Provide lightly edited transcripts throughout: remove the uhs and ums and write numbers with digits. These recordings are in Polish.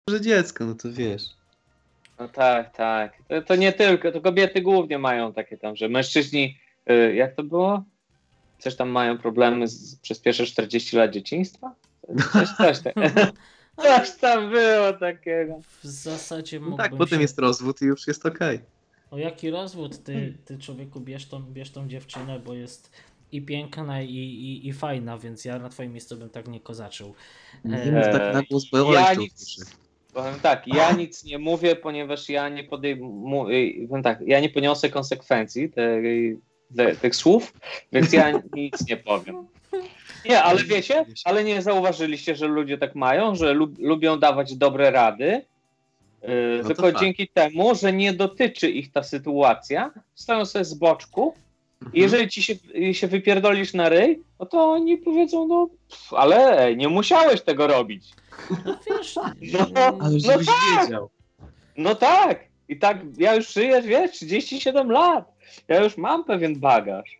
że dziecko, no to wiesz. No tak. To nie tylko, to kobiety głównie mają takie tam, że mężczyźni, jak to było? Coś tam mają problemy przez pierwsze 40 lat dzieciństwa? Coś tam było takiego. W zasadzie No mógłbym tak, potem jest rozwód i już jest okej. O jaki rozwód? Ty człowieku bierz tą dziewczynę, bo jest i piękna i fajna, więc ja na twoim miejscu bym tak nie kozaczył. Nie mów tak na głos, bo Powiem tak, ja nic nie mówię, ponieważ ja nie ja nie poniosę konsekwencji tych słów, więc ja nic nie powiem. Nie, ale wiecie, ale nie zauważyliście, że ludzie tak mają, że lubią dawać dobre rady, No tylko tak. dzięki temu, że nie dotyczy ich ta sytuacja, stoją sobie z boczku i jeżeli się wypierdolisz na ryj, no to oni powiedzą, no ale nie musiałeś tego robić. No wiesz, Ale żebyś wiedział. No tak. I tak ja już żyję, wiesz, 37 lat. Ja już mam pewien bagaż.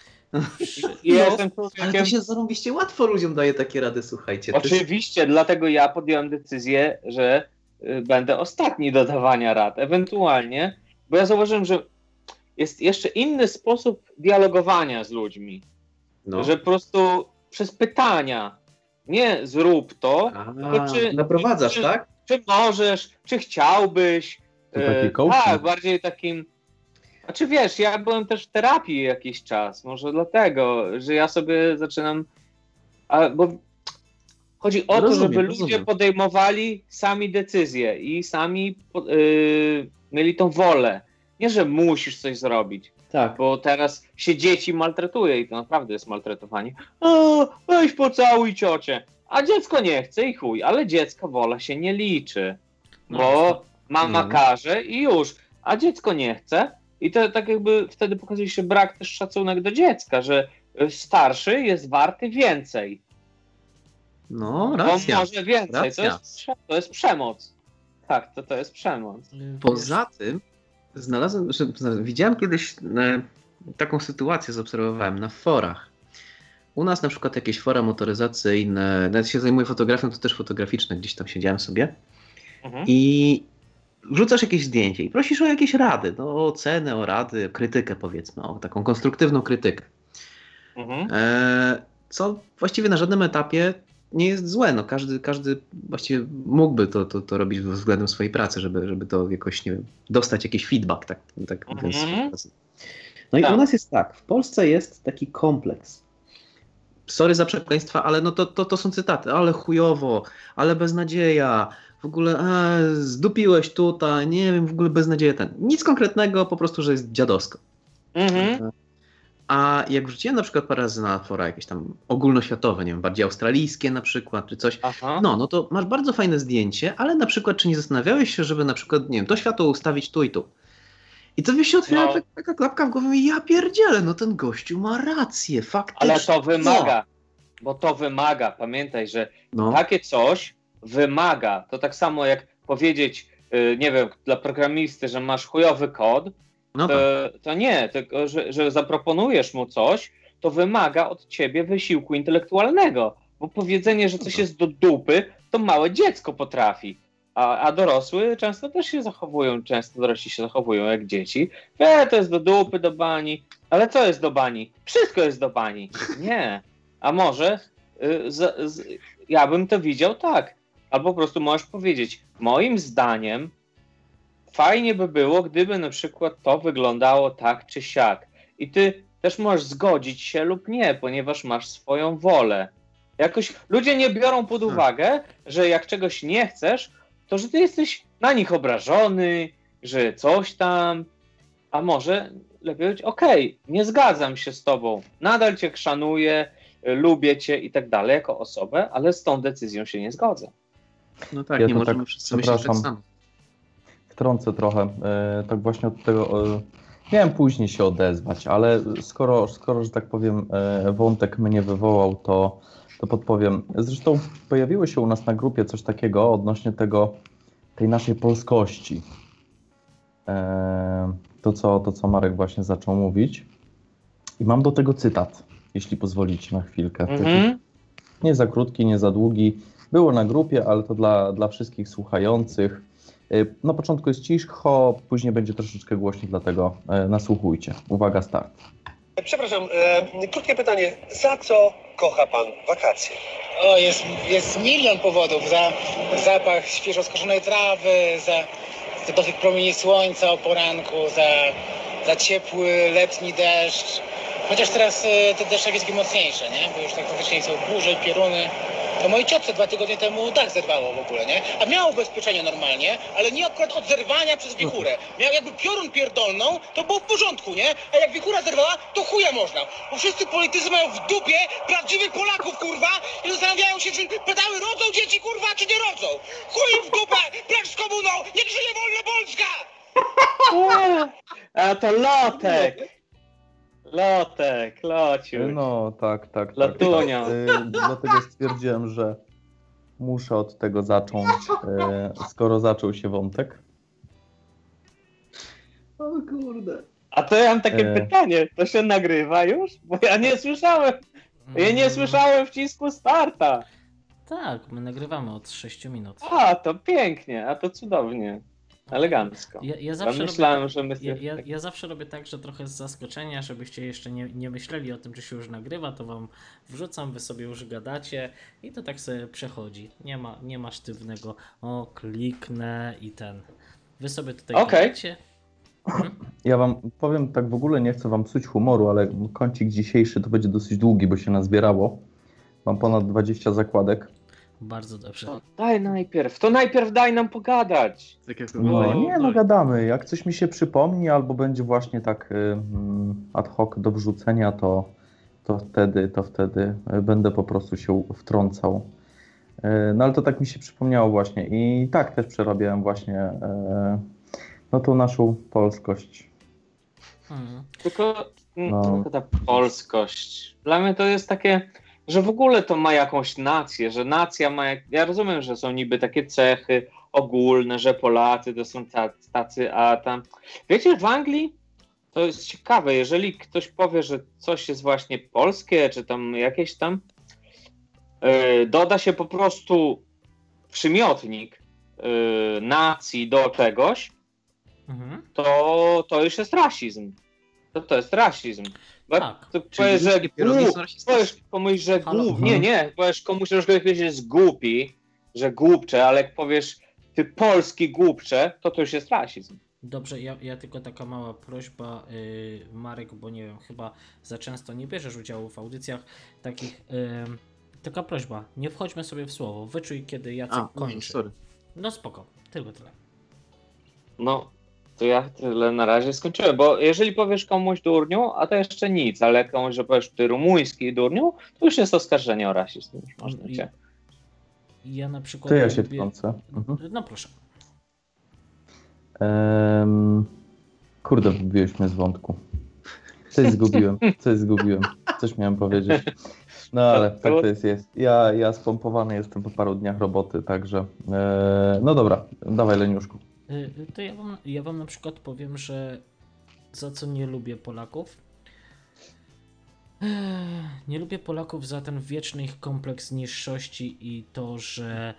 I ja jestem Ale człowiekiem... to się zarąbiście łatwo ludziom daje takie rady, słuchajcie. Oczywiście, dlatego ja podjąłem decyzję, że będę ostatni do dawania rad. Ewentualnie, bo ja zauważyłem, że jest jeszcze inny sposób dialogowania z ludźmi. No. Że po prostu przez pytania. Nie zrób to, tylko czy... Naprowadzasz, tak? Czy możesz, czy chciałbyś. To taki coaching? Tak, bardziej takim... Znaczy wiesz, ja byłem też w terapii jakiś czas, może dlatego, że ja sobie zaczynam... Bo chodzi o to, żeby ludzie podejmowali sami decyzje i sami mieli tą wolę. Nie, że musisz coś zrobić. Tak. Bo teraz się dzieci maltretuje i to naprawdę jest maltretowanie. O, weź pocałuj ciocię. A dziecko nie chce i chuj, ale dziecka wola się nie liczy. Bo mama każe i już. A dziecko nie chce. I to tak jakby wtedy pokazuje się brak też szacunek do dziecka, że starszy jest warty więcej. No, racja. On może więcej. Racja. To jest przemoc. Tak, to jest przemoc. Poza tym widziałem kiedyś taką sytuację, zaobserwowałem na forach. U nas na przykład jakieś fora motoryzacyjne, nawet się zajmuję fotografią, to też fotograficzne, gdzieś tam siedziałem sobie i wrzucasz jakieś zdjęcie i prosisz o jakieś rady, no, o ocenę, o rady, o krytykę powiedzmy, o taką konstruktywną krytykę. Co właściwie na żadnym etapie nie jest złe. No, każdy właściwie mógłby to robić względem swojej pracy, żeby to jakoś, nie wiem, dostać jakiś feedback, tak mówiąc. No i u nas jest tak, w Polsce jest taki kompleks. Sorry za przekleństwa, ale no to są cytaty, ale chujowo, ale beznadzieja, w ogóle zdupiłeś tutaj, nie wiem, w ogóle beznadzieja Nic konkretnego, po prostu, że jest dziadowsko. A jak wrzuciłem na przykład parę razy na fora jakieś tam ogólnoświatowe, nie wiem, bardziej australijskie na przykład, czy coś, no to masz bardzo fajne zdjęcie, ale na przykład czy nie zastanawiałeś się, żeby na przykład, nie wiem, to światło ustawić tu i tu. I to się otwiera taka klapka w głowie i ja pierdzielę, no ten gościu ma rację, faktycznie. Ale to wymaga, bo to wymaga, pamiętaj, że takie coś wymaga. To tak samo jak powiedzieć, nie wiem, dla programisty, że masz chujowy kod, to nie, tylko że zaproponujesz mu coś, to wymaga od ciebie wysiłku intelektualnego, bo powiedzenie, że coś jest do dupy, to małe dziecko potrafi, a dorosły często też się zachowują, dorośli się zachowują jak dzieci. To jest do dupy, do bani, ale co jest do bani? Wszystko jest do bani. Nie, a może ja bym to widział tak, albo po prostu możesz powiedzieć, moim zdaniem fajnie by było, gdyby na przykład to wyglądało tak czy siak. I ty też możesz zgodzić się lub nie, ponieważ masz swoją wolę. Jakoś ludzie nie biorą pod uwagę, że jak czegoś nie chcesz, to że ty jesteś na nich obrażony, że coś tam, a może lepiej być, okej, nie zgadzam się z tobą, nadal cię szanuję, lubię cię i tak dalej jako osobę, ale z tą decyzją się nie zgodzę. No tak, nie możemy wszyscy myśleć tak samo. Wtrącę trochę, tak właśnie od tego, miałem później się odezwać, ale skoro, że tak powiem, wątek mnie wywołał, to podpowiem. Zresztą pojawiło się u nas na grupie coś takiego odnośnie tej naszej polskości. To, co Marek właśnie zaczął mówić. I mam do tego cytat, jeśli pozwolicie na chwilkę. Nie za krótki, nie za długi. Było na grupie, ale to dla wszystkich słuchających. Na początku jest cicho, później będzie troszeczkę głośniej, dlatego nasłuchujcie. Uwaga, start. Przepraszam, krótkie pytanie. Za co kocha pan wakacje? O, jest milion powodów. Za zapach świeżo skoszonej trawy, za dotyk promieni słońca o poranku, za ciepły letni deszcz. Chociaż teraz ten deszczak jest mocniejszy, nie? Bo już tak faktycznie są burze, pioruny. To mojej ciotce 2 tygodnie temu dach zerwało w ogóle, nie? A miało ubezpieczenie normalnie, ale nie akurat od zerwania przez wichurę. Miał jakby piorun pierdolną, to było w porządku, nie? A jak wichura zerwała, to chuja można. Bo wszyscy politycy mają w dupie prawdziwych Polaków, kurwa, i zastanawiają się, czy pedały rodzą dzieci, kurwa, czy nie rodzą. Chuj im w dupę, precz z komuną, niech żyje wolna Polska! A to Lotek! Lociu. No tak. Lotunio. Dlatego stwierdziłem, że muszę od tego zacząć, skoro zaczął się wątek. O kurde. A to ja mam takie pytanie, to się nagrywa już? Bo ja nie słyszałem. Ja nie słyszałem wcisku starta. Tak, my nagrywamy od 6 minut. A, to pięknie, a to cudownie. Elegancko. Ja zawsze robię tak, że trochę z zaskoczenia, żebyście jeszcze nie myśleli o tym, czy się już nagrywa, to wam wrzucam, wy sobie już gadacie i to tak sobie przechodzi. Nie ma sztywnego, kliknę i ten. Wy sobie tutaj gadacie. Ja wam powiem tak, w ogóle nie chcę wam psuć humoru, ale kącik dzisiejszy to będzie dosyć długi, bo się nazbierało. Mam ponad 20 zakładek. Bardzo dobrze. To najpierw daj nam pogadać. No gadamy. Jak coś mi się przypomni, albo będzie właśnie tak ad hoc do wrzucenia, to wtedy będę po prostu się wtrącał. No ale to tak mi się przypomniało właśnie. I tak też przerabiałem właśnie tą naszą polskość. Tylko ta polskość. Dla mnie to jest takie, że w ogóle to ma jakąś nację, że nacja ma... Ja rozumiem, że są niby takie cechy ogólne, że Polacy to są tacy, a tam... Wiecie, w Anglii to jest ciekawe, jeżeli ktoś powie, że coś jest właśnie polskie, czy tam jakieś tam, doda się po prostu przymiotnik nacji do czegoś, to już jest rasizm. To jest rasizm. Tak. Powiesz, że powiesz komuś, że głupi. Nie. Powiesz komuś, że ktoś jest głupi, że głupcze, ale jak powiesz ty polski głupcze, to już jest rasizm. Dobrze, ja tylko taka mała prośba, Marek, bo nie wiem, chyba za często nie bierzesz udziału w audycjach takich. Taka prośba, nie wchodźmy sobie w słowo. Wyczuj, kiedy Jacek kończy. Sorry. No spoko, tylko tyle. No. To ja tyle na razie skończyłem, bo jeżeli powiesz komuś durniu, a to jeszcze nic, ale komuś, że powiesz ty rumuński durniu, to już jest oskarżenie o rasizm. Ja na przykład... To ja się wtrącę. No proszę. Kurde, wybiłeś mnie z wątku. Coś zgubiłem. Coś miałem powiedzieć. No ale tak to jest. Ja spompowany jestem po paru dniach roboty, także... No dobra, dawaj Leniuszku. To ja wam na przykład powiem, że za co nie lubię Polaków? Nie lubię Polaków za ten wieczny ich kompleks niższości i to, że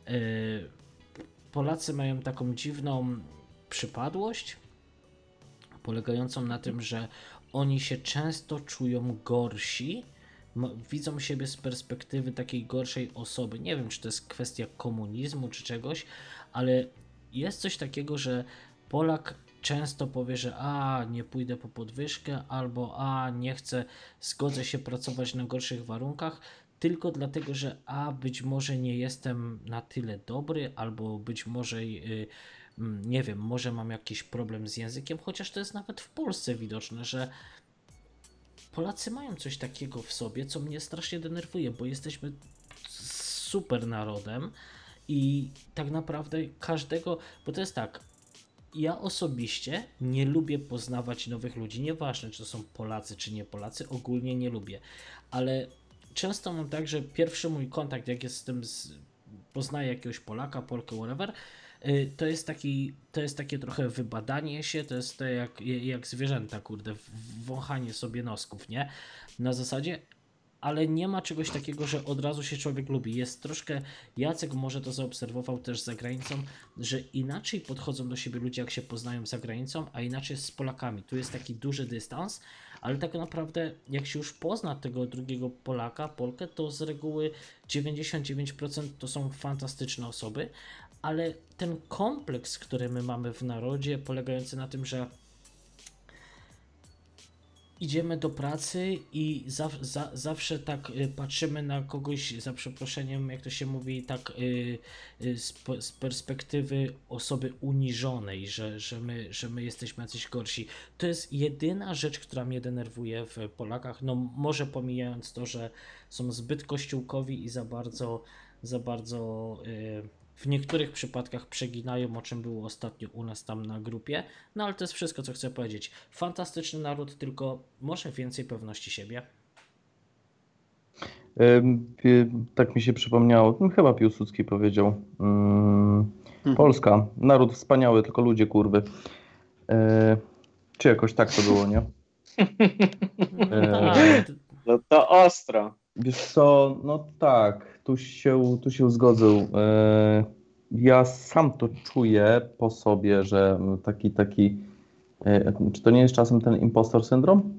Polacy mają taką dziwną przypadłość polegającą na tym, że oni się często czują gorsi, widzą siebie z perspektywy takiej gorszej osoby. Nie wiem, czy to jest kwestia komunizmu czy czegoś, ale jest coś takiego, że Polak często powie, że nie pójdę po podwyżkę, albo nie chcę, zgodzę się pracować na gorszych warunkach, tylko dlatego, że być może nie jestem na tyle dobry, albo być może nie wiem, może mam jakiś problem z językiem, chociaż to jest nawet w Polsce widoczne, że Polacy mają coś takiego w sobie, co mnie strasznie denerwuje, bo jesteśmy super narodem i tak naprawdę każdego, bo to jest tak, ja osobiście nie lubię poznawać nowych ludzi, nieważne czy to są Polacy czy nie Polacy, ogólnie nie lubię, ale często mam tak, że pierwszy mój kontakt, jak jestem poznaję jakiegoś Polaka, Polkę, whatever, to jest takie trochę wybadanie się, to jest to jak zwierzęta, kurde, wąchanie sobie nosków, nie? Na zasadzie, ale nie ma czegoś takiego, że od razu się człowiek lubi. Jest troszkę, Jacek może to zaobserwował też za granicą, że inaczej podchodzą do siebie ludzie, jak się poznają za granicą, a inaczej jest z Polakami. Tu jest taki duży dystans, ale tak naprawdę jak się już pozna tego drugiego Polaka, Polkę, to z reguły 99% to są fantastyczne osoby, ale ten kompleks, który my mamy w narodzie, polegający na tym, że idziemy do pracy i zawsze tak patrzymy na kogoś, za przeproszeniem, jak to się mówi, tak z perspektywy osoby uniżonej, że my jesteśmy jacyś gorsi. To jest jedyna rzecz, która mnie denerwuje w Polakach. No może pomijając to, że są zbyt kościółkowi i za bardzo w niektórych przypadkach przeginają, o czym było ostatnio u nas tam na grupie, no ale to jest wszystko, co chcę powiedzieć. Fantastyczny naród, tylko może więcej pewności siebie. Tak mi się przypomniało, chyba Piłsudski powiedział, Polska, naród wspaniały, tylko ludzie kurwy. Czy jakoś tak to było, nie? No to ostro. Wiesz co, no tak, tu się zgodzę. Ja sam to czuję po sobie, że taki czy to nie jest czasem ten impostor syndrom?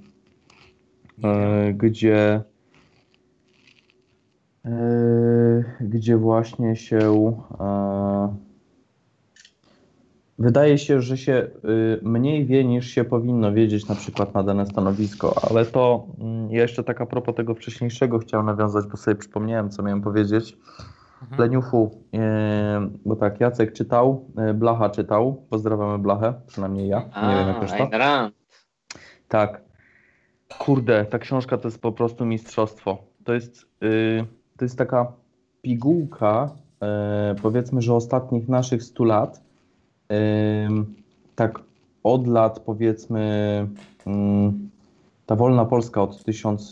Gdzie właśnie się wydaje się, że się mniej wie niż się powinno wiedzieć na przykład na dane stanowisko, ale to ja jeszcze tak a propos tego wcześniejszego chciałem nawiązać, bo sobie przypomniałem, co miałem powiedzieć. Leniuchu, bo tak, Jacek czytał, Blacha czytał, pozdrawiamy Blachę, przynajmniej ja, nie wiem jak reszta. Tak, kurde, ta książka to jest po prostu mistrzostwo. To jest taka pigułka, powiedzmy, że ostatnich naszych 100 lat, tak od lat powiedzmy ta wolna Polska od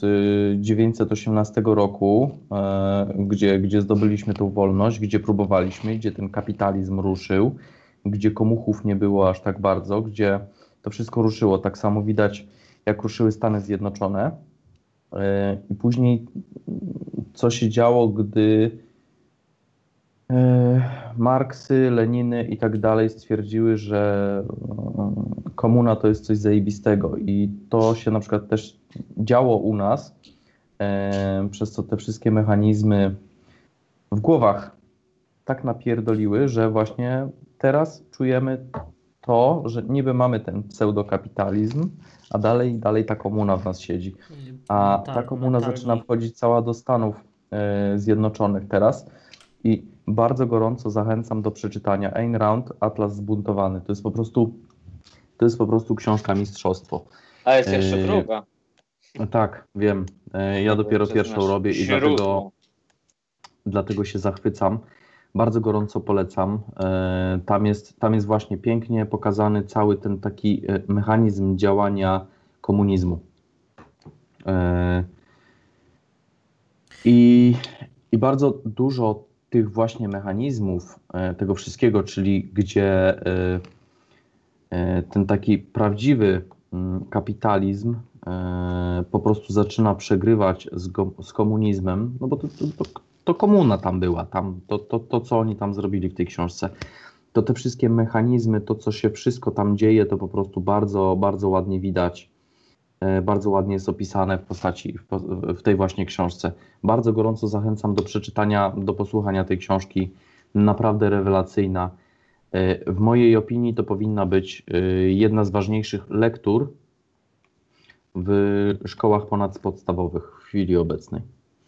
1918 roku, gdzie zdobyliśmy tą wolność, gdzie próbowaliśmy, gdzie ten kapitalizm ruszył, gdzie komuchów nie było aż tak bardzo, gdzie to wszystko ruszyło. Tak samo widać, jak ruszyły Stany Zjednoczone. I później co się działo, gdy Marksy, Leniny i tak dalej stwierdziły, że komuna to jest coś zajebistego i to się na przykład też działo u nas, przez co te wszystkie mechanizmy w głowach tak napierdoliły, że właśnie teraz czujemy to, że niby mamy ten pseudokapitalizm, a dalej ta komuna w nas siedzi. A ta komuna zaczyna wchodzić cała do Stanów Zjednoczonych teraz i bardzo gorąco zachęcam do przeczytania Ayn Rand, Atlas Zbuntowany. To jest po prostu książka mistrzostwo. A jest jeszcze druga. Tak, wiem. Ja dopiero pierwszą robię i dlatego się zachwycam. Bardzo gorąco polecam. Tam jest właśnie pięknie pokazany cały ten taki mechanizm działania komunizmu. I bardzo dużo tych właśnie mechanizmów, tego wszystkiego, czyli gdzie ten taki prawdziwy kapitalizm po prostu zaczyna przegrywać z komunizmem, no bo to komuna tam była, to co oni tam zrobili w tej książce, to te wszystkie mechanizmy, to co się wszystko tam dzieje, to po prostu bardzo, bardzo ładnie widać, bardzo ładnie jest opisane w postaci, w tej właśnie książce. Bardzo gorąco zachęcam do przeczytania, do posłuchania tej książki, naprawdę rewelacyjna. W mojej opinii to powinna być jedna z ważniejszych lektur w szkołach ponadpodstawowych w chwili obecnej.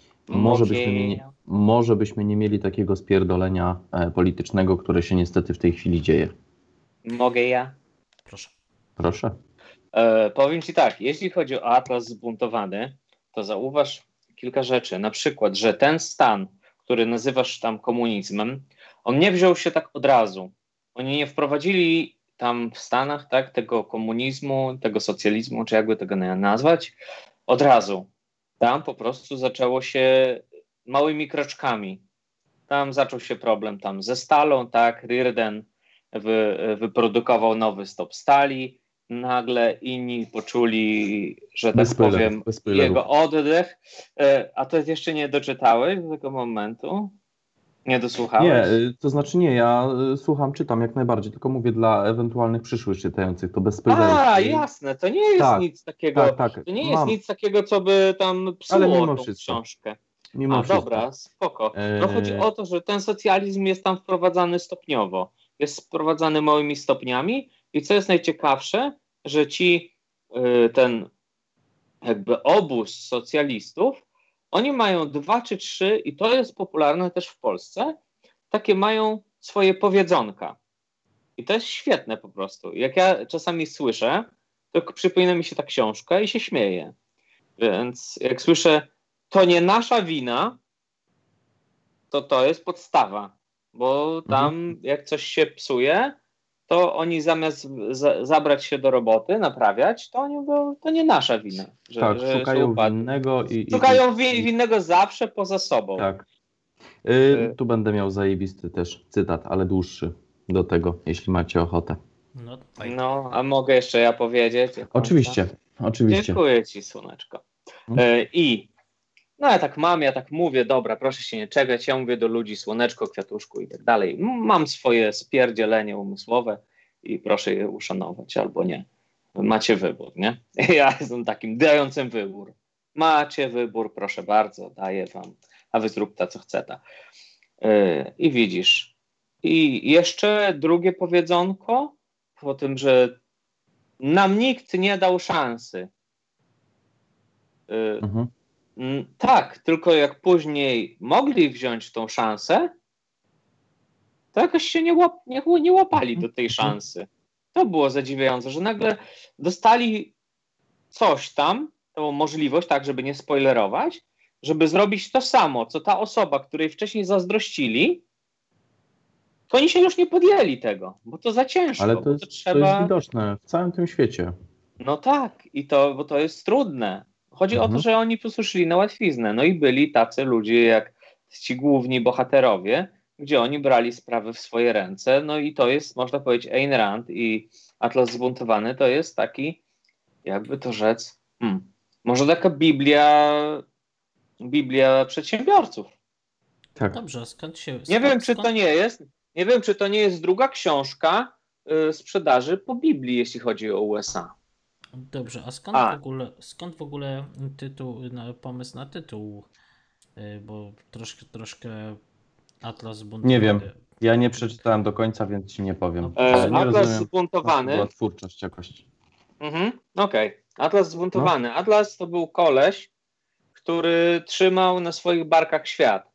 Może byśmy nie mieli takiego spierdolenia politycznego, które się niestety w tej chwili dzieje. Mogę ja? Proszę. Powiem Ci tak, jeśli chodzi o Atlas Zbuntowany, to zauważ kilka rzeczy. Na przykład, że ten stan, który nazywasz tam komunizmem, on nie wziął się tak od razu. Oni nie wprowadzili tam w Stanach tak, tego komunizmu, tego socjalizmu, czy jakby tego nazwać, od razu. Tam po prostu zaczęło się małymi kroczkami. Tam zaczął się problem tam ze stalą, tak, Riordan wyprodukował nowy stop stali, nagle inni poczuli, że tak powiem, jego oddech. A to jeszcze nie doczytałeś do tego momentu? Nie dosłuchałeś? Nie, to znaczy nie, ja słucham, czytam jak najbardziej, tylko mówię dla ewentualnych przyszłych czytających, to bez spoilerów. Jasne, to nie jest nic takiego, to nie jest nic takiego, co by tam psuło tą książkę. Dobra, spoko. No chodzi o to, że ten socjalizm jest tam wprowadzany stopniowo. Jest wprowadzany małymi stopniami i co jest najciekawsze, że ten jakby obóz socjalistów, oni mają 2 czy 3, i to jest popularne też w Polsce, takie mają swoje powiedzonka. I to jest świetne po prostu. Jak ja czasami słyszę, to przypomina mi się ta książka i się śmieję. Więc jak słyszę, to nie nasza wina, to jest podstawa. Bo tam jak coś się psuje, to oni zamiast zabrać się do roboty, naprawiać, to oni mówią, to nie nasza wina. Że szukają winnego szukają winnego zawsze poza sobą. Tak. Tu będę miał zajebisty też cytat, ale dłuższy do tego, jeśli macie ochotę. No, a mogę jeszcze ja powiedzieć? Oczywiście. Dziękuję ci, słoneczko. Ja tak mówię, dobra, proszę się nie czepiać, ja mówię do ludzi słoneczko, kwiatuszku i tak dalej. Mam swoje spierdzielenie umysłowe i proszę je uszanować albo nie. Macie wybór, nie? Ja jestem takim dającym wybór. Macie wybór, proszę bardzo, daję wam, a wy zrób ta, co chceta. I widzisz. I jeszcze drugie powiedzonko po tym, że nam nikt nie dał szansy. Tak, tylko jak później mogli wziąć tą szansę, to jakoś się nie łapali do tej szansy. To było zadziwiające, że nagle dostali coś tam, tą możliwość, tak, żeby nie spoilerować, żeby zrobić to samo, co ta osoba, której wcześniej zazdrościli, to oni się już nie podjęli tego, bo to za ciężko. Ale to jest widoczne w całym tym świecie. No tak, bo to jest trudne. Chodzi o to, że oni po prostu szli na łatwiznę. No i byli tacy ludzie jak ci główni bohaterowie, gdzie oni brali sprawy w swoje ręce. No i to jest, można powiedzieć, Ayn Rand i Atlas Zbuntowany to jest taki, jakby to rzec, może taka Biblia przedsiębiorców. Tak. Dobrze, skąd nie wiem, czy to nie jest druga książka sprzedaży po Biblii, jeśli chodzi o USA. Dobrze, a skąd w ogóle pomysł na tytuł? Bo troszkę Atlas Zbuntowany. Nie wiem, ja nie przeczytałem do końca, więc ci nie powiem. Nie Atlas Zbuntowany. Była twórczość jakoś. Okej. Atlas Zbuntowany. No. Atlas to był koleś, który trzymał na swoich barkach świat.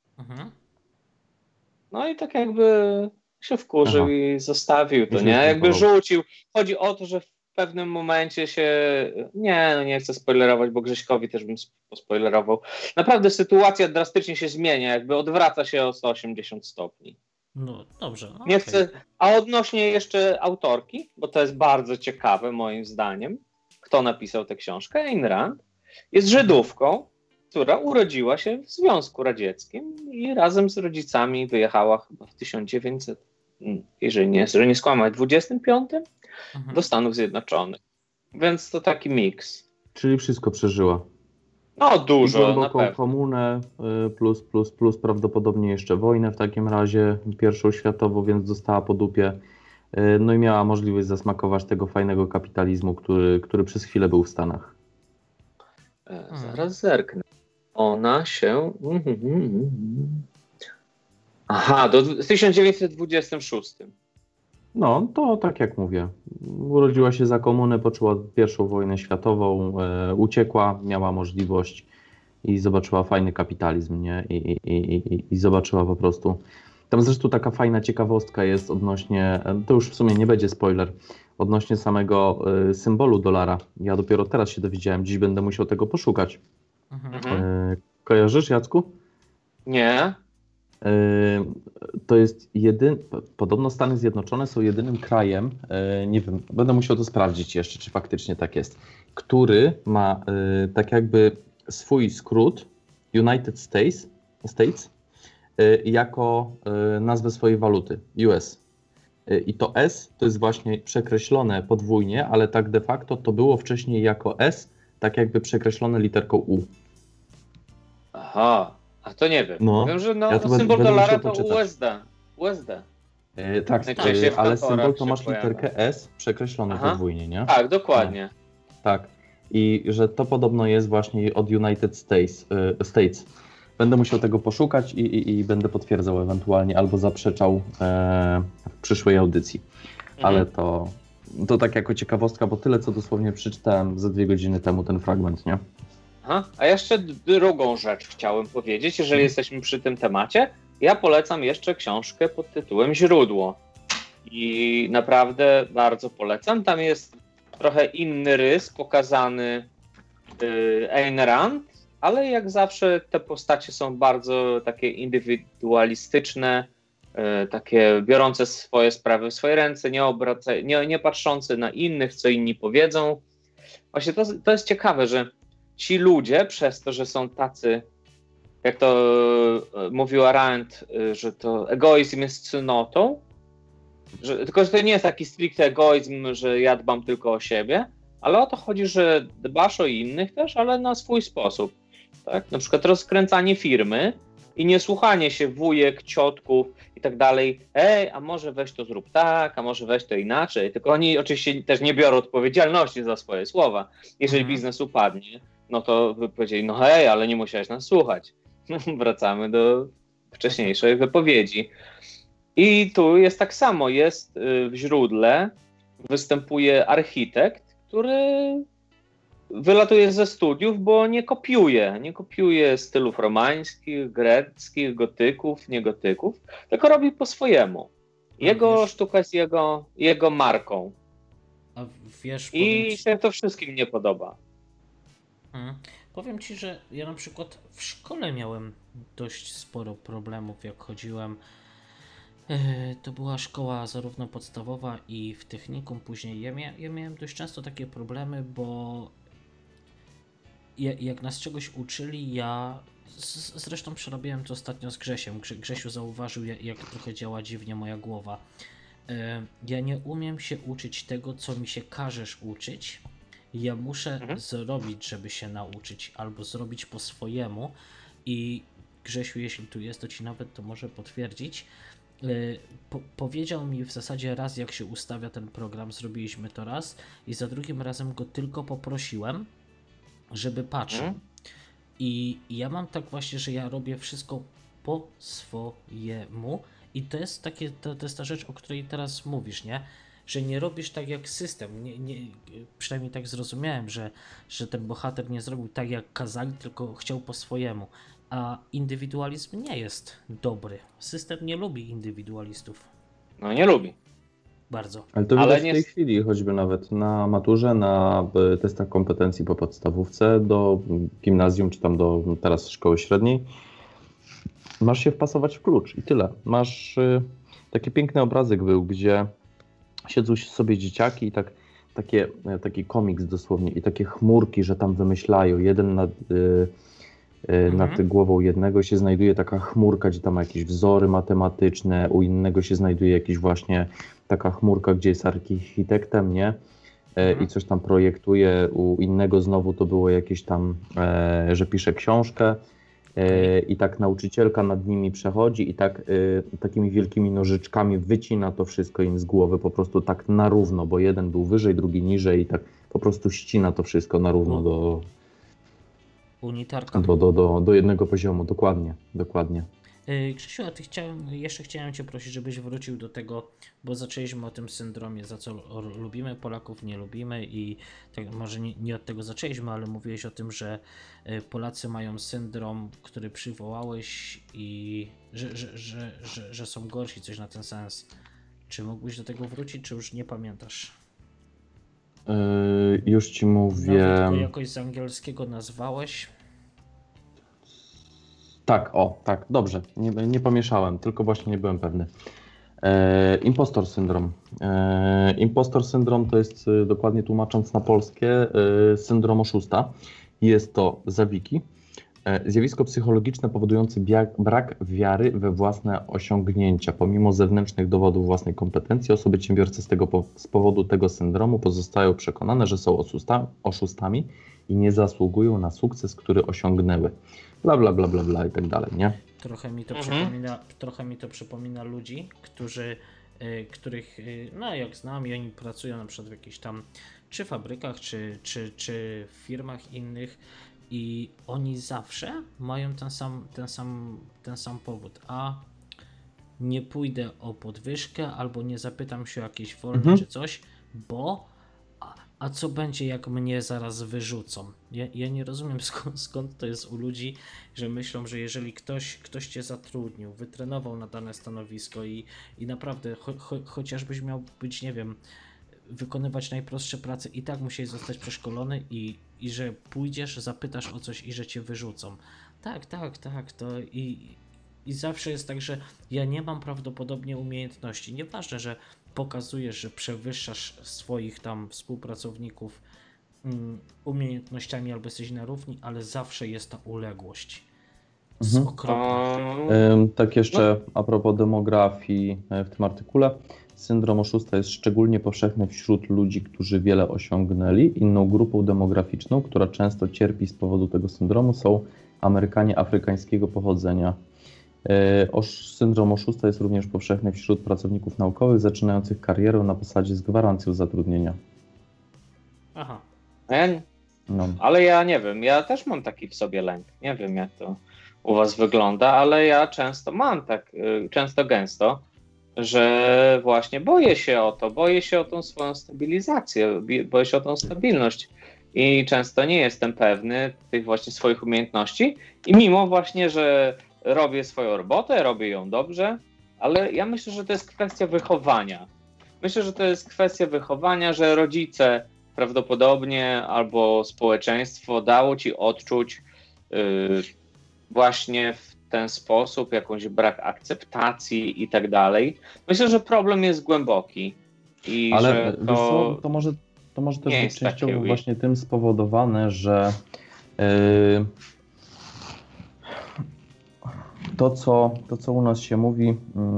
No i tak jakby się wkurzył i zostawił to, nie? Jakby rzucił. Chodzi o to, że w pewnym momencie się... Nie chcę spoilerować, bo Grześkowi też bym pospoilerował. Naprawdę sytuacja drastycznie się zmienia, jakby odwraca się o 180 stopni. No dobrze. No, nie chcę... A odnośnie jeszcze autorki, bo to jest bardzo ciekawe moim zdaniem, kto napisał tę książkę, Ayn Rand, jest Żydówką, która urodziła się w Związku Radzieckim i razem z rodzicami wyjechała chyba w 1900, jeżeli nie skłamać, 25 do Stanów Zjednoczonych. Więc to taki miks. Czyli wszystko przeżyła. No dużo, głęboką na pewno. komunę plus prawdopodobnie jeszcze wojnę w takim razie, pierwszą światową, więc została po dupie. No i miała możliwość zasmakować tego fajnego kapitalizmu, który przez chwilę był w Stanach. Zaraz zerknę. Ona się... Aha, do 1926. No, to tak jak mówię. Urodziła się za komunę, poczuła pierwszą wojnę światową, uciekła, miała możliwość i zobaczyła fajny kapitalizm, nie? I zobaczyła po prostu... Tam zresztą taka fajna ciekawostka jest odnośnie, to już w sumie nie będzie spoiler, odnośnie samego symbolu dolara. Ja dopiero teraz się dowiedziałem, dziś będę musiał tego poszukać. Kojarzysz, Jacku? Nie. To jest podobno Stany Zjednoczone są jedynym krajem, nie wiem, będę musiał to sprawdzić jeszcze, czy faktycznie tak jest, który ma tak jakby swój skrót United States jako nazwę swojej waluty, US. i to S to jest właśnie przekreślone podwójnie, ale tak de facto to było wcześniej jako S, tak jakby przekreślone literką U. Aha, a to nie wiem. No, Wiem, że ja to symbol będę dolara musiał to poczytać. USD. Tak, Najczęściej w ale kantorach symbol to się masz pojawia. literkę S przekreślone podwójnie, nie? Tak, dokładnie. Tak. I że to podobno jest właśnie od United States. Będę musiał tego poszukać i będę potwierdzał ewentualnie albo zaprzeczał w przyszłej audycji. Ale to tak jako ciekawostka, bo tyle co dosłownie przeczytałem za 2 godziny temu ten fragment, nie? Aha. A jeszcze drugą rzecz chciałem powiedzieć, jeżeli jesteśmy przy tym temacie. Ja polecam jeszcze książkę pod tytułem Źródło. I naprawdę bardzo polecam. Tam jest trochę inny rys pokazany Ayn Rand, ale jak zawsze te postacie są bardzo takie indywidualistyczne, takie biorące swoje sprawy w swoje ręce, nie patrzące na innych, co inni powiedzą. Właśnie to jest ciekawe, że ci ludzie przez to, że są tacy, jak to mówiła Rand, że to egoizm jest cnotą, tylko że to nie jest taki stricte egoizm, że ja dbam tylko o siebie, ale o to chodzi, że dbasz o innych też, ale na swój sposób. Tak? Na przykład rozkręcanie firmy i nie słuchanie się wujek, ciotków i tak dalej. A może weź to zrób tak, a może weź to inaczej. Tylko oni oczywiście też nie biorą odpowiedzialności za swoje słowa. Jeżeli biznes upadnie, no to by powiedzieli, ale nie musiałeś nas słuchać. Wracamy do wcześniejszej wypowiedzi. I tu jest tak samo. Jest w źródle, występuje architekt, który wylatuje ze studiów, bo nie kopiuje stylów romańskich, greckich, gotyków, niegotyków, tylko robi po swojemu. Jego sztuka jest jego marką. A wiesz, i się to wszystkim nie podoba. Powiem ci, że ja na przykład w szkole miałem dość sporo problemów, jak chodziłem. To była szkoła zarówno podstawowa i w technikum później. Ja miałem dość często takie problemy, bo jak nas czegoś uczyli, ja zresztą przerobiłem to ostatnio z Grzesiem. Grzesiu zauważył, jak trochę działa dziwnie moja głowa. Ja nie umiem się uczyć tego, co mi się każesz uczyć. Ja muszę zrobić, żeby się nauczyć, albo zrobić po swojemu. I Grzesiu, jeśli tu jest, to ci nawet to może potwierdzić. Powiedział mi w zasadzie raz, jak się ustawia ten program, zrobiliśmy to raz i za drugim razem go tylko poprosiłem, żeby patrzył. I ja mam tak właśnie, że ja robię wszystko po swojemu i to jest takie, to jest ta rzecz, o której teraz mówisz, nie? Że nie robisz tak jak system, przynajmniej tak zrozumiałem, że ten bohater nie zrobił tak jak kazali, tylko chciał po swojemu. A indywidualizm nie jest dobry. System nie lubi indywidualistów. No nie lubi. Bardzo. Ale to widać w tej chwili, choćby nawet na maturze, na testach kompetencji po podstawówce, do gimnazjum, czy tam do teraz szkoły średniej. Masz się wpasować w klucz i tyle. Masz taki piękny obrazek był, gdzie siedzą sobie dzieciaki i taki komiks dosłownie i takie chmurki, że tam wymyślają. Jeden nad głową jednego się znajduje taka chmurka, gdzie tam ma jakieś wzory matematyczne, u innego się znajduje jakiś właśnie taka chmurka, gdzie jest architektem, nie? I coś tam projektuje, u innego znowu to było jakieś tam, że pisze książkę i tak nauczycielka nad nimi przechodzi i tak takimi wielkimi nożyczkami wycina to wszystko im z głowy, po prostu tak na równo, bo jeden był wyżej, drugi niżej i tak po prostu ścina to wszystko na równo unitarka. Do jednego poziomu, dokładnie. Krzysiu, a jeszcze chciałem Cię prosić, żebyś wrócił do tego, bo zaczęliśmy o tym syndromie, za co lubimy Polaków, nie lubimy i tak, może nie od tego zaczęliśmy, ale mówiłeś o tym, że Polacy mają syndrom, który przywołałeś i że są gorsi, coś na ten sens. Czy mógłbyś do tego wrócić, czy już nie pamiętasz? Już Ci mówię. Nawet go jakoś z angielskiego nazwałeś. Tak, dobrze, nie pomieszałem, tylko właśnie nie byłem pewny. Impostor syndrom. Impostor syndrom to jest, dokładnie tłumacząc na polskie, syndrom oszusta. Jest to zawiki. Zjawisko psychologiczne powodujące brak wiary we własne osiągnięcia. Pomimo zewnętrznych dowodów własnej kompetencji, osoby przedsiębiorcy z powodu tego syndromu pozostają przekonane, że są oszustami i nie zasługują na sukces, który osiągnęły. Bla, bla, bla, bla, bla i tak dalej, nie? Trochę mi to przypomina ludzi, których, no jak znam, i oni pracują na przykład w jakichś tam czy fabrykach, czy w firmach innych i oni zawsze mają ten sam powód, a nie pójdę o podwyżkę albo nie zapytam się o jakieś wolne czy coś, bo a co będzie, jak mnie zaraz wyrzucą? Ja nie rozumiem, skąd to jest u ludzi, że myślą, że jeżeli ktoś cię zatrudnił, wytrenował na dane stanowisko i naprawdę chociażbyś miał być, nie wiem, wykonywać najprostsze prace i tak musiałeś zostać przeszkolony i że pójdziesz, zapytasz o coś i że cię wyrzucą. Tak, to i zawsze jest tak, że ja nie mam prawdopodobnie umiejętności. Nieważne, że pokazujesz, że przewyższasz swoich tam współpracowników umiejętnościami albo jesteś na równi, ale zawsze jest ta uległość. Okropna. Tak jeszcze a propos demografii w tym artykule. Syndrom oszusta jest szczególnie powszechny wśród ludzi, którzy wiele osiągnęli. Inną grupą demograficzną, która często cierpi z powodu tego syndromu, są Amerykanie afrykańskiego pochodzenia. Syndrom oszusta jest również powszechny wśród pracowników naukowych zaczynających karierę na zasadzie z gwarancją zatrudnienia. Aha. Ale ja nie wiem, ja też mam taki w sobie lęk. Nie wiem, jak to u was wygląda, ale ja często mam tak, gęsto, że właśnie boję się o tą swoją stabilizację, boję się o tą stabilność i często nie jestem pewny tych właśnie swoich umiejętności i mimo właśnie, że robię swoją robotę, robię ją dobrze, ale ja myślę, że to jest kwestia wychowania. Że rodzice prawdopodobnie albo społeczeństwo dało ci odczuć właśnie w ten sposób jakąś brak akceptacji i tak dalej. Myślę, że problem jest głęboki. Ale że to może też być częściowo właśnie tym spowodowane, że to, co u nas się mówi,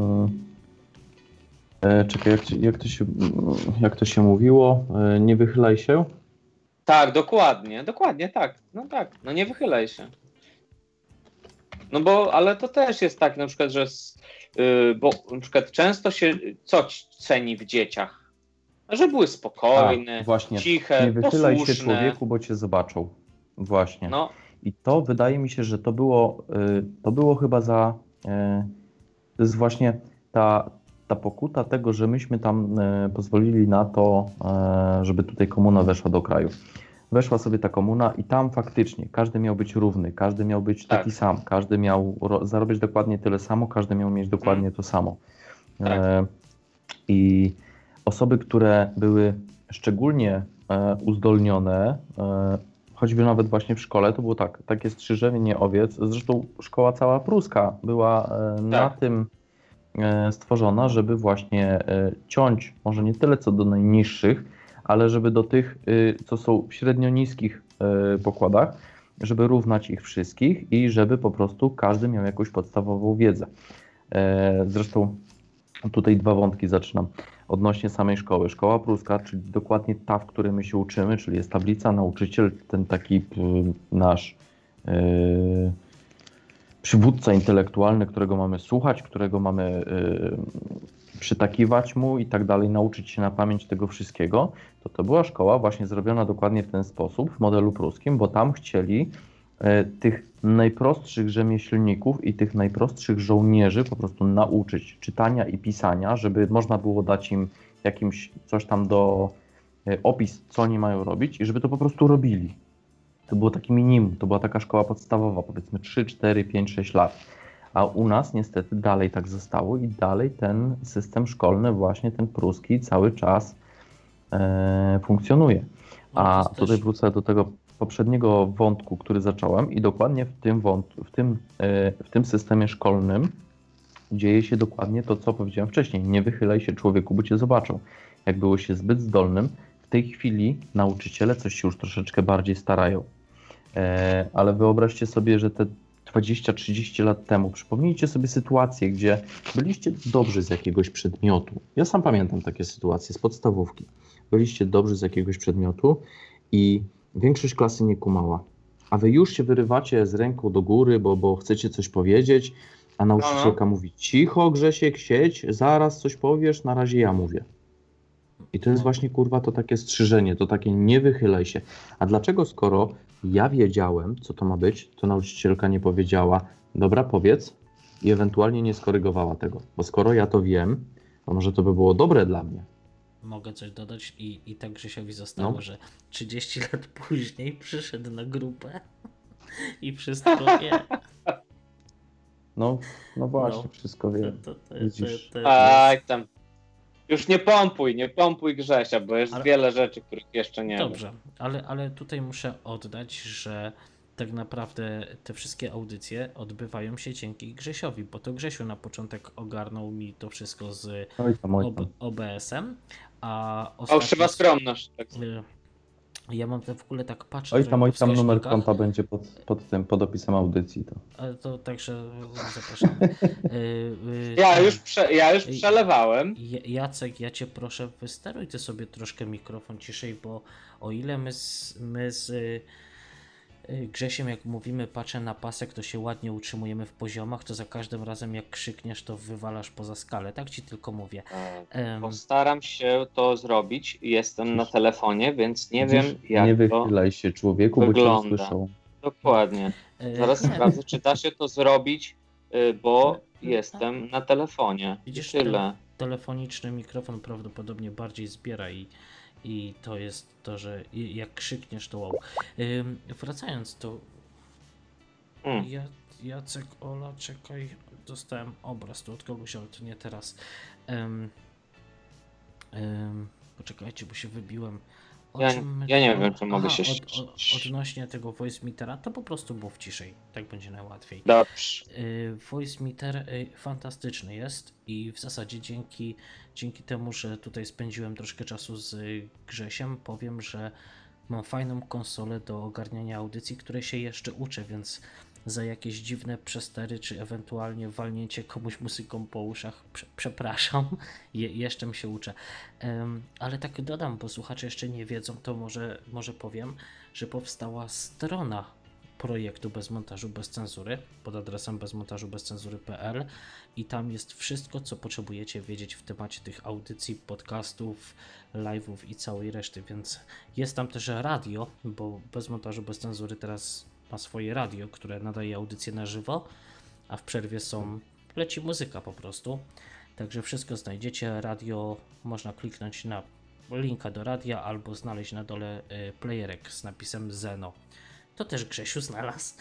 czekaj, jak to się mówiło, nie wychylaj się? Tak, dokładnie tak. No nie wychylaj się. No bo, ale to też jest tak na przykład, że bo na przykład często się co ceni w dzieciach? Że były spokojne, właśnie. Ciche, nie wychylaj posłuszne. się człowieku, bo cię zobaczą. Właśnie. No. I to wydaje mi się, że to było chyba to jest właśnie ta pokuta tego, że myśmy tam pozwolili na to, żeby tutaj komuna weszła do kraju. Weszła sobie ta komuna i tam faktycznie każdy miał być równy, każdy miał być taki sam, każdy miał zarobić dokładnie tyle samo, każdy miał mieć dokładnie to samo. I osoby, które były szczególnie uzdolnione, choćby nawet właśnie w szkole, to było takie strzyżenie owiec. Zresztą szkoła cała pruska była na tym stworzona, żeby właśnie ciąć, może nie tyle co do najniższych, ale żeby do tych, co są w średnio niskich pokładach, żeby równać ich wszystkich i żeby po prostu każdy miał jakąś podstawową wiedzę. Zresztą tutaj dwa wątki zaczynam. Odnośnie samej szkoły. Szkoła pruska, czyli dokładnie ta, w której my się uczymy, czyli jest tablica, nauczyciel, ten taki nasz przywódca intelektualny, którego mamy słuchać, którego mamy przytakiwać mu i tak dalej, nauczyć się na pamięć tego wszystkiego, to była szkoła właśnie zrobiona dokładnie w ten sposób, w modelu pruskim, bo tam chcieli tych najprostszych rzemieślników i tych najprostszych żołnierzy po prostu nauczyć czytania i pisania, żeby można było dać im jakimś coś tam opis, co oni mają robić i żeby to po prostu robili. To było takie minimum, to była taka szkoła podstawowa, powiedzmy 3, 4, 5, 6 lat. A u nas niestety dalej tak zostało i dalej ten system szkolny, właśnie ten pruski cały czas funkcjonuje. A tutaj wrócę do tego poprzedniego wątku, który zacząłem i dokładnie w tym systemie szkolnym dzieje się dokładnie to, co powiedziałem wcześniej. Nie wychylaj się człowieku, bo cię zobaczą. Jak było się zbyt zdolnym, w tej chwili nauczyciele coś się już troszeczkę bardziej starają. ale wyobraźcie sobie, że te 20-30 lat temu, przypomnijcie sobie sytuację, gdzie byliście dobrzy z jakiegoś przedmiotu. Ja sam pamiętam takie sytuacje z podstawówki. Byliście dobrzy z jakiegoś przedmiotu i większość klasy nie kumała. A wy już się wyrywacie z ręką do góry, bo chcecie coś powiedzieć, a nauczycielka mówi: cicho, Grzesiek, siedź, zaraz coś powiesz, na razie ja mówię. I to jest właśnie, kurwa, to takie strzyżenie, to takie nie wychylaj się. A dlaczego, skoro ja wiedziałem, co to ma być, to nauczycielka nie powiedziała: dobra, powiedz, i ewentualnie nie skorygowała tego. Bo skoro ja to wiem, to może to by było dobre dla mnie. Mogę coś dodać i tak Grzesiowi zostało, że 30 lat później przyszedł na grupę i wszystko wie. No właśnie, wszystko wie. Aj tam. Już nie pompuj Grzesia, bo jest wiele rzeczy, których jeszcze nie Dobrze, ale tutaj muszę oddać, że tak naprawdę te wszystkie audycje odbywają się dzięki Grzesiowi, bo to Grzesiu na początek ogarnął mi to wszystko z OBS-em, a fałszywa skromność. Tak. Ja mam w ogóle tak patrzę. Oj tam numer konta będzie pod opisem audycji. To także zapraszam. Ja już przelewałem. Jacek, ja cię proszę, wysteruj ty sobie troszkę mikrofon ciszej, bo o ile my z Grzesiem, jak mówimy, patrzę na pasek, to się ładnie utrzymujemy w poziomach, to za każdym razem jak krzykniesz, to wywalasz poza skalę, tak ci tylko mówię. Postaram się to zrobić, jestem na telefonie, więc nie wiem, jak nie wychylaj się, człowieku, wygląda. Bo cię usłyszą. Dokładnie. Zaraz sprawdzę, czy da się to zrobić, bo jestem na telefonie. Widzisz, tyle. Telefoniczny mikrofon prawdopodobnie bardziej zbiera i to jest to, że jak krzykniesz, to wow. Wracając to Jacek, Ola, czekaj, dostałem obraz tu od kogoś, ale to nie teraz. Poczekajcie, bo się wybiłem. Ja nie wiem, czy mogę się... Odnośnie tego voice metera, to po prostu mów ciszej, tak będzie najłatwiej. Dobrze. Voice meter fantastyczny jest i w zasadzie dzięki temu, że tutaj spędziłem troszkę czasu z Grzesiem, powiem, że mam fajną konsolę do ogarniania audycji, której się jeszcze uczę, więc za jakieś dziwne przestery, czy ewentualnie walnięcie komuś muzyką po uszach, przepraszam, jeszcze mi się uczę. Ale tak dodam, bo słuchacze jeszcze nie wiedzą, to może powiem, że powstała strona projektu Bez montażu, bez cenzury pod adresem bezmontażubezcenzury.pl i tam jest wszystko, co potrzebujecie wiedzieć w temacie tych audycji, podcastów, live'ów i całej reszty, więc jest tam też radio, bo Bez montażu, bez cenzury teraz ma swoje radio, które nadaje audycje na żywo, a w przerwie leci muzyka po prostu. Także wszystko znajdziecie. Radio można kliknąć na linka do radia albo znaleźć na dole playerek z napisem Zeno. To też Grzesiu znalazł.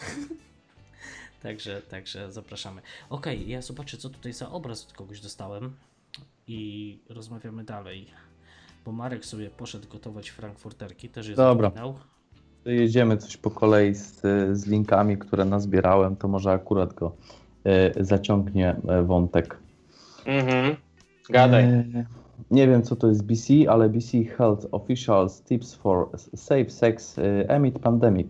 Także zapraszamy. Okej, ja zobaczę, co tutaj za obraz od kogoś dostałem i rozmawiamy dalej. Bo Marek sobie poszedł gotować frankfurterki, też jest oryginał. Jedziemy coś po kolei z linkami, które nazbierałem, to może akurat go zaciągnie wątek. Gadaj. Nie wiem, co to jest BC, ale BC Health Officials Tips for Safe Sex Amid Pandemic.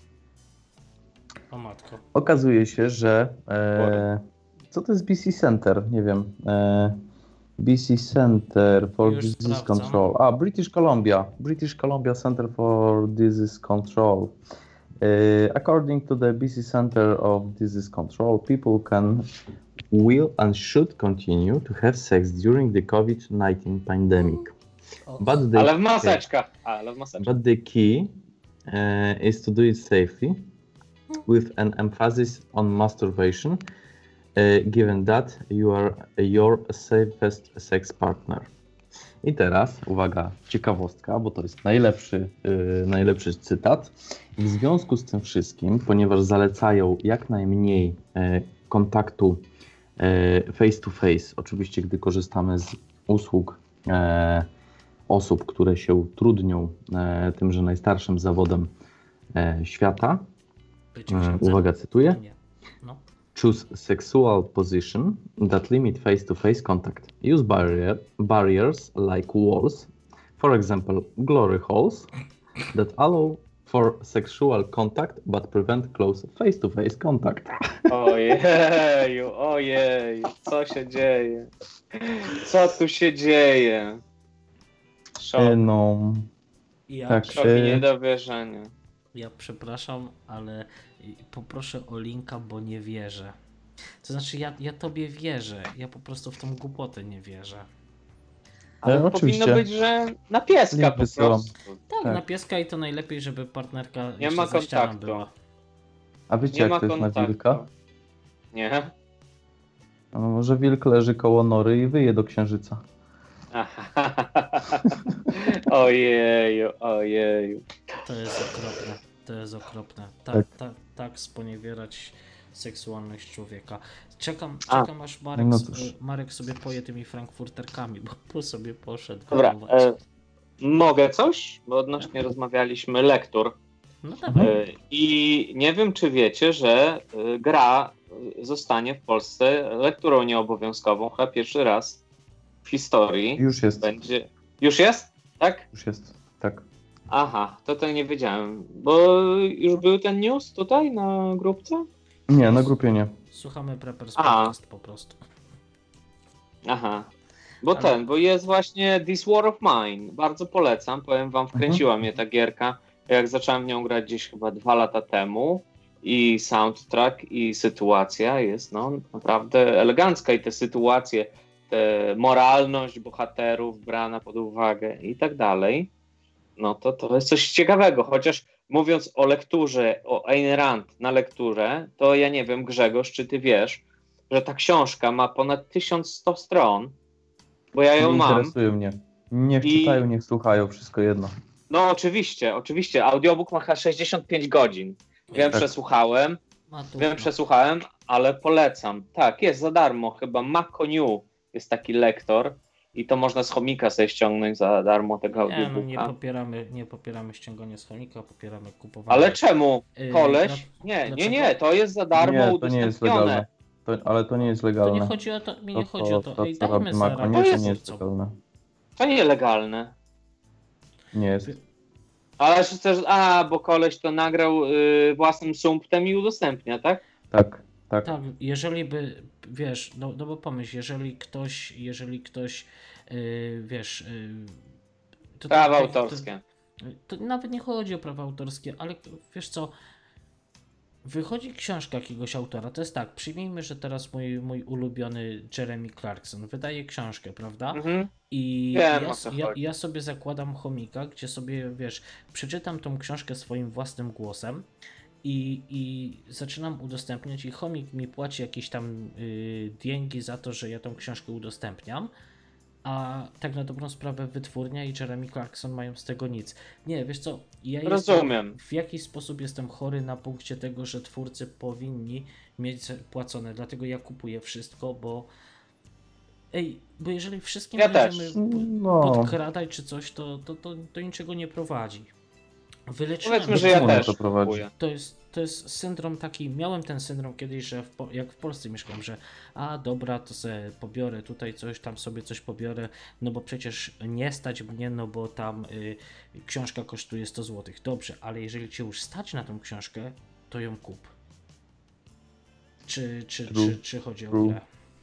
O matko. Okazuje się, że co to jest BC Center? Nie wiem. BC Center for Disease Control. British Columbia Center for Disease Control. According to the BC Center of Disease Control, people will and should continue to have sex during the COVID-19 pandemic. Ale w maseczkach. But the key is to do it safely, with an emphasis on masturbation, given that you are your safest sex partner. I teraz, uwaga, ciekawostka, bo to jest najlepszy cytat. W związku z tym wszystkim, ponieważ zalecają jak najmniej kontaktu face to face, oczywiście gdy korzystamy z usług osób, które się trudnią tymże najstarszym zawodem świata. Uwaga, cytuję. Choose sexual position that limit face-to-face contact. Use barriers like walls, for example, glory holes, that allow for sexual contact, but prevent close face-to-face contact. Ojeju, co się dzieje? Co tu się dzieje? Szok. No, Ja, tak. Szok i nie do wierzenia. ja przepraszam, ale poproszę o linka, bo nie wierzę. To znaczy, ja tobie wierzę, ja po prostu w tą głupotę nie wierzę. Ale oczywiście. powinno być, że na pieska Link po wysyłam. prostu. Tak, na pieska i to najlepiej, żeby partnerka Nie jeszcze ma za ścianą kontaktu. była. A wiecie, Nie ma jak to jest na kontaktu. wilka? Nie? No, może wilk leży koło nory i wyje do księżyca. Ojeju. To jest okropne. To jest okropne. Tak sponiewierać seksualność człowieka. Czekam aż Marek sobie poje tymi frankfurterkami, bo sobie poszedł. Dobra, mogę coś? Bo odnośnie rozmawialiśmy lektur. No dawaj. I nie wiem, czy wiecie, że gra zostanie w Polsce lekturą nieobowiązkową chyba pierwszy raz w historii. Już jest. Będzie... Już jest? Tak? Już jest, tak. Aha, to nie wiedziałem. Bo już był ten news tutaj na grupce? Nie, na grupie nie. Słuchamy Preppers Podcast po prostu. Aha. Bo jest właśnie This War of Mine. Bardzo polecam. Powiem wam, wkręciła mnie ta gierka. Jak zacząłem w nią grać gdzieś chyba 2 lata temu. I soundtrack, i sytuacja jest naprawdę elegancka. I te sytuacje, moralność bohaterów brana pod uwagę i tak dalej. No to jest coś ciekawego. Chociaż mówiąc o lekturze, o Ayn Rand na lekturę, to ja nie wiem, Grzegorz, czy ty wiesz, że ta książka ma ponad 1100 stron, bo ja ją nie mam. Interesuje mnie. Niech czytają, niech słuchają, wszystko jedno. No oczywiście. Audiobook ma chyba 65 godzin. Wiem, przesłuchałem, ale polecam. Tak, jest za darmo. Chyba Maco.new jest taki lektor i to można z chomika sobie ściągnąć za darmo tego audiobooka. Nie popieramy ściągania z chomika, popieramy kupowanie. Ale czemu? Koleś? Nie, to jest za darmo udostępnione. Ale to nie jest legalne. To nie chodzi o to, nie chodzi o to. Ej, dajmy sobie to nie jest legalne. To nie legalne. Nie jest. Ale też, bo koleś to nagrał własnym sumptem i udostępnia, tak? Tak. Tak, jeżeli by, wiesz, no bo pomyśl, jeżeli ktoś wiesz... Prawa autorskie. To nawet nie chodzi o prawa autorskie, ale wiesz co, wychodzi książka jakiegoś autora, to jest tak, przyjmijmy, że teraz mój ulubiony Jeremy Clarkson wydaje książkę, prawda? I ja sobie zakładam chomika, gdzie sobie, wiesz, przeczytam tą książkę swoim własnym głosem i zaczynam udostępniać i chomik mi płaci jakieś tam dzięki za to, że ja tą książkę udostępniam, a tak na dobrą sprawę wytwórnia i Jeremy Clarkson mają z tego nic. Nie, wiesz co, rozumiem. W jakiś sposób jestem chory na punkcie tego, że twórcy powinni mieć płacone, dlatego ja kupuję wszystko, bo jeżeli wszystkim będziemy podkradać czy coś, to do niczego nie prowadzi. Powiedzmy, że ja też kupuję. To jest syndrom taki, miałem ten syndrom kiedyś, że jak w Polsce mieszkam, że dobra, to sobie pobiorę tutaj coś, tam sobie coś pobiorę, no bo przecież nie stać mnie, no bo tam książka kosztuje 100 zł. Dobrze, ale jeżeli cię już stać na tą książkę, to ją kup. Czy chodzi o grę?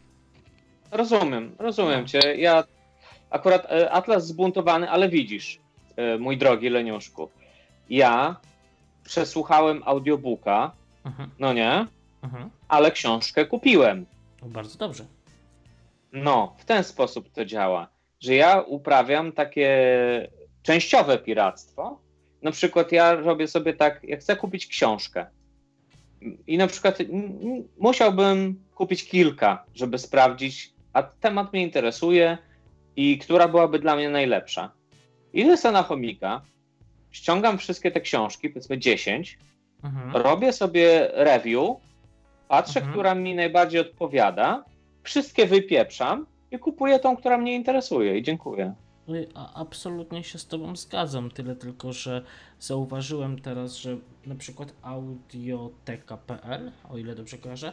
Rozumiem cię. Ja akurat Atlas zbuntowany, ale widzisz, mój drogi Leniuszku, ja przesłuchałem audiobooka, no nie, ale książkę kupiłem. Bardzo dobrze. No, w ten sposób to działa, że ja uprawiam takie częściowe piractwo. Na przykład ja robię sobie tak, jak chcę kupić książkę i na przykład musiałbym kupić kilka, żeby sprawdzić, a temat mnie interesuje i która byłaby dla mnie najlepsza. Idę sobie na chomika, ściągam wszystkie te książki, powiedzmy 10, robię sobie review, patrzę, która mi najbardziej odpowiada, wszystkie wypieprzam i kupuję tą, która mnie interesuje i dziękuję. Absolutnie się z tobą zgadzam, tyle tylko, że zauważyłem teraz, że na przykład audioteka.pl, o ile dobrze kojarzę,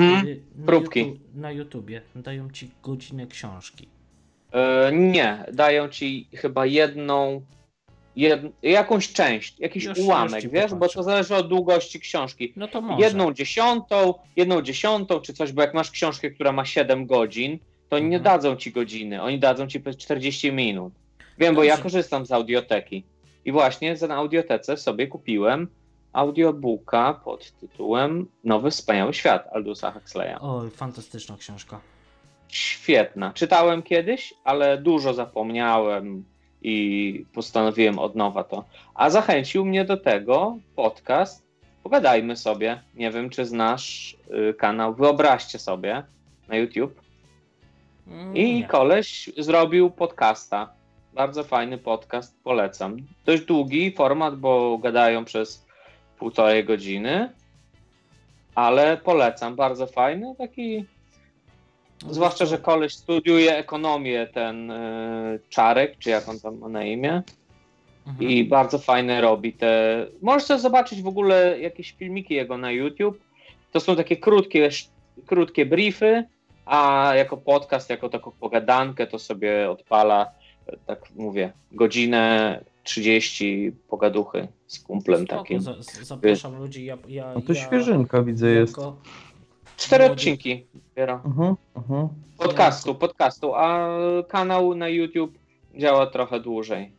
na YouTubie dają ci godzinę książki. Nie, dają ci chyba jedną jakąś część, jakiś ułamek, wiesz, bo to zależy od długości książki. No to może. 1/10, czy coś, bo jak masz książkę, która ma 7 godzin, to nie dadzą ci godziny, oni dadzą ci 40 minut. Wiem, bo ja korzystam z audioteki i właśnie na audiotece sobie kupiłem audiobooka pod tytułem Nowy Wspaniały Świat Aldusa Huxleya. Oj, fantastyczna książka. Świetna. Czytałem kiedyś, ale dużo zapomniałem i postanowiłem od nowa to. A zachęcił mnie do tego podcast Pogadajmy sobie. Nie wiem, czy znasz kanał Wyobraźcie sobie na YouTube. I koleś zrobił podcasta. Bardzo fajny podcast, polecam. Dość długi format, bo gadają przez 1,5 godziny, ale polecam, bardzo fajny, taki zwłaszcza, że koleś studiuje ekonomię, ten Czarek, czy jak on tam ma na imię, i bardzo fajne robi te... Możesz sobie zobaczyć w ogóle jakieś filmiki jego na YouTube, to są takie krótkie briefy, a jako podcast, jako taką pogadankę to sobie odpala, tak mówię, godzinę 30 pogaduchy z kumplem takim. Zapraszam ludzi. No to świeżynka widzę jest. 4 odcinki dopiero. Podcastu, a kanał na YouTube działa trochę dłużej.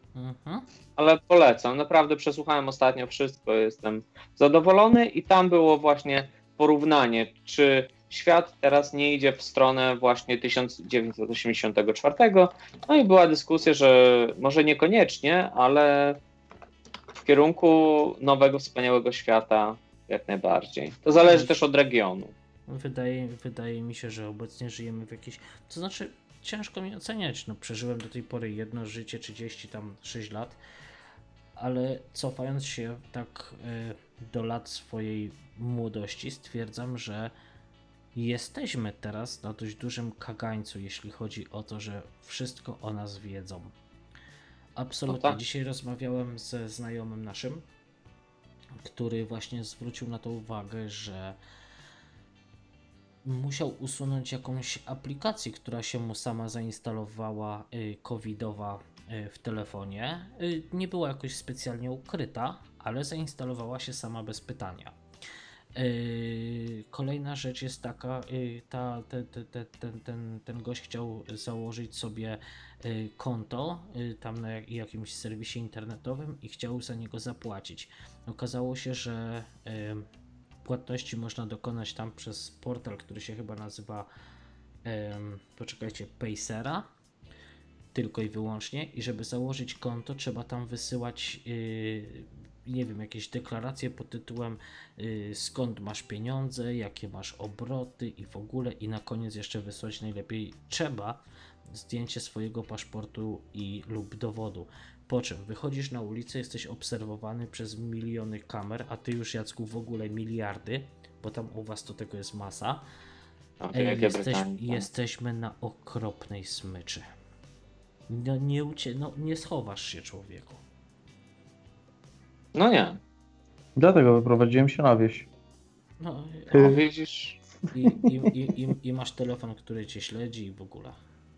Ale polecam, naprawdę przesłuchałem ostatnio wszystko, jestem zadowolony i tam było właśnie porównanie, czy świat teraz nie idzie w stronę właśnie 1984. No i była dyskusja, że może niekoniecznie, ale w kierunku nowego, wspaniałego świata jak najbardziej. To zależy też od regionu. Wydaje mi się, że obecnie żyjemy w jakiejś... To znaczy, ciężko mi oceniać. No, przeżyłem do tej pory jedno życie, 36 lat, ale cofając się tak do lat swojej młodości, stwierdzam, że jesteśmy teraz na dość dużym kagańcu, jeśli chodzi o to, że wszystko o nas wiedzą. Absolutnie. No tak. Dzisiaj rozmawiałem ze znajomym naszym, który właśnie zwrócił na to uwagę, że musiał usunąć jakąś aplikację, która się mu sama zainstalowała, covidowa, w telefonie. Nie była jakoś specjalnie ukryta, ale zainstalowała się sama bez pytania. Kolejna rzecz jest taka, ten gość chciał założyć sobie konto tam na jakimś serwisie internetowym i chciał za niego zapłacić. Okazało się, że płatności można dokonać tam przez portal, który się chyba nazywa Paysera, tylko i wyłącznie, i żeby założyć konto trzeba tam wysyłać nie wiem, jakieś deklaracje pod tytułem skąd masz pieniądze, jakie masz obroty i w ogóle, i na koniec jeszcze wysłać najlepiej trzeba zdjęcie swojego paszportu lub dowodu. Po czym wychodzisz na ulicę, jesteś obserwowany przez miliony kamer, a ty już, Jacku, w ogóle miliardy, bo tam u was to tego jest masa. Jesteśmy na okropnej smyczy. Nie schowasz się, człowieku. No nie. Dlatego wyprowadziłem się na wieś. No widzisz. I masz telefon, który cię śledzi i w ogóle.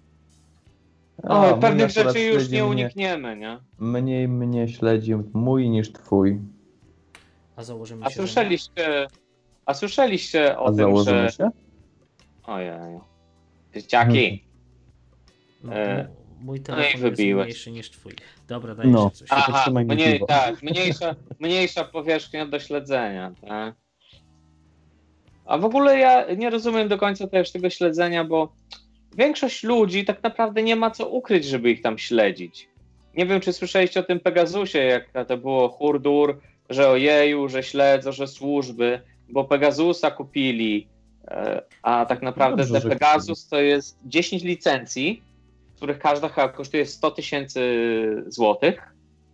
Pewnych rzeczy już nie unikniemy, nie? Mniej mnie śledzi mój niż twój. A założymy się. A słyszeliście o tym, że... się? Ojej. Dzieciaki. Mój telefon jest mniejszy niż twój. Dobra, dajesz coś. Aha, mniejsza powierzchnia do śledzenia. Tak? A w ogóle ja nie rozumiem do końca też tego śledzenia, bo większość ludzi tak naprawdę nie ma co ukryć, żeby ich tam śledzić. Nie wiem, czy słyszeliście o tym Pegasusie, jak to było hurdur, że ojeju, że śledzą, że służby, bo Pegasusa kupili, a tak naprawdę ten Pegasus to jest 10 licencji, których każda chyba kosztuje 100 000 złotych,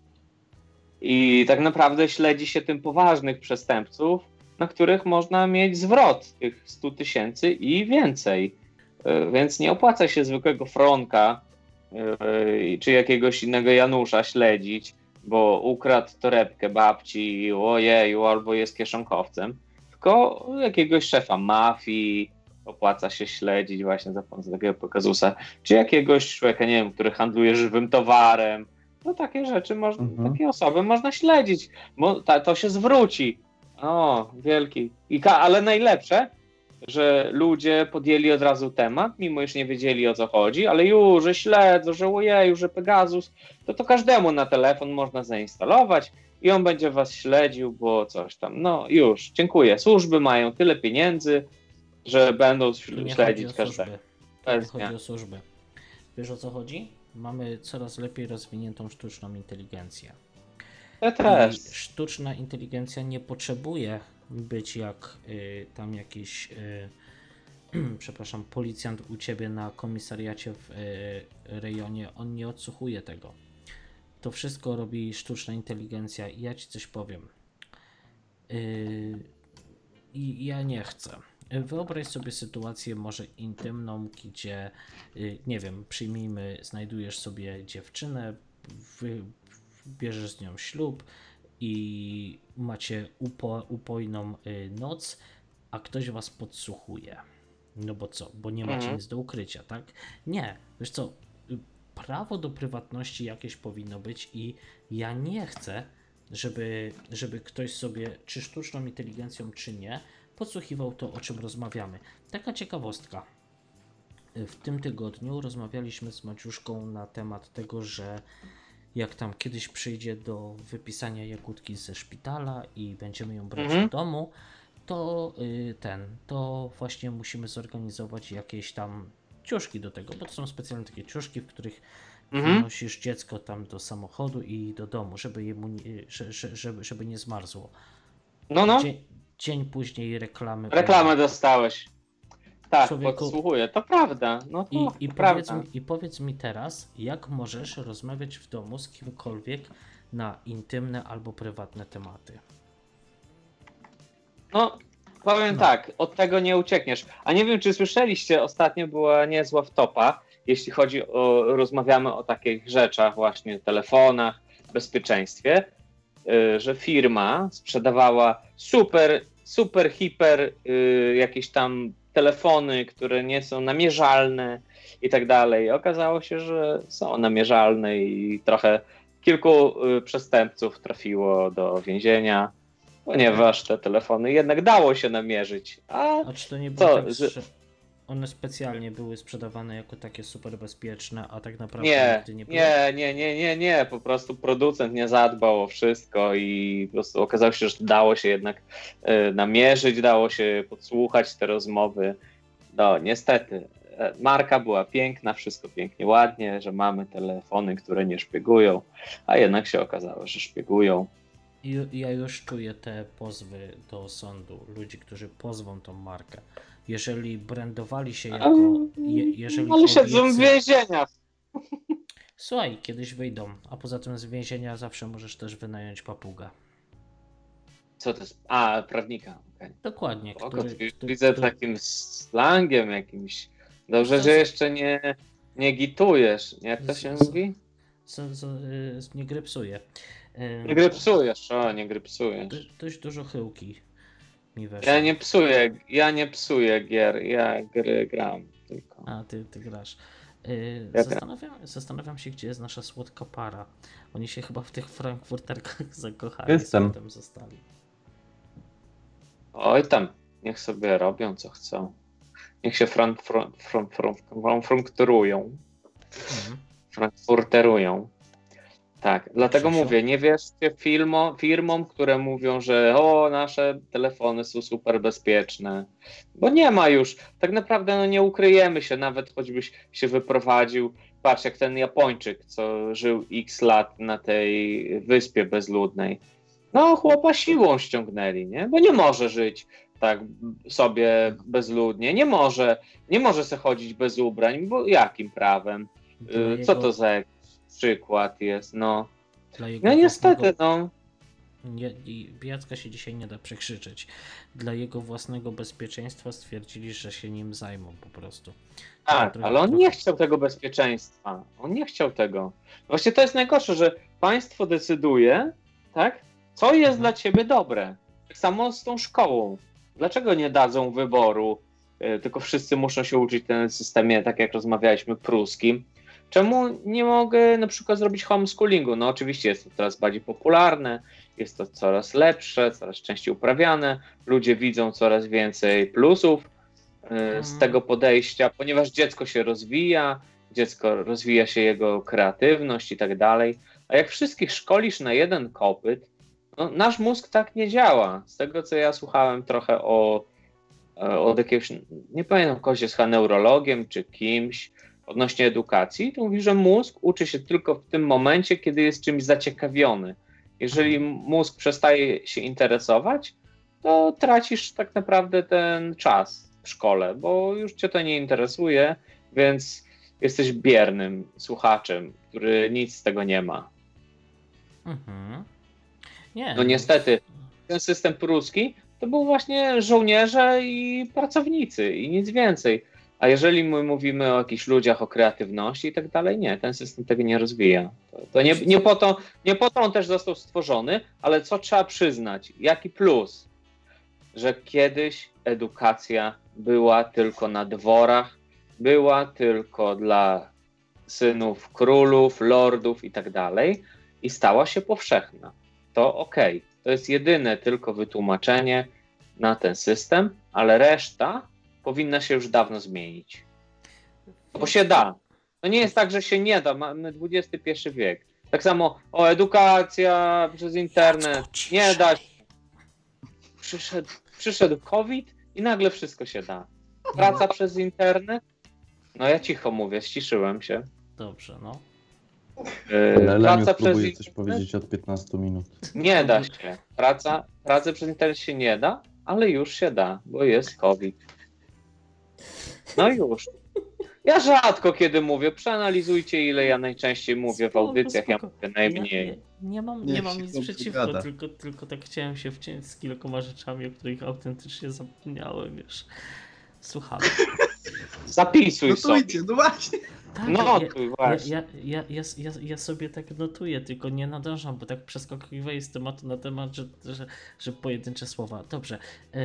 i tak naprawdę śledzi się tym poważnych przestępców, na których można mieć zwrot tych 100 000 i więcej. Więc nie opłaca się zwykłego Fronka czy jakiegoś innego Janusza śledzić, bo ukradł torebkę babci, ojeju, albo jest kieszonkowcem, tylko jakiegoś szefa mafii opłaca się śledzić właśnie za pomocą takiego Pegasusa, czy jakiegoś człowieka, nie wiem, który handluje żywym towarem, No takie rzeczy, takie osoby można śledzić, bo to się zwróci. O, wielki. Ale najlepsze, że ludzie podjęli od razu temat, mimo iż nie wiedzieli, o co chodzi, ale już, że śledzą, że ojeju, że Pegasus, to każdemu na telefon można zainstalować i on będzie was śledził, bo coś tam. No już, dziękuję. Służby mają tyle pieniędzy, że będą śledzić każdego. Nie chodzi o służby. Wiesz, o co chodzi? Mamy coraz lepiej rozwiniętą sztuczną inteligencję. Ja też. I sztuczna inteligencja nie potrzebuje być jak tam jakiś przepraszam, policjant u ciebie na komisariacie w rejonie. On nie odsłuchuje tego. To wszystko robi sztuczna inteligencja i ja ci coś powiem. I ja nie chcę. Wyobraź sobie sytuację może intymną, gdzie, nie wiem, przyjmijmy, znajdujesz sobie dziewczynę, bierzesz z nią ślub i macie upojną noc, a ktoś was podsłuchuje. No bo co? Bo nie macie nic do ukrycia, tak? Nie. Wiesz co? Prawo do prywatności jakieś powinno być i ja nie chcę, żeby ktoś sobie, czy sztuczną inteligencją, czy nie, podsłuchiwał to, o czym rozmawiamy. Taka ciekawostka. W tym tygodniu rozmawialiśmy z Maciuszką na temat tego, że jak tam kiedyś przyjdzie do wypisania Jagódki ze szpitala i będziemy ją brać do domu, to właśnie musimy zorganizować jakieś tam ciuszki do tego, bo to są specjalne takie ciuszki, w których wynosisz dziecko tam do samochodu i do domu, żeby nie zmarzło. No. Dzień później reklamy. Reklamę dostałeś. Tak, podsłuchuję. To prawda. No to prawda. Powiedz mi teraz, jak możesz rozmawiać w domu z kimkolwiek na intymne albo prywatne tematy? No, powiem tak, od tego nie uciekniesz. A nie wiem, czy słyszeliście, ostatnio była niezła wtopa, jeśli chodzi rozmawiamy o takich rzeczach właśnie, telefonach, bezpieczeństwie, że firma sprzedawała super, hiper jakieś tam telefony, które nie są namierzalne i tak dalej. Okazało się, że są namierzalne i trochę kilku przestępców trafiło do więzienia, ponieważ te telefony jednak dało się namierzyć. A czy to nie było tak, że one specjalnie były sprzedawane jako takie super bezpieczne, a tak naprawdę nigdy nie były? Nie, po prostu producent nie zadbał o wszystko i po prostu okazało się, że dało się jednak namierzyć, dało się podsłuchać te rozmowy. No niestety, marka była piękna, wszystko pięknie, ładnie, że mamy telefony, które nie szpiegują, a jednak się okazało, że szpiegują. Ja już czuję te pozwy do sądu, ludzi, którzy pozwą tą markę. Jeżeli brandowali się jako... Ale siedzą w więzieniach. Słuchaj, kiedyś wyjdą, a poza tym z więzienia zawsze możesz też wynająć papugę. Co to jest? Prawnika. Okay. Dokładnie. Widzę takim slangiem jakimś. Dobrze, że jeszcze nie gitujesz. Jak to się mówi? Nie grypsuję. Nie grypsujesz, nie grypsujesz. Dość dużo chyłki mi weszło. Ja nie psuję gier, ja gry gram tylko. A, ty grasz. Zastanawiam się, gdzie jest nasza słodka para. Oni się chyba w tych frankfurterkach zakochali. Jestem. Tam zostali. Oj tam, niech sobie robią co chcą. Niech się frankfurterują. Tak, dlatego mówię, nie wierzcie firmom, które mówią, że nasze telefony są super bezpieczne, bo nie ma już, tak naprawdę nie ukryjemy się, nawet choćbyś się wyprowadził, patrz jak ten Japończyk, co żył x lat na tej wyspie bezludnej, chłopa siłą ściągnęli, nie? Bo nie może żyć tak sobie bezludnie, nie może sobie chodzić bez ubrań, bo jakim prawem? Co to za przykład jest, niestety, Jacka się dzisiaj nie da przekrzyczeć. Dla jego własnego bezpieczeństwa stwierdzili, że się nim zajmą po prostu. Tak, ale on nie chciał tego bezpieczeństwa. On nie chciał tego. Właśnie to jest najgorsze, że państwo decyduje, tak, co jest dla ciebie dobre. Tak samo z tą szkołą. Dlaczego nie dadzą wyboru, tylko wszyscy muszą się uczyć w tym systemie, tak jak rozmawialiśmy, pruskim, Czemu nie mogę na przykład zrobić homeschoolingu? No oczywiście jest to coraz bardziej popularne, jest to coraz lepsze, coraz częściej uprawiane, ludzie widzą coraz więcej plusów z tego podejścia, ponieważ dziecko się rozwija się jego kreatywność i tak dalej. A jak wszystkich szkolisz na jeden kopyt, no, nasz mózg tak nie działa. Z tego, co ja słuchałem trochę od jakiegoś, nie pamiętam, kogoś jest chyba neurologiem czy kimś odnośnie edukacji, to mówi, że mózg uczy się tylko w tym momencie, kiedy jest czymś zaciekawiony. Jeżeli mózg przestaje się interesować, to tracisz tak naprawdę ten czas w szkole, bo już cię to nie interesuje, więc jesteś biernym słuchaczem, który nic z tego nie ma. Nie, no niestety, ten system pruski to był właśnie żołnierze i pracownicy i nic więcej. A jeżeli my mówimy o jakichś ludziach, o kreatywności i tak dalej, nie, ten system tego nie rozwija. To nie po to on też został stworzony, ale co trzeba przyznać, jaki plus, że kiedyś edukacja była tylko na dworach, była tylko dla synów królów, lordów i tak dalej i stała się powszechna. To okej. To jest jedyne tylko wytłumaczenie na ten system, ale reszta powinna się już dawno zmienić. Bo się da. To nie jest tak, że się nie da. Mamy XXI wiek. Tak samo edukacja przez internet. Nie da się. Przyszedł COVID i nagle wszystko się da. Praca przez internet. No ja cicho mówię, ściszyłem się. Dobrze, no. Leniu próbuje coś powiedzieć od 15 minut. Nie da się. Pracy przez internet się nie da, ale już się da, bo jest COVID. No już. Ja rzadko kiedy mówię, przeanalizujcie, ile ja najczęściej mówię w audycjach, ja mówię najmniej. Nie mam nic przeciwko, tylko tak chciałem się wciąć z kilkoma rzeczami, o których autentycznie zapomniałem, wiesz. Słucham. Zapisuj sobie. No właśnie. Tak, notuj właśnie. Ja sobie tak notuję, tylko nie nadążam, bo tak przeskakiwuję z tematu na temat, że pojedyncze słowa. Dobrze.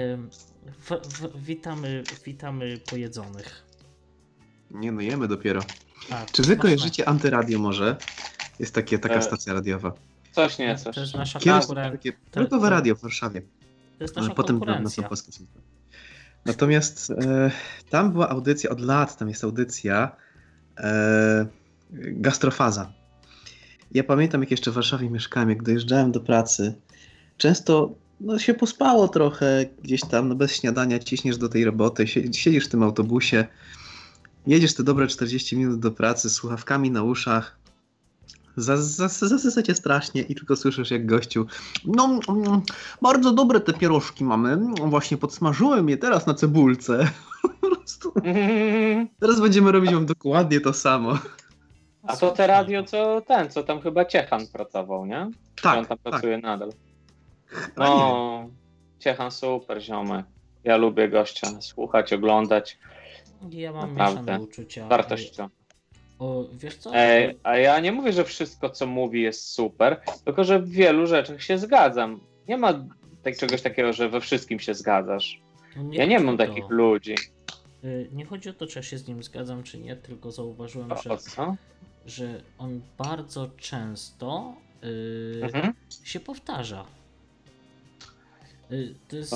Witamy pojedzonych. Nie no, jemy dopiero. Czy wy kojarzycie Antyradio może? Jest taka stacja radiowa. Coś nie, coś. To jest nasza takie drugowe radio w Warszawie. To jest nasza potem konkurencja. Natomiast tam była audycja, od lat tam jest audycja Gastrofaza. Ja pamiętam, jak jeszcze w Warszawie mieszkałem, jak dojeżdżałem do pracy, często się pospało trochę gdzieś tam, bez śniadania ciśniesz do tej roboty, siedzisz w tym autobusie, jedziesz te dobre 40 minut do pracy z słuchawkami na uszach, zasysa cię strasznie i tylko słyszysz, jak gościu, no bardzo dobre te pierożki mamy, właśnie podsmażyłem je teraz na cebulce. Po prostu. Teraz będziemy robić wam dokładnie to samo. A to te radio, co tam chyba Ciechan pracował, nie? Tak. On tam pracuje nadal. No, Ciechan super ziomek. Ja lubię gościa słuchać, oglądać. Ja mam naprawdę mieszane uczucia. wartościowe. Wiesz co? A ja nie mówię, że wszystko, co mówi, jest super, tylko że w wielu rzeczach się zgadzam. Nie ma czegoś takiego, że we wszystkim się zgadzasz. Ja nie mam takich ludzi. Nie chodzi o to, czy ja się z nim zgadzam, czy nie, tylko zauważyłem, że on bardzo często się powtarza. To jest,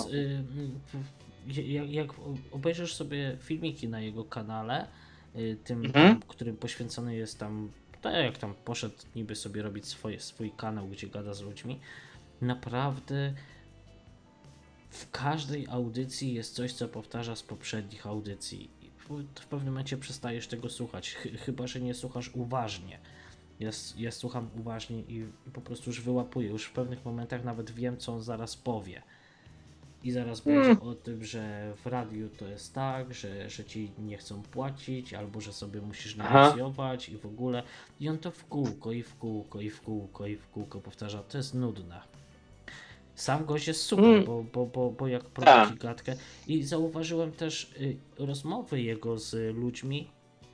jak obejrzysz sobie filmiki na jego kanale, którym poświęcony jest tam, tak jak tam poszedł niby sobie robić swój kanał, gdzie gada z ludźmi, naprawdę w każdej audycji jest coś, co powtarza z poprzednich audycji. W pewnym momencie przestajesz tego słuchać, chyba że nie słuchasz uważnie. Ja słucham uważnie i po prostu już wyłapuję, już w pewnych momentach nawet wiem, co on zaraz powie. I zaraz będzie o tym, że w radiu to jest tak, że ci nie chcą płacić, albo że sobie musisz negocjować i w ogóle. I on to w kółko, i w kółko, i w kółko, i w kółko powtarza. To jest nudne. Sam gość jest super, bo jak prowadzi gadkę. I zauważyłem też rozmowy jego z ludźmi.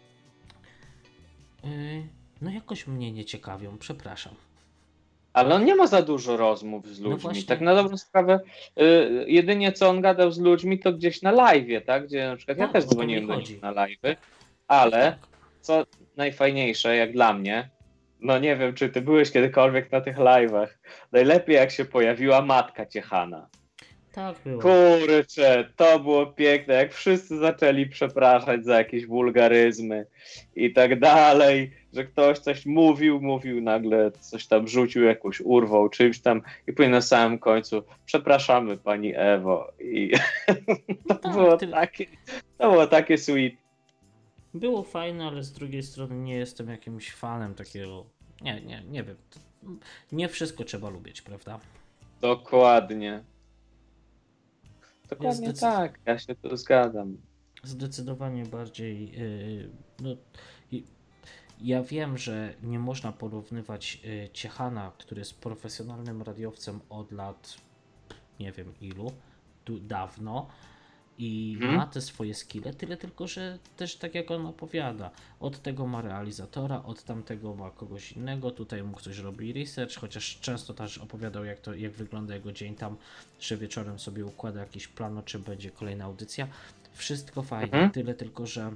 No jakoś mnie nie ciekawią, przepraszam. Ale on nie ma za dużo rozmów z ludźmi. No tak na dobrą sprawę, jedynie co on gadał z ludźmi, to gdzieś na live'ie, tak? Gdzie na przykład ja też dzwoniłem do nich na live'y, ale co najfajniejsze, jak dla mnie, no nie wiem, czy ty byłeś kiedykolwiek na tych live'ach, najlepiej jak się pojawiła matka Ciechana. Tak było. Kurczę, to było piękne, jak wszyscy zaczęli przepraszać za jakieś wulgaryzmy i tak dalej, że ktoś coś mówił, nagle coś tam rzucił, jakąś urwą, czymś tam i później na samym końcu przepraszamy pani Ewo i to było takie sweet. Było fajne, ale z drugiej strony nie jestem jakimś fanem takiego, nie wiem, nie wszystko trzeba lubić, prawda? Dokładnie tak, ja się tu zgadzam. Zdecydowanie bardziej, no, ja wiem, że nie można porównywać Ciechana, który jest profesjonalnym radiowcem od lat, nie wiem ilu, dawno i ma te swoje skille, tyle tylko, że też tak jak on opowiada, od tego ma realizatora, od tamtego ma kogoś innego, tutaj mu ktoś robi research, chociaż często też opowiadał jak wygląda jego dzień tam, że wieczorem sobie układa jakiś plan, o czym będzie kolejna audycja. Wszystko fajnie, tyle tylko, że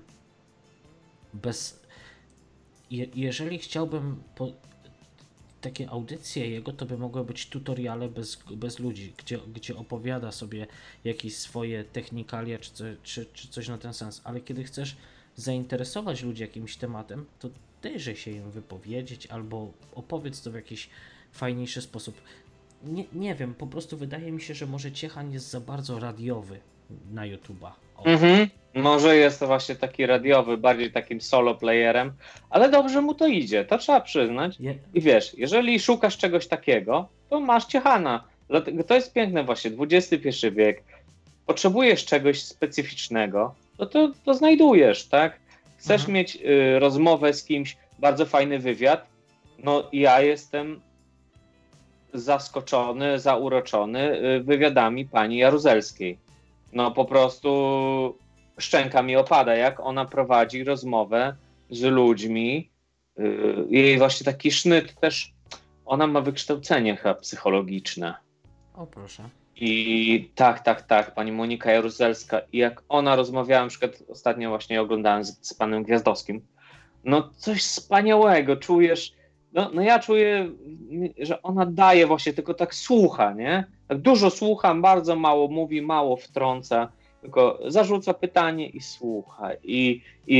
jeżeli chciałbym takie audycje jego, to by mogły być tutoriale bez ludzi, gdzie opowiada sobie jakieś swoje technikalia czy coś na ten sens, ale kiedy chcesz zainteresować ludzi jakimś tematem, to dajże się im wypowiedzieć albo opowiedz to w jakiś fajniejszy sposób. Nie wiem, po prostu wydaje mi się, że może Ciechan jest za bardzo radiowy na YouTube'a. Może jest to właśnie taki radiowy, bardziej takim solo playerem, ale dobrze mu to idzie, to trzeba przyznać. I wiesz, jeżeli szukasz czegoś takiego, to masz Ciechana. Dlatego to jest piękne właśnie, XXI wiek. Potrzebujesz czegoś specyficznego, to znajdujesz, tak? Chcesz mieć rozmowę z kimś, bardzo fajny wywiad, no ja jestem zaskoczony, zauroczony wywiadami pani Jaruzelskiej. No po prostu szczęka mi opada, jak ona prowadzi rozmowę z ludźmi. Jej właśnie taki sznyt też, ona ma wykształcenie chyba psychologiczne. O proszę. I tak, pani Monika Jaruzelska. I jak ona rozmawiała, na przykład ostatnio właśnie oglądałem z panem Gwiazdowskim, no coś wspaniałego, czujesz, no ja czuję, że ona daje właśnie, tylko tak słucha, nie? Tak dużo słucha, bardzo mało mówi, mało wtrąca, tylko zarzuca pytanie i słucha. I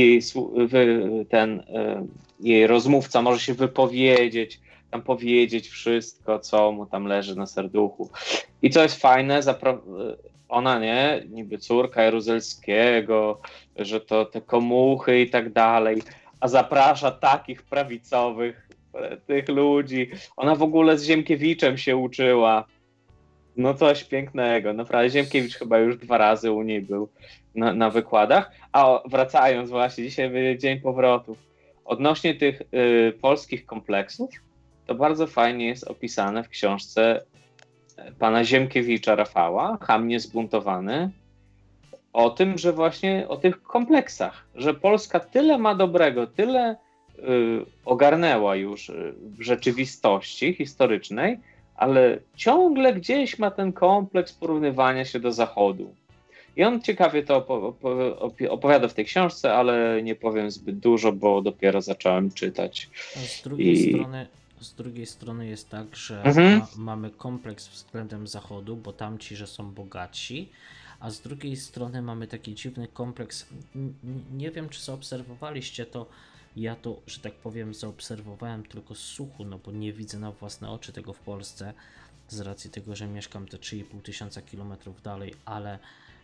jej rozmówca może się wypowiedzieć, tam powiedzieć wszystko, co mu tam leży na serduchu. I co jest fajne, ona niby córka Jaruzelskiego, że to te komuchy i tak dalej, a zaprasza takich prawicowych tych ludzi. Ona w ogóle z Ziemkiewiczem się uczyła. No coś pięknego, naprawdę. Ziemkiewicz chyba już 2 razy u niej był na wykładach. A wracając właśnie, dzisiaj będzie Dzień Powrotów. Odnośnie tych polskich kompleksów, to bardzo fajnie jest opisane w książce pana Ziemkiewicza Rafała, Hamnie zbuntowany, o tym, że właśnie o tych kompleksach, że Polska tyle ma dobrego, tyle ogarnęła już w rzeczywistości historycznej, ale ciągle gdzieś ma ten kompleks porównywania się do Zachodu. I on ciekawie to opowiada w tej książce, ale nie powiem zbyt dużo, bo dopiero zacząłem czytać. Z drugiej strony jest tak, że mamy kompleks względem Zachodu, bo tamci, że są bogatsi, a z drugiej strony mamy taki dziwny kompleks. Nie wiem, czy zaobserwowaliście to. Ja to, że tak powiem, zaobserwowałem tylko z słuchu, no bo nie widzę na własne oczy tego w Polsce, z racji tego, że mieszkam te 3,5 tysiąca kilometrów dalej, ale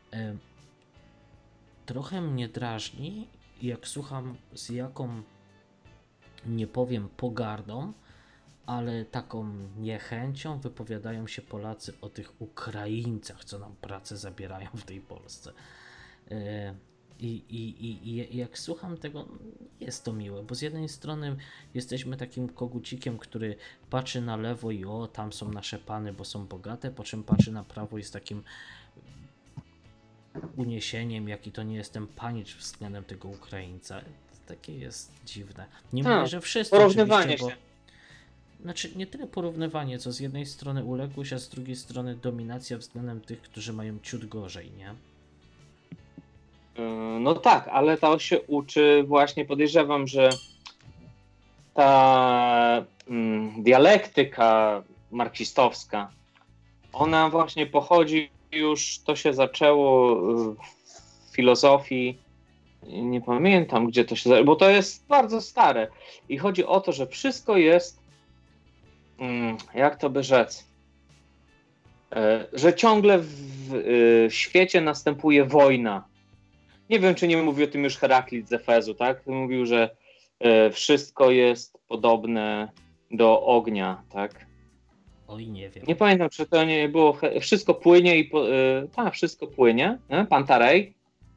trochę mnie drażni, jak słucham z jaką, nie powiem pogardą, ale taką niechęcią wypowiadają się Polacy o tych Ukraińcach, co nam pracę zabierają w tej Polsce. I jak słucham tego, jest to miłe, bo z jednej strony jesteśmy takim kogucikiem, który patrzy na lewo i tam są nasze pany, bo są bogate, po czym patrzy na prawo i z takim uniesieniem, jaki to nie jestem panicz względem tego Ukraińca. Takie jest dziwne. Nie mówię, że wszyscy porównywanie oczywiście, znaczy nie tyle porównywanie, co z jednej strony uległość, a z drugiej strony dominacja względem tych, którzy mają ciut gorzej, nie? No tak, ale to się uczy właśnie, podejrzewam, że ta dialektyka marksistowska, ona właśnie pochodzi już, to się zaczęło w filozofii, nie pamiętam gdzie to się zaczęło, bo to jest bardzo stare i chodzi o to, że wszystko jest, jak to by rzec, że ciągle w świecie następuje wojna. Nie wiem, czy nie mówił o tym już Heraklit z Efezu, tak? Mówił, że wszystko jest podobne do ognia, tak? Oj, nie wiem. Nie pamiętam, czy to nie było. Wszystko płynie i. Tak, wszystko płynie. Pantarej.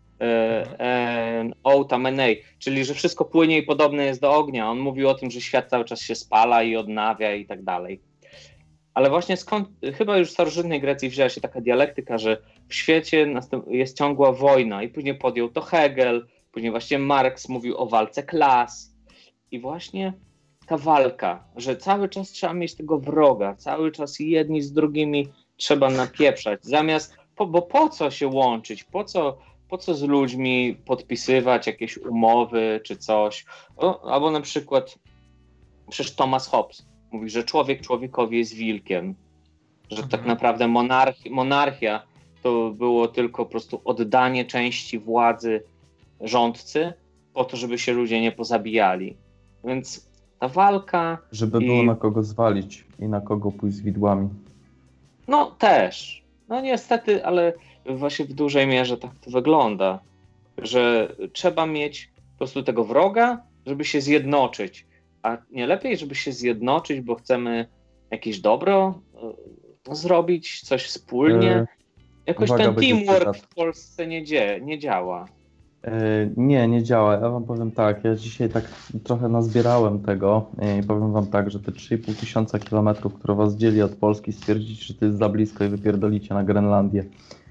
Outamenej, czyli że wszystko płynie i podobne jest do ognia. On mówił o tym, że świat cały czas się spala i odnawia i tak dalej. Ale właśnie skąd, chyba już w starożytnej Grecji wzięła się taka dialektyka, że w świecie jest ciągła wojna i później podjął to Hegel, później właśnie Marx mówił o walce klas i właśnie ta walka, że cały czas trzeba mieć tego wroga, cały czas jedni z drugimi trzeba napieprzać, zamiast, bo po co się łączyć, po co z ludźmi podpisywać jakieś umowy czy coś, albo na przykład przecież Thomas Hobbes mówi, że człowiek człowiekowi jest wilkiem, że tak naprawdę monarchia to było tylko po prostu oddanie części władzy rządcy po to, żeby się ludzie nie pozabijali. Więc ta walka... Żeby było na kogo zwalić i na kogo pójść z widłami. No też. No niestety, ale właśnie w dużej mierze tak to wygląda, że trzeba mieć po prostu tego wroga, żeby się zjednoczyć. A nie lepiej, żeby się zjednoczyć, bo chcemy jakieś dobro zrobić, coś wspólnie? Jakoś Uwaga, ten teamwork cytat. w Polsce nie działa. Nie działa. Ja wam powiem tak, ja dzisiaj tak trochę nazbierałem tego i powiem wam tak, że te 3,5 tysiąca kilometrów, które was dzieli od Polski, stwierdzicie, że to jest za blisko i wypierdolicie na Grenlandię.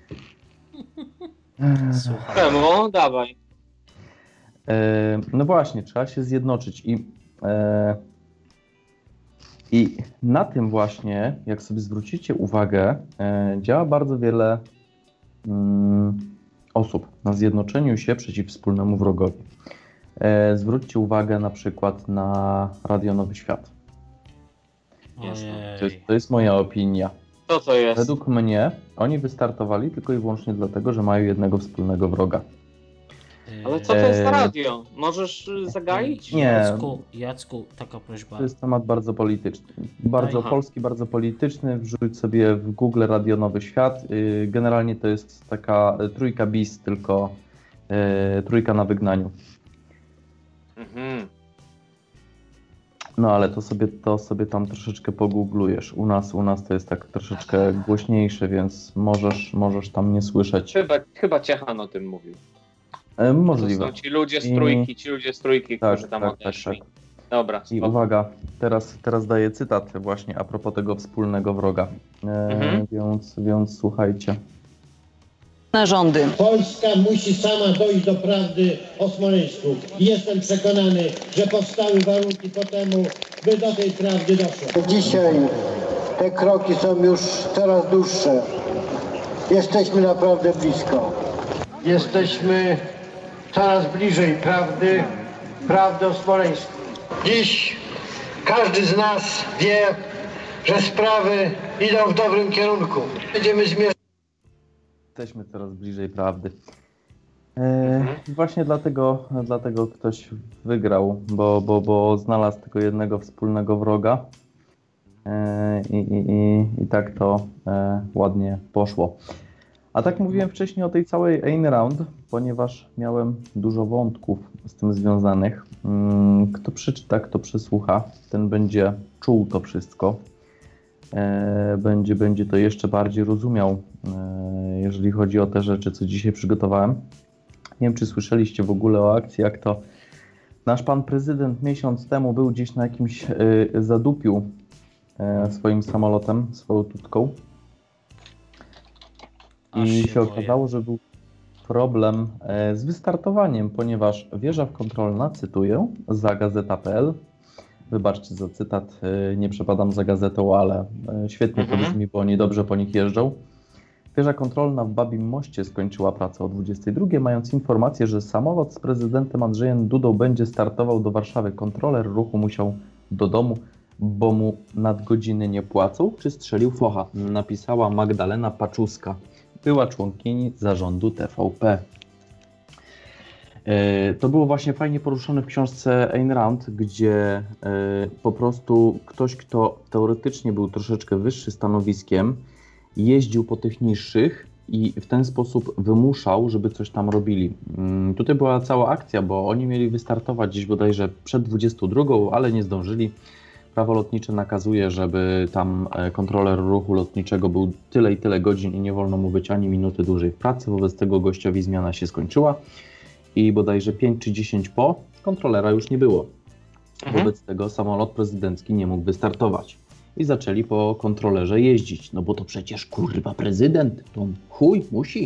Słuchaj. Czemu? Dawaj. No właśnie, trzeba się zjednoczyć i na tym właśnie, jak sobie zwrócicie uwagę, działa bardzo wiele osób na zjednoczeniu się przeciw wspólnemu wrogowi. Zwróćcie uwagę na przykład na Radio Nowy Świat. To jest moja opinia. Co to jest? Według mnie oni wystartowali tylko i wyłącznie dlatego, że mają jednego wspólnego wroga. Ale co to jest radio? Możesz zagaić? Nie. Jacku, taka prośba. To jest temat bardzo polityczny. Bardzo polski, bardzo polityczny. Wrzuć sobie w Google Radio Nowy Świat. Generalnie to jest taka trójka bis, tylko trójka na wygnaniu. No ale to sobie tam troszeczkę pogooglujesz. U nas to jest tak troszeczkę głośniejsze, więc możesz tam nie słyszeć. Chyba Ciechan o tym mówił. Możliwe. To są ci ludzie z trójki, którzy tam odeszli. Tak. Dobra. I uwaga, teraz daję cytat właśnie a propos tego wspólnego wroga. Więc słuchajcie. Narządy. Polska musi sama dojść do prawdy o Smoleńsku. I jestem przekonany, że powstały warunki po temu, by do tej prawdy doszło. Dzisiaj te kroki są już coraz dłuższe. Jesteśmy naprawdę blisko. Jesteśmy coraz bliżej prawdy o Smoleńsku. Dziś każdy z nas wie, że sprawy idą w dobrym kierunku. Będziemy zmierzać. Jesteśmy coraz bliżej prawdy. Właśnie dlatego ktoś wygrał, bo znalazł tylko jednego wspólnego wroga i tak to ładnie poszło. A tak mówiłem wcześniej o tej całej Ayn Rand, ponieważ miałem dużo wątków z tym związanych. Kto przeczyta, kto przesłucha, ten będzie czuł to wszystko. Będzie to jeszcze bardziej rozumiał, jeżeli chodzi o te rzeczy, co dzisiaj przygotowałem. Nie wiem, czy słyszeliście w ogóle o akcji, jak to nasz pan prezydent miesiąc temu był gdzieś na jakimś zadupiu swoim samolotem, swoją tutką. I się okazało, że był problem z wystartowaniem, ponieważ wieża kontrolna, cytuję, za gazeta.pl, wybaczcie za cytat, nie przepadam za gazetą, ale świetnie to brzmi, bo oni dobrze po nich jeżdżą. Wieża kontrolna w Babim Moście skończyła pracę o 22, mając informację, że samolot z prezydentem Andrzejem Dudą będzie startował do Warszawy. Kontroler ruchu musiał do domu, bo mu nadgodziny nie płacą, czy strzelił focha, napisała Magdalena Paczuska, była członkini zarządu TVP. To było właśnie fajnie poruszone w książce Ayn Rand, gdzie po prostu ktoś, kto teoretycznie był troszeczkę wyższy stanowiskiem, jeździł po tych niższych i w ten sposób wymuszał, żeby coś tam robili. Tutaj była cała akcja, bo oni mieli wystartować gdzieś bodajże przed 22, ale nie zdążyli. Prawo lotnicze nakazuje, żeby tam kontroler ruchu lotniczego był tyle i tyle godzin i nie wolno mu być ani minuty dłużej w pracy. Wobec tego gościowi zmiana się skończyła i bodajże 5 czy 10 po kontrolera już nie było. Wobec tego samolot prezydencki nie mógł wystartować. I zaczęli po kontrolerze jeździć. No bo to przecież kurwa prezydent, to chuj musi.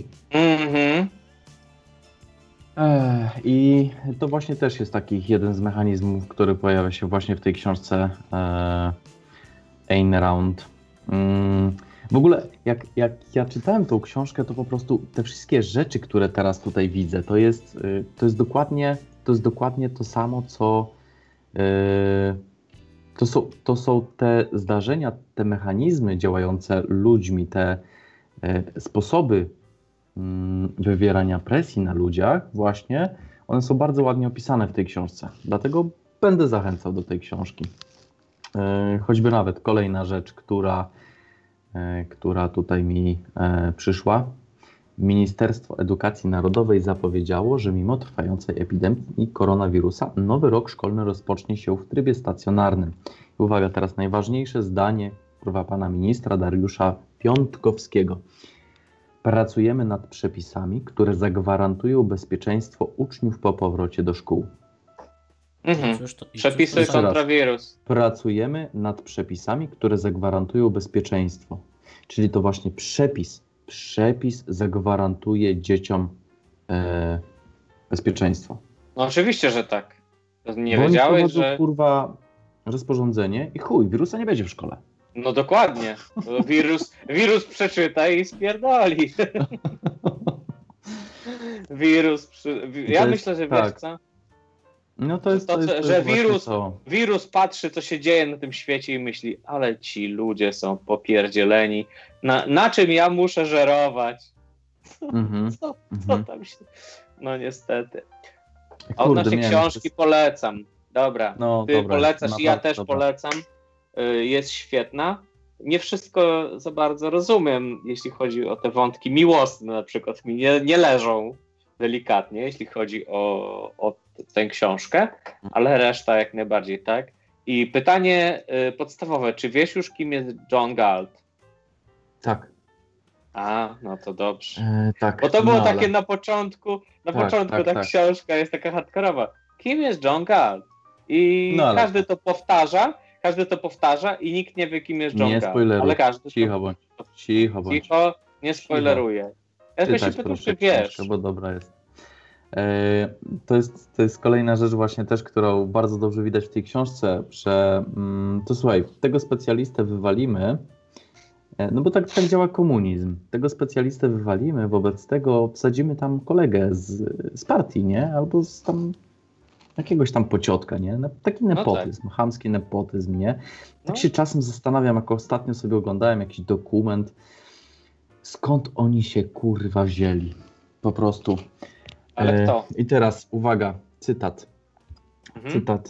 I to właśnie też jest taki jeden z mechanizmów, który pojawia się właśnie w tej książce Ayn Rand. W ogóle jak ja czytałem tą książkę, to po prostu te wszystkie rzeczy, które teraz tutaj widzę, to jest dokładnie to samo, co to są te zdarzenia, te mechanizmy działające ludźmi, te sposoby wywierania presji na ludziach właśnie, one są bardzo ładnie opisane w tej książce. Dlatego będę zachęcał do tej książki. Choćby nawet kolejna rzecz, która tutaj mi przyszła. Ministerstwo Edukacji Narodowej zapowiedziało, że mimo trwającej epidemii koronawirusa nowy rok szkolny rozpocznie się w trybie stacjonarnym. I uwaga, teraz najważniejsze zdanie pana ministra Dariusza Piontkowskiego. Pracujemy nad przepisami, które zagwarantują bezpieczeństwo uczniów po powrocie do szkół. Przepisy kontra wirus. Pracujemy nad przepisami, które zagwarantują bezpieczeństwo. Czyli to właśnie przepis zagwarantuje dzieciom bezpieczeństwo. No oczywiście, że tak. Nie wiedziałeś, że... kurwa rozporządzenie i chuj, wirusa nie będzie w szkole. No dokładnie. Wirus przeczyta i spierdoli. Ja myślę, że wiesz co? No to jest że wirus patrzy, co się dzieje na tym świecie i myśli, ale ci ludzie są popierdzieleni. Na czym ja muszę żerować? Co tam się... No niestety. A odnośnie książki polecam. Dobra, ty polecasz i ja też polecam. Jest świetna. Nie wszystko za bardzo rozumiem, jeśli chodzi o te wątki miłosne na przykład. Mi nie leżą delikatnie, jeśli chodzi o tę książkę, ale reszta jak najbardziej, tak? I pytanie podstawowe, czy wiesz już, kim jest John Galt? Tak. No to dobrze. Tak. Bo to było takie na początku ta książka jest taka hardkorowa. Kim jest John Galt? I każdy to powtarza i nikt nie wie, kim jest John Galt. Ale każdy Cicho bądź. Nie spoileruję. Ja tylko się pytam, czy wiesz. Bo dobra jest. To jest kolejna rzecz właśnie też, którą bardzo dobrze widać w tej książce, że to słuchaj, tego specjalistę wywalimy, no bo tak działa komunizm. Tego specjalistę wywalimy, wobec tego wsadzimy tam kolegę z partii, nie? Albo z tam jakiegoś tam pociotka, nie? Taki nepotyzm, chamski nepotyzm, nie? Tak się czasem zastanawiam, jak ostatnio sobie oglądałem jakiś dokument, skąd oni się kurwa wzięli. Po prostu. Ale kto? I teraz uwaga, cytat. Cytat.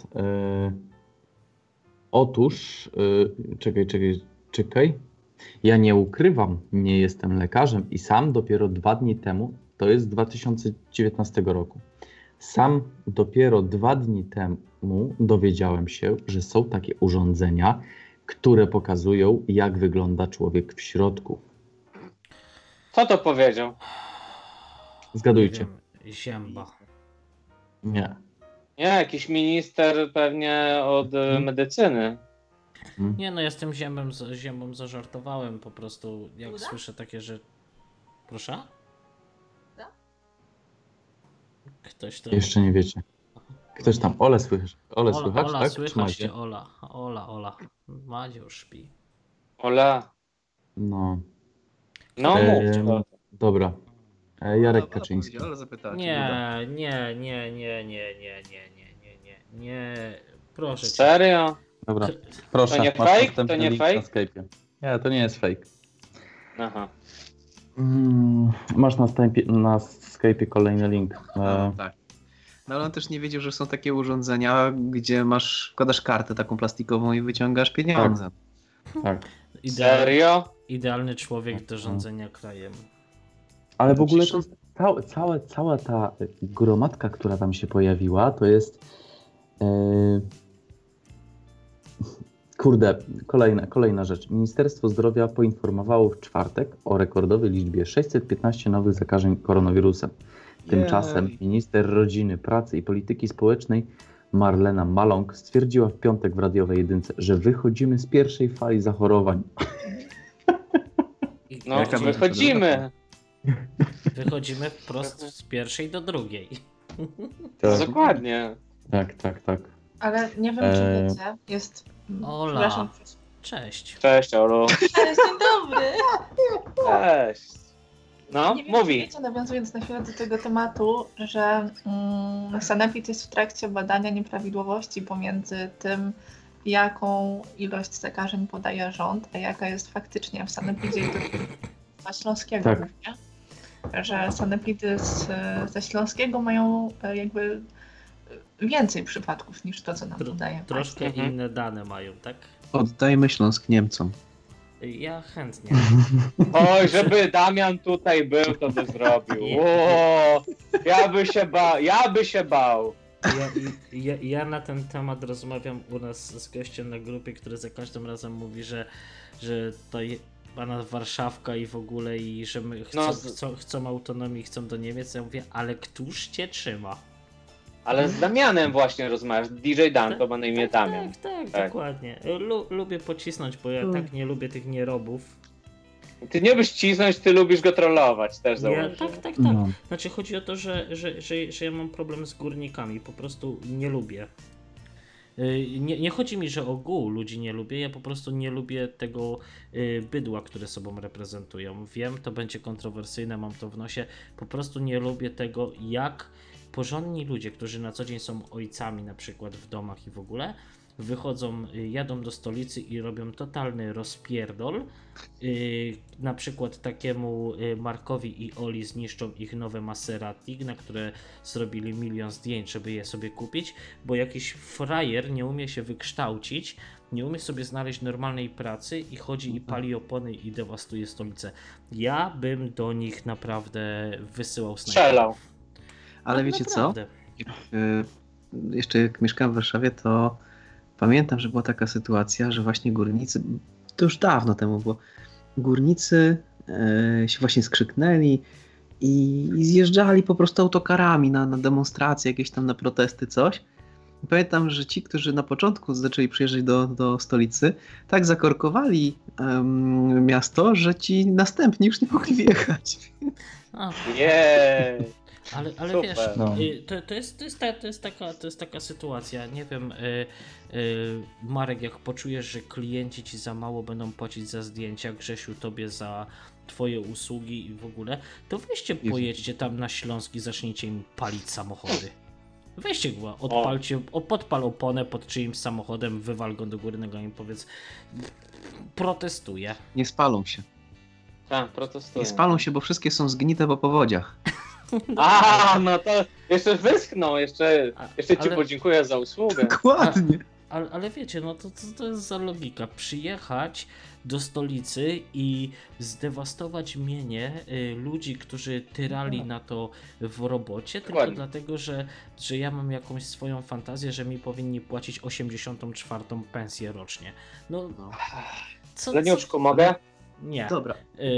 Otóż, czekaj. Ja nie ukrywam, nie jestem lekarzem i sam dopiero 2 dni temu, to jest z 2019 roku, sam dopiero 2 dni temu dowiedziałem się, że są takie urządzenia, które pokazują, jak wygląda człowiek w środku. Kto to powiedział? Zgadujcie. Zięba. Nie. Nie, jakiś minister pewnie od medycyny. Nie, no ja z tym ziębą zażartowałem po prostu, jak słyszę takie, że... Proszę? Ktoś tam... Jeszcze nie wiecie. Ktoś tam, Ole słychać? Ola, tak? Słychać cię, Ola. Madzio śpi. Ola. No. No mów. Dobra. Jarek Kaczyński. Nie. Proszę cię. Serio? Dobra, proszę. To nie fake? To nie fake? Na Skype'ie. Nie, to nie jest fake. Aha. Masz na Skype'ie kolejny link. Tak. No ale on też nie wiedział, że są takie urządzenia, gdzie wkładasz kartę taką plastikową i wyciągasz pieniądze. Tak. Serio? Idealny człowiek do rządzenia krajem. Ale w ogóle to jest cała ta gromadka, która tam się pojawiła, to jest kolejna rzecz. Ministerstwo Zdrowia poinformowało w czwartek o rekordowej liczbie 615 nowych zakażeń koronawirusem. Tymczasem minister rodziny, pracy i polityki społecznej Marlena Maląg stwierdziła w piątek w radiowej jedynce, że wychodzimy z pierwszej fali zachorowań. No, wychodzimy. Wychodzimy wprost z pierwszej do drugiej. Tak. Dokładnie. Tak. Ale nie wiem, czy wiecie, jest... Ola, cześć. Cześć, Olu. Cześć, dzień dobry. Cześć. No, nie wiem, mówi. Wiecie, nawiązując na chwilę do tego tematu, że Sanepid jest w trakcie badania nieprawidłowości pomiędzy tym, jaką ilość zakażeń podaje rząd, a jaka jest faktycznie w Sanepidzie i Śląskiego. Tak. Mówię, że sanepidy ze Śląskiego mają jakby więcej przypadków niż to, co nam podaje. Troszkę inne dane mają, tak? Oddajmy Śląsk Niemcom. Ja chętnie. Oj, żeby Damian tutaj był, to by zrobił. O, ja by się bał. Ja na ten temat rozmawiam u nas z gościem na grupie, który za każdym razem mówi, że to pana Warszawka i w ogóle i że my chcą autonomii, chcą do Niemiec. Ja mówię, ale któż cię trzyma? Ale z Damianem właśnie rozmawiasz. DJ Dan, to ma na imię Damian. Tak, dokładnie. Lubię pocisnąć, bo ja tak nie lubię tych nierobów. Ty nie lubisz cisnąć, ty lubisz go trollować, też założę. Tak. No. Znaczy chodzi o to, że ja mam problem z górnikami, po prostu nie lubię. Nie chodzi mi, że ogół ludzi nie lubię, ja po prostu nie lubię tego bydła, które sobą reprezentują. Wiem, to będzie kontrowersyjne, mam to w nosie, po prostu nie lubię tego, jak porządni ludzie, którzy na co dzień są ojcami na przykład w domach i w ogóle, wychodzą, jadą do stolicy i robią totalny rozpierdol. Na przykład takiemu Markowi i Oli zniszczą ich nowe Maserati, na które zrobili 1 000 000 zdjęć, żeby je sobie kupić, bo jakiś frajer nie umie się wykształcić, nie umie sobie znaleźć normalnej pracy i chodzi i pali opony i dewastuje stolicę. Ja bym do nich naprawdę wysyłał strzelał. Ale wiecie naprawdę. Co? Jeszcze jak mieszkałem w Warszawie, to pamiętam, że była taka sytuacja, że właśnie górnicy, to już dawno temu było, górnicy się właśnie skrzyknęli i zjeżdżali po prostu autokarami na demonstracje, jakieś tam na protesty, coś. I pamiętam, że ci, którzy na początku zaczęli przyjeżdżać do stolicy, tak zakorkowali miasto, że ci następni już nie mogli wjechać. Nie. Ale wiesz, no. to jest taka sytuacja, nie wiem, Marek, jak poczujesz, że klienci ci za mało będą płacić za zdjęcia, Grzesiu tobie za twoje usługi i w ogóle, to weźcie, pojedźcie tam na Śląsk i zacznijcie im palić samochody. Weźcie go, podpal oponę pod czyimś samochodem, wywal go do góry nogami i powiedz, protestuję. Nie spalą się. Tak, protestuję. Nie spalą się, bo wszystkie są zgnite po powodziach. No to jeszcze wyschną, jeszcze ci podziękuję za usługę. Dokładnie. Ale wiecie, no to jest za logika. Przyjechać do stolicy i zdewastować mienie ludzi, którzy tyrali na to w robocie, tylko dlatego, że ja mam jakąś swoją fantazję, że mi powinni płacić 84. pensję rocznie. No. Leniuszku, mogę? Nie. Dobra.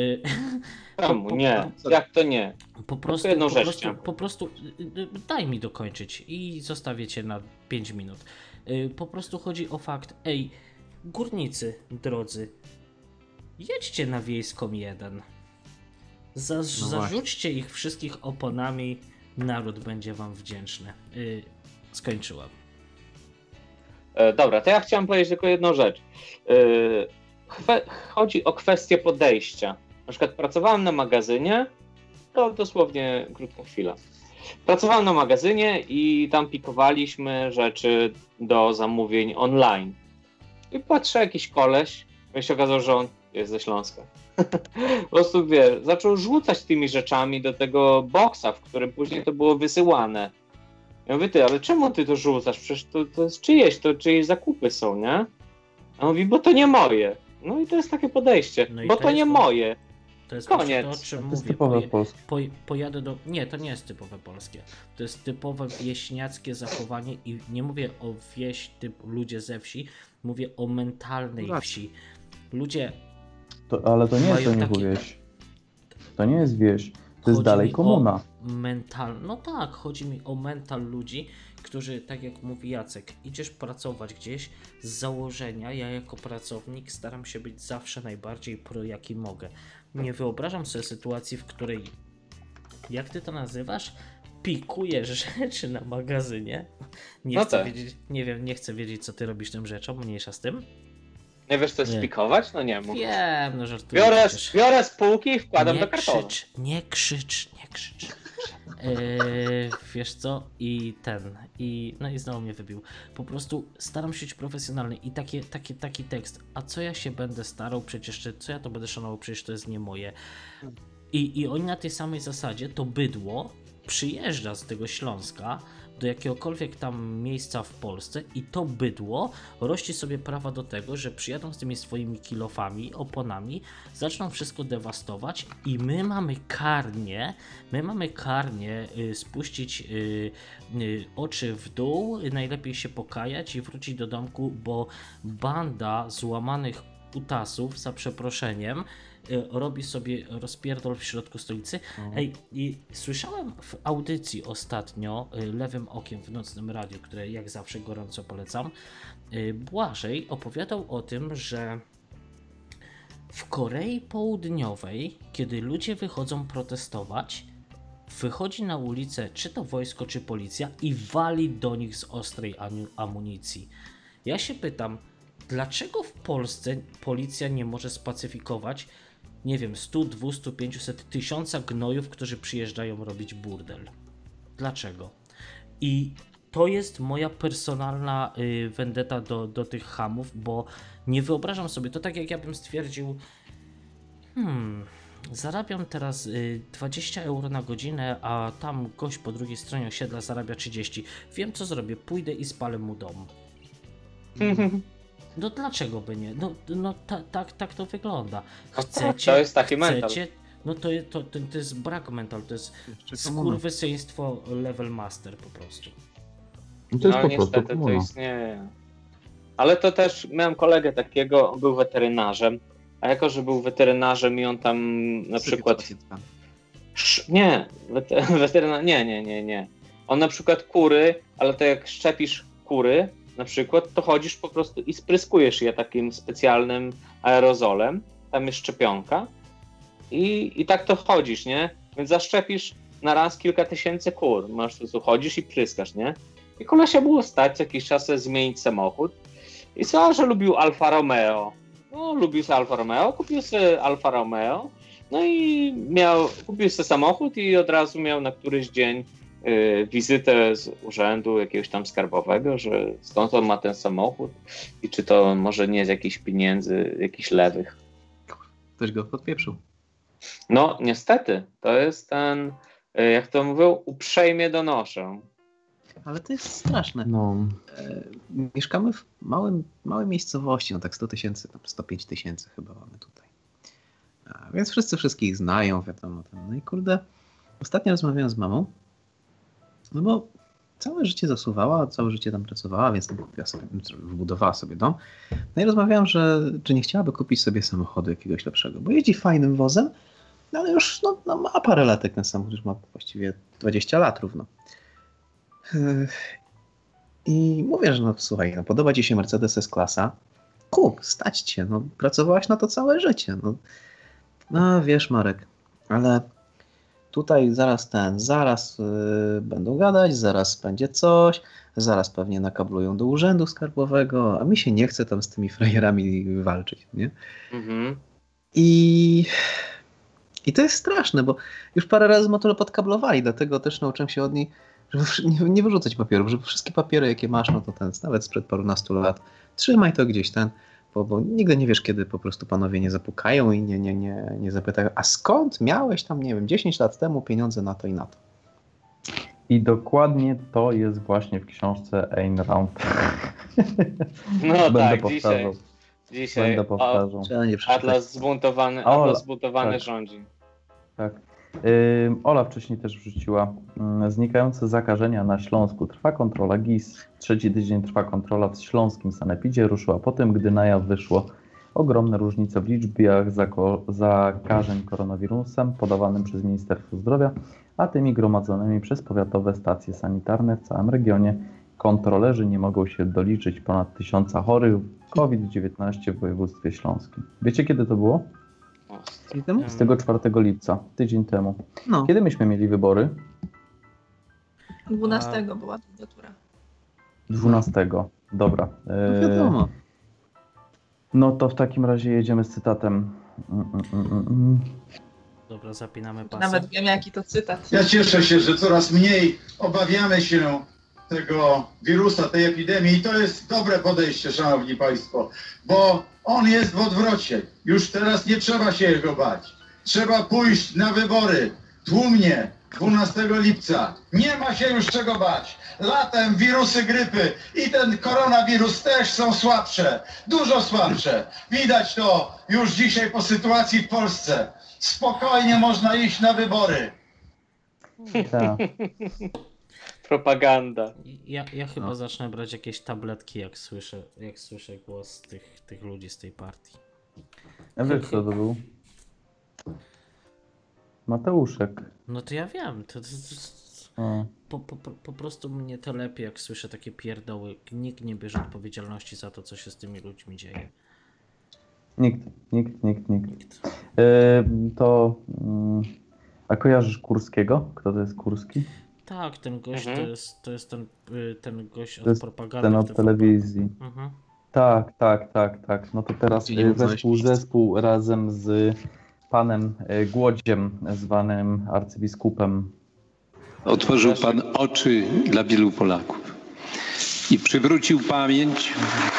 Nie, jak to nie? Po prostu daj mi dokończyć i zostawię cię na 5 minut. Po prostu chodzi o fakt, górnicy drodzy, jedźcie na Wiejską 1. Zarzućcie ich wszystkich oponami, naród będzie wam wdzięczny. Skończyłem. Dobra, to ja chciałem powiedzieć tylko jedną rzecz. Chodzi o kwestię podejścia. Na przykład pracowałem na magazynie, to dosłownie krótka chwila. Pracowałem na magazynie i tam pikowaliśmy rzeczy do zamówień online. I patrzę, jakiś koleś, i się okazało, że on jest ze Śląska. Po prostu, wiesz, zaczął rzucać tymi rzeczami do tego boksa, w którym później to było wysyłane. Ja mówię, ty, ale czemu ty to rzucasz? Przecież to jest czyjeś zakupy są, nie? A on mówi, bo to nie moje. No i to jest takie podejście, no bo to nie moje. To jest koniec. To, o czym to mówię. jest typowe polskie. Pojadę do... Nie, to nie jest typowe polskie. To jest typowe wieśniackie zachowanie i nie mówię o wieś typu ludzie ze wsi, mówię o mentalnej wsi. Ludzie... Ale to nie jest do niego wieś. To nie jest wieś. To jest dalej komuna. No tak, chodzi mi o mental ludzi, którzy, tak jak mówi Jacek, idziesz pracować gdzieś z założenia, ja jako pracownik staram się być zawsze najbardziej pro jaki mogę. Nie wyobrażam sobie sytuacji, w której, jak ty to nazywasz, pikujesz rzeczy na magazynie. Nie chcę wiedzieć, nie wiem, nie chcę wiedzieć, co ty robisz tym rzeczą, mniejsza z tym. Nie wiesz, co jest pikować? No nie mów. Wiem, no żartuję. Biorę z półki i wkładam do kartonu. Nie krzycz. Wiesz co? No i znowu mnie wybił. Po prostu staram się być profesjonalny i taki tekst. A co ja się będę starał? Przecież co ja to będę szanował? Przecież to jest nie moje. I oni na tej samej zasadzie to bydło przyjeżdża z tego Śląska do jakiegokolwiek tam miejsca w Polsce i to bydło rości sobie prawa do tego, że przyjadą z tymi swoimi kilofami, oponami, zaczną wszystko dewastować i my mamy karnie spuścić oczy w dół, najlepiej się pokajać i wrócić do domku, bo banda złamanych utasów, za przeproszeniem, robi sobie rozpierdol w środku stolicy. Ej, i słyszałem w audycji ostatnio, Lewym Okiem w Nocnym Radiu, które jak zawsze gorąco polecam, Błażej opowiadał o tym, że w Korei Południowej, kiedy ludzie wychodzą protestować, wychodzi na ulicę czy to wojsko, czy policja i wali do nich z ostrej amunicji. Ja się pytam, dlaczego w Polsce policja nie może spacyfikować, nie wiem, 100, 200, 500, 1000 gnojów, którzy przyjeżdżają robić burdel? Dlaczego? I to jest moja personalna vendetta do tych chamów, bo nie wyobrażam sobie, to tak jak ja bym stwierdził, zarabiam teraz 20 euro na godzinę, a tam gość po drugiej stronie osiedla zarabia 30. Wiem, co zrobię, pójdę i spalę mu dom. No dlaczego by nie? No tak to wygląda. Chcecie, to jest taki mental. No to jest brak mental, to jest skurwysyństwo level master po prostu. To jest no po niestety prostu to istnieje. Ale to też miałem kolegę takiego, on był weterynarzem, a jako, że był weterynarzem i on tam na przykład... Nie, nie. On na przykład kury, ale to jak szczepisz kury, na przykład, to chodzisz po prostu i spryskujesz je takim specjalnym aerozolem, tam jest szczepionka i tak to chodzisz, nie? Więc zaszczepisz na raz kilka tysięcy kur, masz tu chodzisz i pryskasz, nie? I kolesia było stać co jakiś czas zmienić samochód i co, że lubił Alfa Romeo. No, lubił sobie Alfa Romeo, kupił sobie Alfa Romeo, no i kupił sobie samochód i od razu miał na któryś dzień wizytę z urzędu jakiegoś tam skarbowego, że skąd on ma ten samochód i czy to może nie z jakichś pieniędzy, jakichś lewych. Ktoś go podpieprzył. No niestety, to jest ten, jak to mówią, uprzejmie donoszę. Ale to jest straszne. No. Mieszkamy w małej miejscowości, no tak 100 000, 105 000 chyba mamy tutaj. Więc wszyscy wszystkich znają, wiadomo. No i kurde, ostatnio rozmawiałem z mamą, no bo całe życie zasuwała, całe życie tam pracowała, więc wybudowała sobie dom. No i rozmawiałam, że czy nie chciałaby kupić sobie samochodu jakiegoś lepszego, bo jeździ fajnym wozem, no ale już ma parę latek ten samochód, już ma właściwie 20 lat równo. I mówię, że słuchaj, podoba ci się Mercedes S-klasa? Kup, stać cię, pracowałaś na to całe życie. No wiesz, Marek, ale tutaj zaraz będą gadać, zaraz będzie coś, zaraz pewnie nakablują do urzędu skarbowego, a mi się nie chce tam z tymi frajerami walczyć, nie? Mhm. I I to jest straszne, bo już parę razy Motorola podkablowali, dlatego też nauczyłem się od niej, żeby nie wyrzucać papierów, żeby wszystkie papiery, jakie masz, no to nawet sprzed parunastu lat, trzymaj to gdzieś bo nigdy nie wiesz, kiedy po prostu panowie nie zapukają i nie zapytają, a skąd miałeś tam, nie wiem, 10 lat temu pieniądze na to i na to. I dokładnie to jest właśnie w książce Ayn Rand. No Będę tak, powtarzał. dzisiaj Będę powtarzał. Atlas zbuntowany tak. rządzi. Tak. Ola wcześniej też wrzuciła znikające zakażenia na Śląsku. Trwa kontrola GIS. 3. tydzień trwa kontrola w śląskim sanepidzie. Ruszyła po tym, gdy na jaw wyszło ogromne różnice w liczbach zakażeń koronawirusem podawanym przez Ministerstwo Zdrowia, a tymi gromadzonymi przez powiatowe stacje sanitarne w całym regionie. Kontrolerzy nie mogą się doliczyć ponad 1000 chorych COVID-19 w województwie śląskim. Wiecie, kiedy to było? 24 lipca, tydzień temu. No. Kiedy myśmy mieli wybory? 12 była kandydatura. 12, dobra. No wiadomo. No to w takim razie jedziemy z cytatem. Dobra, zapinamy pasy. Nawet wiem, jaki to cytat. Ja cieszę się, że coraz mniej obawiamy się tego wirusa, tej epidemii i to jest dobre podejście, szanowni państwo, bo on jest w odwrocie. Już teraz nie trzeba się jego bać. Trzeba pójść na wybory tłumnie 12 lipca. Nie ma się już czego bać. Latem wirusy grypy i ten koronawirus też są słabsze. Dużo słabsze. Widać to już dzisiaj po sytuacji w Polsce. Spokojnie można iść na wybory. Tak. Propaganda. Ja chyba zacznę brać jakieś tabletki, jak słyszę głos tych ludzi z tej partii. A wiesz, kto to był? Mateuszek. No to ja wiem. Po prostu mnie to lepiej, jak słyszę takie pierdoły. Nikt nie bierze odpowiedzialności za to, co się z tymi ludźmi dzieje. Nikt. A kojarzysz Kurskiego? Kto to jest Kurski? Tak, ten gość to jest ten gość to od jest propagandy. Ten od telewizji. Tak. No to teraz zespół razem z panem Głodziem, zwanym arcybiskupem. Otworzył pan oczy dla wielu Polaków i przywrócił pamięć.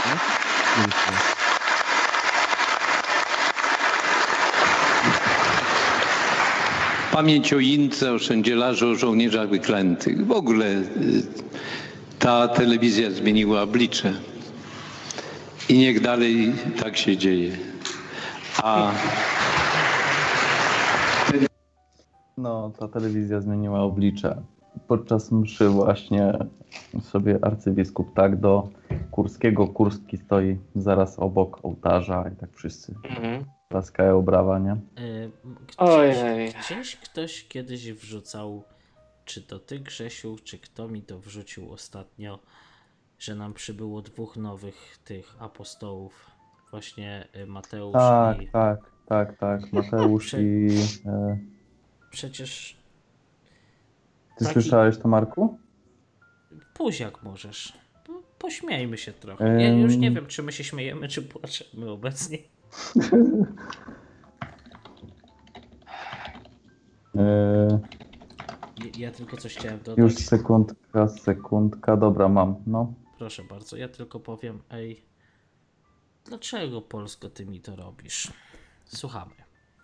Pamięć o Ince, o Szędzielarzu, o żołnierzach wyklętych. W ogóle ta telewizja zmieniła oblicze. I niech dalej tak się dzieje. No, ta telewizja zmieniła oblicze. Podczas mszy właśnie sobie arcybiskup tak do Kurskiego. Kurski stoi zaraz obok ołtarza i tak wszyscy klaskają brawa, nie? Gdzieś ktoś kiedyś wrzucał, czy to ty, Grzesiu, czy kto mi to wrzucił ostatnio, że nam przybyło 2 nowych tych apostołów. Właśnie Mateusz i... Tak. Mateusz i... Przecież... Ty słyszałeś to, Marku? Puziak możesz. Pośmiejmy się trochę. Ja już nie wiem, czy my się śmiejemy, czy płaczemy obecnie. Ja tylko coś chciałem dodać. Już sekundka. Dobra, mam. No. Proszę bardzo, ja tylko powiem, dlaczego, Polsko, ty mi to robisz? Słuchamy.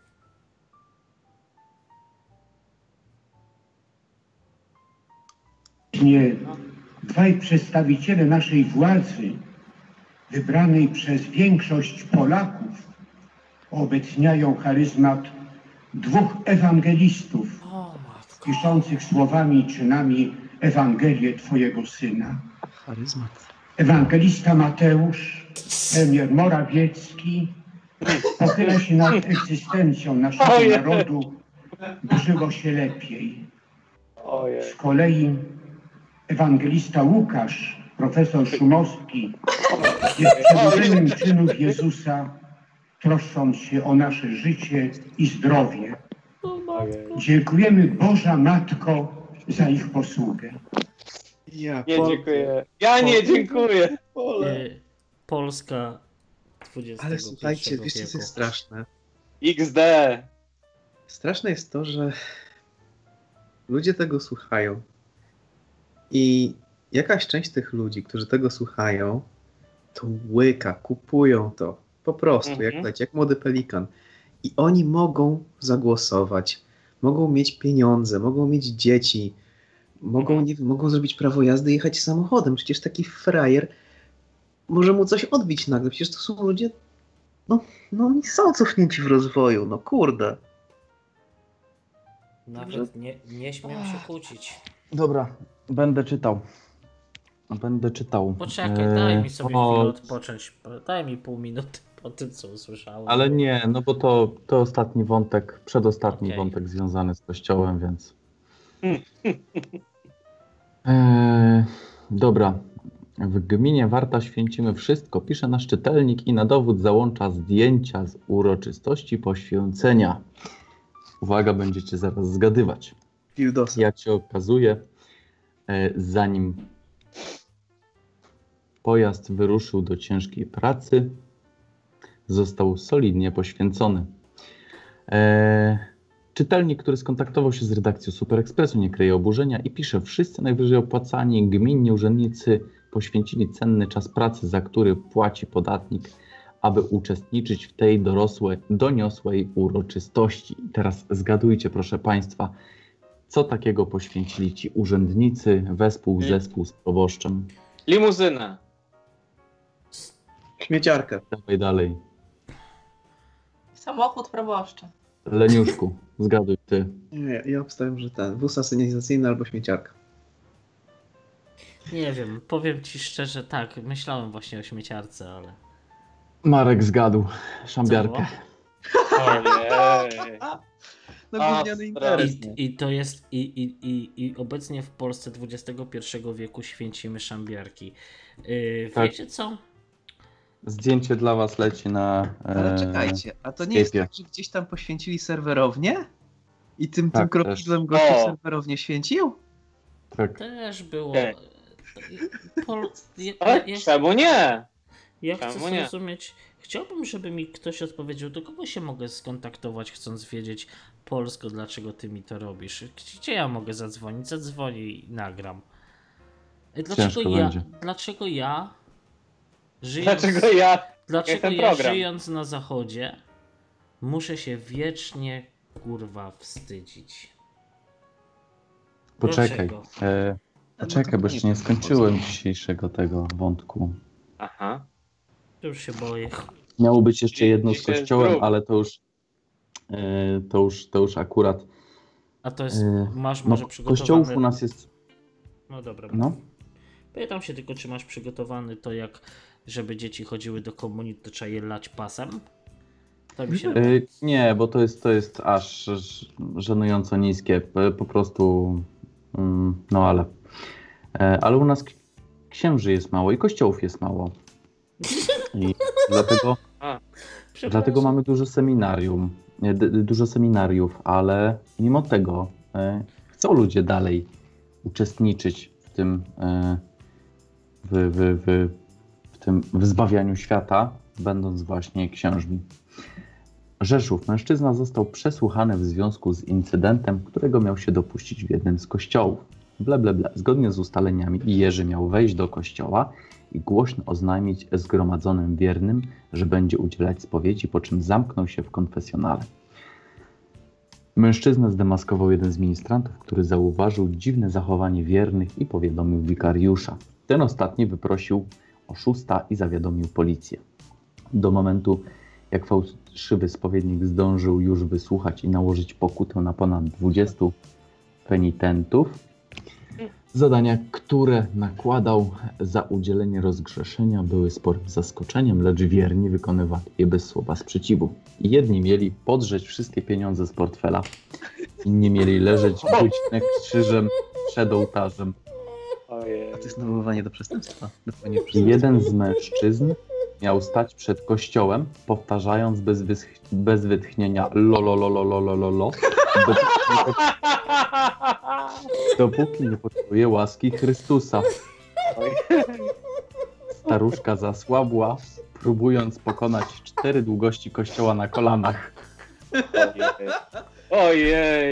Dwaj przedstawiciele naszej władzy, wybranej przez większość Polaków, obecniają charyzmat 2 ewangelistów, piszących słowami i czynami Ewangelię Twojego Syna. Charyzmat. Ewangelista Mateusz, premier Morawiecki, pochyla się nad egzystencją naszego narodu, by żyło się lepiej. Z kolei ewangelista Łukasz, profesor Szumowski, jest przedłużeniem czynów Jezusa, troszcząc się o nasze życie i zdrowie. Dziękujemy, Boża Matko, za ich posługę. Ja nie dziękuję. Polska 20. Ale słuchajcie, wiesz co jest straszne? XD. Straszne jest to, że ludzie tego słuchają i jakaś część tych ludzi, którzy tego słuchają, to łyka, kupują to po prostu, jak młody pelikan. I oni mogą zagłosować, mogą mieć pieniądze, mogą mieć dzieci, mogą zrobić prawo jazdy i jechać samochodem. Przecież taki frajer może mu coś odbić nagle. Przecież to są ludzie, no oni są cofnięci w rozwoju, no kurde. Nawet nie śmiem się kłócić. Dobra, będę czytał. Poczekaj, daj mi sobie chwilę odpocząć. Daj mi pół minuty po tym, co usłyszałem. Ale nie, no bo to ostatni wątek, przedostatni wątek związany z Kościołem, więc... Dobra. W gminie Warta święcimy wszystko. Pisze nasz czytelnik i na dowód załącza zdjęcia z uroczystości poświęcenia. Uwaga, będziecie zaraz zgadywać. Jak się okazuje, zanim pojazd wyruszył do ciężkiej pracy, został solidnie poświęcony. Czytelnik, który skontaktował się z redakcją Super Expressu, nie kryje oburzenia i pisze: wszyscy najwyżej opłacani gminni urzędnicy poświęcili cenny czas pracy, za który płaci podatnik, aby uczestniczyć w tej doniosłej uroczystości. I teraz zgadujcie, proszę Państwa, co takiego poświęcili ci urzędnicy, zespół z proboszczem? Limuzynę. Śmieciarkę. Dawaj dalej. Samochód proboszcza. Leniuszku, zgaduj ty. Nie, ja obstawiam, że wóz asynizacyjny albo śmieciarka. Nie wiem, powiem ci szczerze, tak, myślałem właśnie o śmieciarce, ale... Marek zgadł. Szambiarkę. Ojej. No gówniany interes. I to jest, i obecnie w Polsce XXI wieku święcimy szambiarki. Tak. Wiecie co? Zdjęcie dla was leci na... Ale czekajcie, a to nie jest tak, że gdzieś tam poświęcili serwerownię? I tym kropidłem gościu serwerownię święcił? Tak. Też było... Czemu nie? Ja chcę zrozumieć... Chciałbym, żeby mi ktoś odpowiedział, do kogo się mogę skontaktować, chcąc wiedzieć, Polsko, dlaczego ty mi to robisz? Gdzie ja mogę zadzwonić? Zadzwonię i nagram. Dlaczego ja żyjąc na zachodzie muszę się wiecznie, kurwa, wstydzić? Poczekaj. Poczekaj, bo jeszcze nie skończyłem dzisiejszego tego wątku. Aha. Już się boję. Miało być jeszcze jedno z Kościołem, ale to już akurat... A to jest... Masz może przygotowany... Kościołów u nas jest... No dobra. No. Pytam się tylko, czy masz przygotowany to, jak żeby dzieci chodziły do komunii, to trzeba je lać pasem? To mi się nie, bo to jest aż żenująco niskie. Po prostu... No ale u nas księży jest mało i kościołów jest mało. I dlatego mamy dużo seminariów, ale mimo tego chcą ludzie dalej uczestniczyć w tym w zbawianiu świata, będąc właśnie księżmi. Rzeszów. Mężczyzna został przesłuchany w związku z incydentem, którego miał się dopuścić w jednym z kościołów. Ble, ble, ble. Zgodnie z ustaleniami Jerzy miał wejść do kościoła i głośno oznajmić zgromadzonym wiernym, że będzie udzielać spowiedzi, po czym zamknął się w konfesjonale. Mężczyznę zdemaskował jeden z ministrantów, który zauważył dziwne zachowanie wiernych i powiadomił wikariusza. Ten ostatni wyprosił oszusta i zawiadomił policję. Do momentu, jak fałszywy spowiednik zdążył już wysłuchać i nałożyć pokutę na ponad 20 penitentów, zadania, które nakładał za udzielenie rozgrzeszenia, były sporym zaskoczeniem, lecz wierni wykonywali je bez słowa sprzeciwu. Jedni mieli podrzeć wszystkie pieniądze z portfela, inni mieli leżeć bućnek krzyżem przed ołtarzem. A to jest nawoływanie do przestępstwa. Jeden z mężczyzn miał stać przed kościołem, powtarzając bez wytchnienia lo, dopóki nie poczuje łaski Chrystusa. Staruszka zasłabła, próbując pokonać 4 długości kościoła na kolanach. Ojej.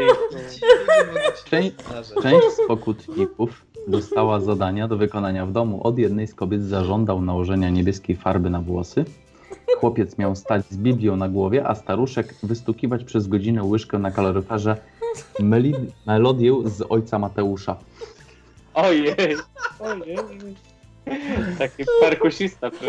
Część z pokutników dostała zadania do wykonania w domu. Od jednej z kobiet zażądał nałożenia niebieskiej farby na włosy. Chłopiec miał stać z Biblią na głowie, a staruszek wystukiwać przez godzinę łyżkę na kaloryferze melodię z ojca Mateusza. Ojej. Taki perkusista proszę.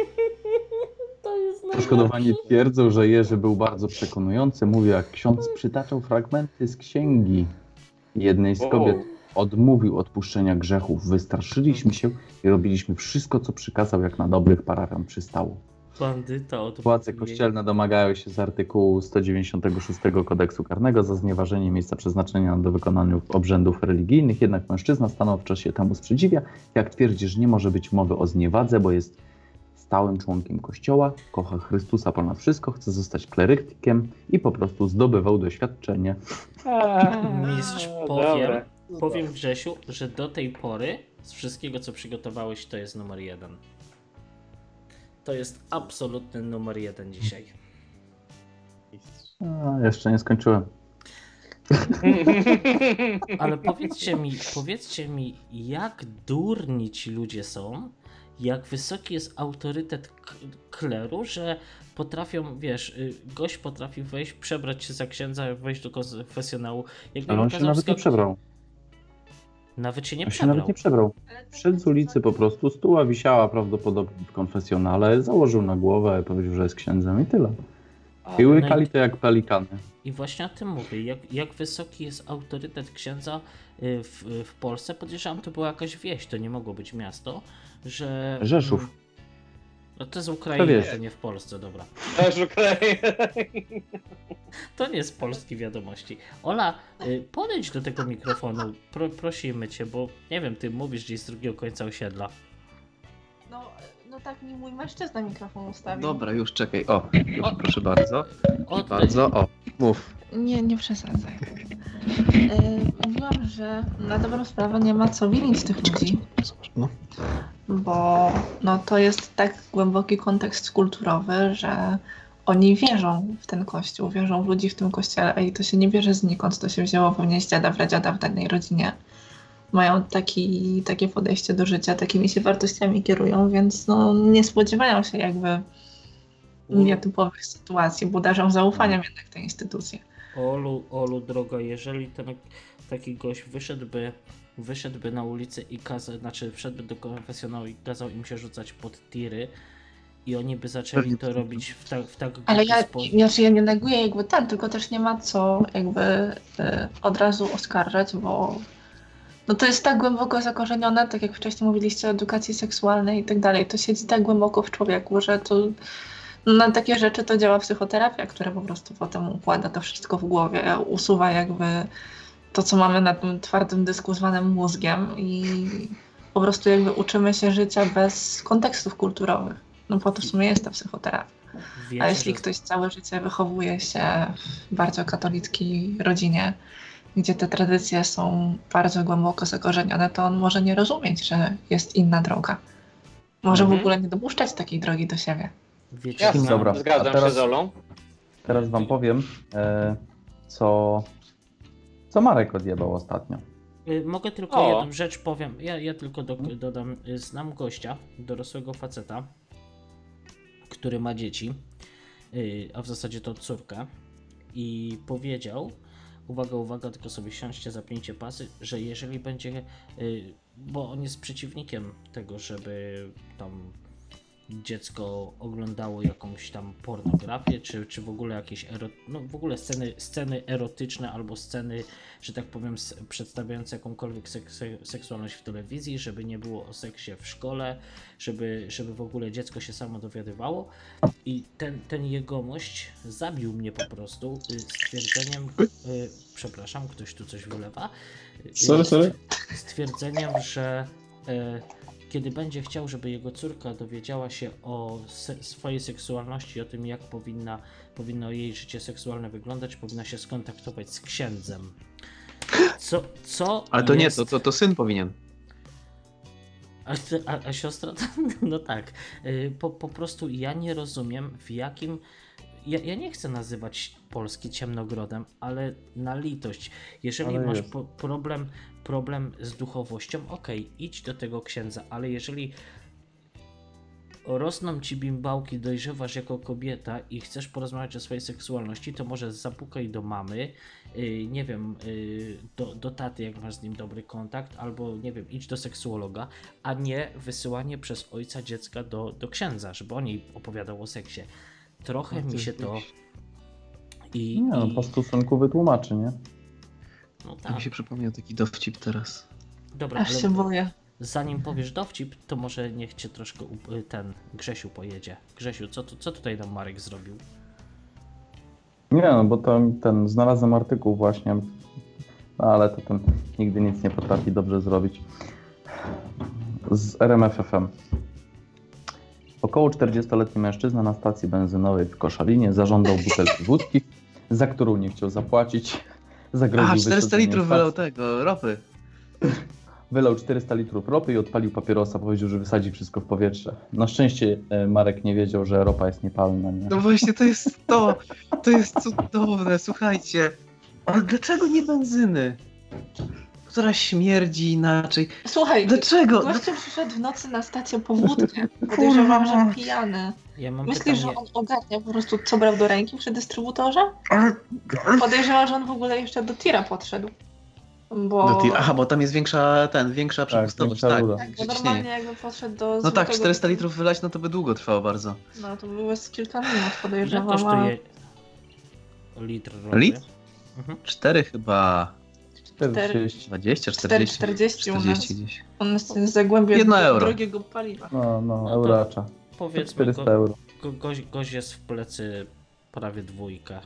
Poszkodowani twierdzą, że Jerzy był bardzo przekonujący. Mówił, jak ksiądz przytaczał fragmenty z księgi. Jednej z kobiet odmówił odpuszczenia grzechów. Wystraszyliśmy się i robiliśmy wszystko, co przykazał, jak na dobrych parafian przystało. Bandyta Władze kościelne domagają się z artykułu 196 Kodeksu Karnego za znieważenie miejsca przeznaczenia do wykonania obrzędów religijnych, jednak mężczyzna stanowczo się temu sprzeciwia. Jak twierdzi, że nie może być mowy o zniewadze, bo jest stałym członkiem Kościoła, kocha Chrystusa ponad wszystko, chce zostać klerykiem i po prostu zdobywał doświadczenie. Mistrz, powiem Grzesiu, że do tej pory z wszystkiego, co przygotowałeś, to jest numer 1. To jest absolutny numer 1 dzisiaj. Jeszcze nie skończyłem. Ale powiedzcie mi, jak durni ci ludzie są, jak wysoki jest autorytet kleru, że potrafią, wiesz, gość potrafi wejść, przebrać się za księdza, wejść do konfesjonału. Ale on się nawet nie przebrał. Nawet się nie przebrał. Nawet nie przebrał. Wszedł z ulicy po prostu, stuła wisiała prawdopodobnie w konfesjonale, założył na głowę, powiedział, że jest księdzem i tyle. I łykali to jak pelikany. I właśnie o tym mówię, jak wysoki jest autorytet księdza w Polsce. Podejrzewam, to była jakaś wieś, to nie mogło być miasto, że... Rzeszów. No to z Ukrainy, to nie w Polsce, dobra. To z Ukrainy. To nie z Polski wiadomości. Ola, podejdź do tego mikrofonu, prosimy cię, bo nie wiem, ty mówisz gdzieś z drugiego końca osiedla. No tak mi mój mężczyzna mikrofon ustawił. Dobra, już czekaj. O, proszę bardzo. Proszę bardzo. O, mów. Nie przesadzaj. Mówiłam, że na dobrą sprawę nie ma co winić tych ludzi. Bo to jest tak głęboki kontekst kulturowy, że oni wierzą w ten kościół, wierzą w ludzi w tym kościele i to się nie bierze znikąd, to się wzięło pewnie z dziada, pradziada w danej rodzinie. Mają takie podejście do życia, takimi się wartościami kierują, więc nie spodziewają się jakby nietypowych sytuacji, bo darzą zaufaniem jednak te instytucje. Olu, droga, jeżeli taki gość wyszedłby na ulicę i wszedłby do konfesjonału i kazał im się rzucać pod tiry i oni by zaczęli to robić w tak ale ja nie neguję jakby tylko też nie ma co jakby od razu oskarżać, bo to jest tak głęboko zakorzenione, tak jak wcześniej mówiliście o edukacji seksualnej i tak dalej, to siedzi tak głęboko w człowieku, że to na takie rzeczy to działa psychoterapia, która po prostu potem układa to wszystko w głowie, usuwa jakby to, co mamy na tym twardym dysku zwanym mózgiem i po prostu jakby uczymy się życia bez kontekstów kulturowych. Po to w sumie jest ta psychoterapia. A jeśli ktoś całe życie wychowuje się w bardzo katolickiej rodzinie, gdzie te tradycje są bardzo głęboko zakorzenione, to on może nie rozumieć, że jest inna droga. Może w ogóle nie dopuszczać takiej drogi do siebie. Jasne, dobra. Zgadzam się z Olą. Teraz wam powiem, co Marek odjebał ostatnio. Mogę tylko jedną rzecz powiem. Ja tylko dodam. Znam gościa, dorosłego faceta, który ma dzieci, a w zasadzie to córkę, i powiedział, uwaga, tylko sobie siądźcie, zapnijcie pasy, że jeżeli będzie, bo on jest przeciwnikiem tego, żeby tam dziecko oglądało jakąś tam pornografię, czy w ogóle jakieś w ogóle sceny erotyczne albo sceny, że tak powiem, przedstawiające jakąkolwiek seksualność w telewizji, żeby nie było o seksie w szkole, żeby w ogóle dziecko się samo dowiadywało. I ten jegomość zabił mnie po prostu stwierdzeniem, przepraszam, ktoś tu coś wylewa, stwierdzeniem, że kiedy będzie chciał, żeby jego córka dowiedziała się o swojej seksualności, o tym, jak powinno jej życie seksualne wyglądać, powinna się skontaktować z księdzem. Ale to jest... nie, to syn powinien. A siostra? No tak. Po prostu ja nie rozumiem, w jakim ja nie chcę nazywać Polski ciemnogrodem, ale na litość, jeżeli masz problem z duchowością, okej, idź do tego księdza, ale jeżeli rosną ci bimbałki, dojrzewasz jako kobieta i chcesz porozmawiać o swojej seksualności, to może zapukaj do mamy, nie wiem, do taty, jak masz z nim dobry kontakt, albo nie wiem, idź do seksuologa, a nie wysyłanie przez ojca dziecka do księdza, żeby on jej opowiadał o seksie. Trochę mi się to... po stosunku wytłumaczy, nie? No tak. Mi się przypomniał taki dowcip teraz. Dobra, Aż się boję. Zanim powiesz dowcip, to może niech cię troszkę Grzesiu pojedzie. Grzesiu, co tutaj nam Marek zrobił? Nie, no bo ten znalazłem artykuł właśnie, ale to ten nigdy nic nie potrafi dobrze zrobić. Z RMF FM. Około 40-letni mężczyzna na stacji benzynowej w Koszalinie zażądał butelki wódki, za którą nie chciał zapłacić. Zagroził 400 litrów wylał ropy. Wylał 400 litrów ropy i odpalił papierosa, powiedział, że wysadzi wszystko w powietrze. Na szczęście Marek nie wiedział, że ropa jest niepalna. Nie? No właśnie, to jest cudowne, słuchajcie. Ale dlaczego nie benzyny? Która śmierdzi inaczej. Słuchaj, dlaczego? Gościu przyszedł w nocy na stację po wódkę. Podejrzewam, że pijany. Myślisz, że on ogarnia po prostu, co brał do ręki przy dystrybutorze? Podejrzewam, że on w ogóle jeszcze do tira podszedł. Bo tam jest większa przepustowość. Tak, bo normalnie jakby podszedł do... No tak, 400 litrów wylać, no to by długo trwało bardzo. No to by było z kilka minut, podejrzewam. Ile kosztuje litr ropy? Litr? 4 chyba. 40. 20, 40. 40 u nas. Gdzieś. On jest z zagłębia 1 euro. drogiego paliwa. No euracza. Powiedzmy, 400 euro. Gość jest w plecy prawie 2.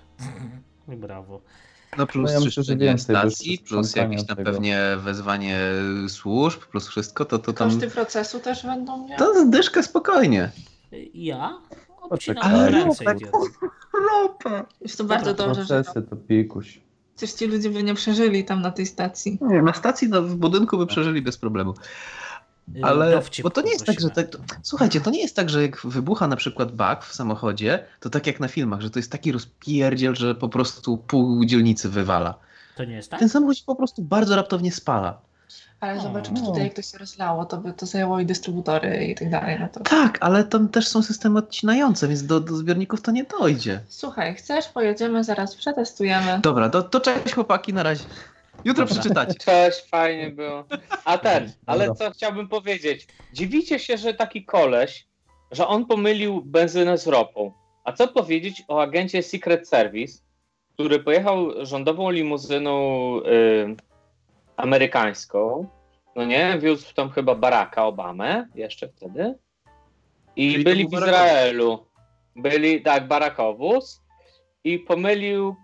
I brawo. No plus czyszczenie stacji, plus jakieś tam pewnie wezwanie służb, plus wszystko, to tam... Koszty procesu też będą miały? To dyszka spokojnie. Ja? Ale ropa! Jest to bardzo dobrze, że to pikuś. Przecież ci ludzie by nie przeżyli tam na tej stacji. Nie, na stacji w budynku by przeżyli bez problemu. Ale, bo to nie jest tak, że... Słuchajcie, to nie jest tak, że jak wybucha na przykład bak w samochodzie, to tak jak na filmach, że to jest taki rozpierdziel, że po prostu pół dzielnicy wywala. To nie jest tak? Ten samochód po prostu bardzo raptownie spala. Ale zobaczymy tutaj, jak to się rozlało, to by to zajęło i dystrybutory i tak dalej. No to... Tak, ale tam też są systemy odcinające, więc do zbiorników to nie dojdzie. Słuchaj, chcesz? Pojedziemy, zaraz przetestujemy. Dobra, to cześć chłopaki, na razie. Jutro przeczytacie. Cześć, fajnie było. Ale co chciałbym powiedzieć. Dziwicie się, że taki koleś, że on pomylił benzynę z ropą. A co powiedzieć o agencie Secret Service, który pojechał rządową limuzyną amerykańską, no nie, wiózł tam chyba Baracka Obamę, jeszcze wtedy. I czyli byli w Izraelu. Barackowóz. I pomylił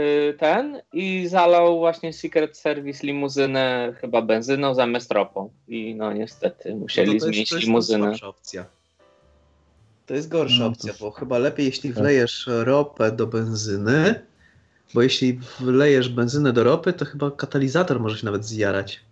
i zalał właśnie Secret Service limuzynę chyba benzyną zamiast ropą. I no niestety musieli zmienić limuzynę. To jest gorsza opcja. To jest gorsza opcja, bo chyba lepiej jeśli wlejesz ropę do benzyny, bo jeśli wlejesz benzynę do ropy, to chyba katalizator może się nawet zjarać.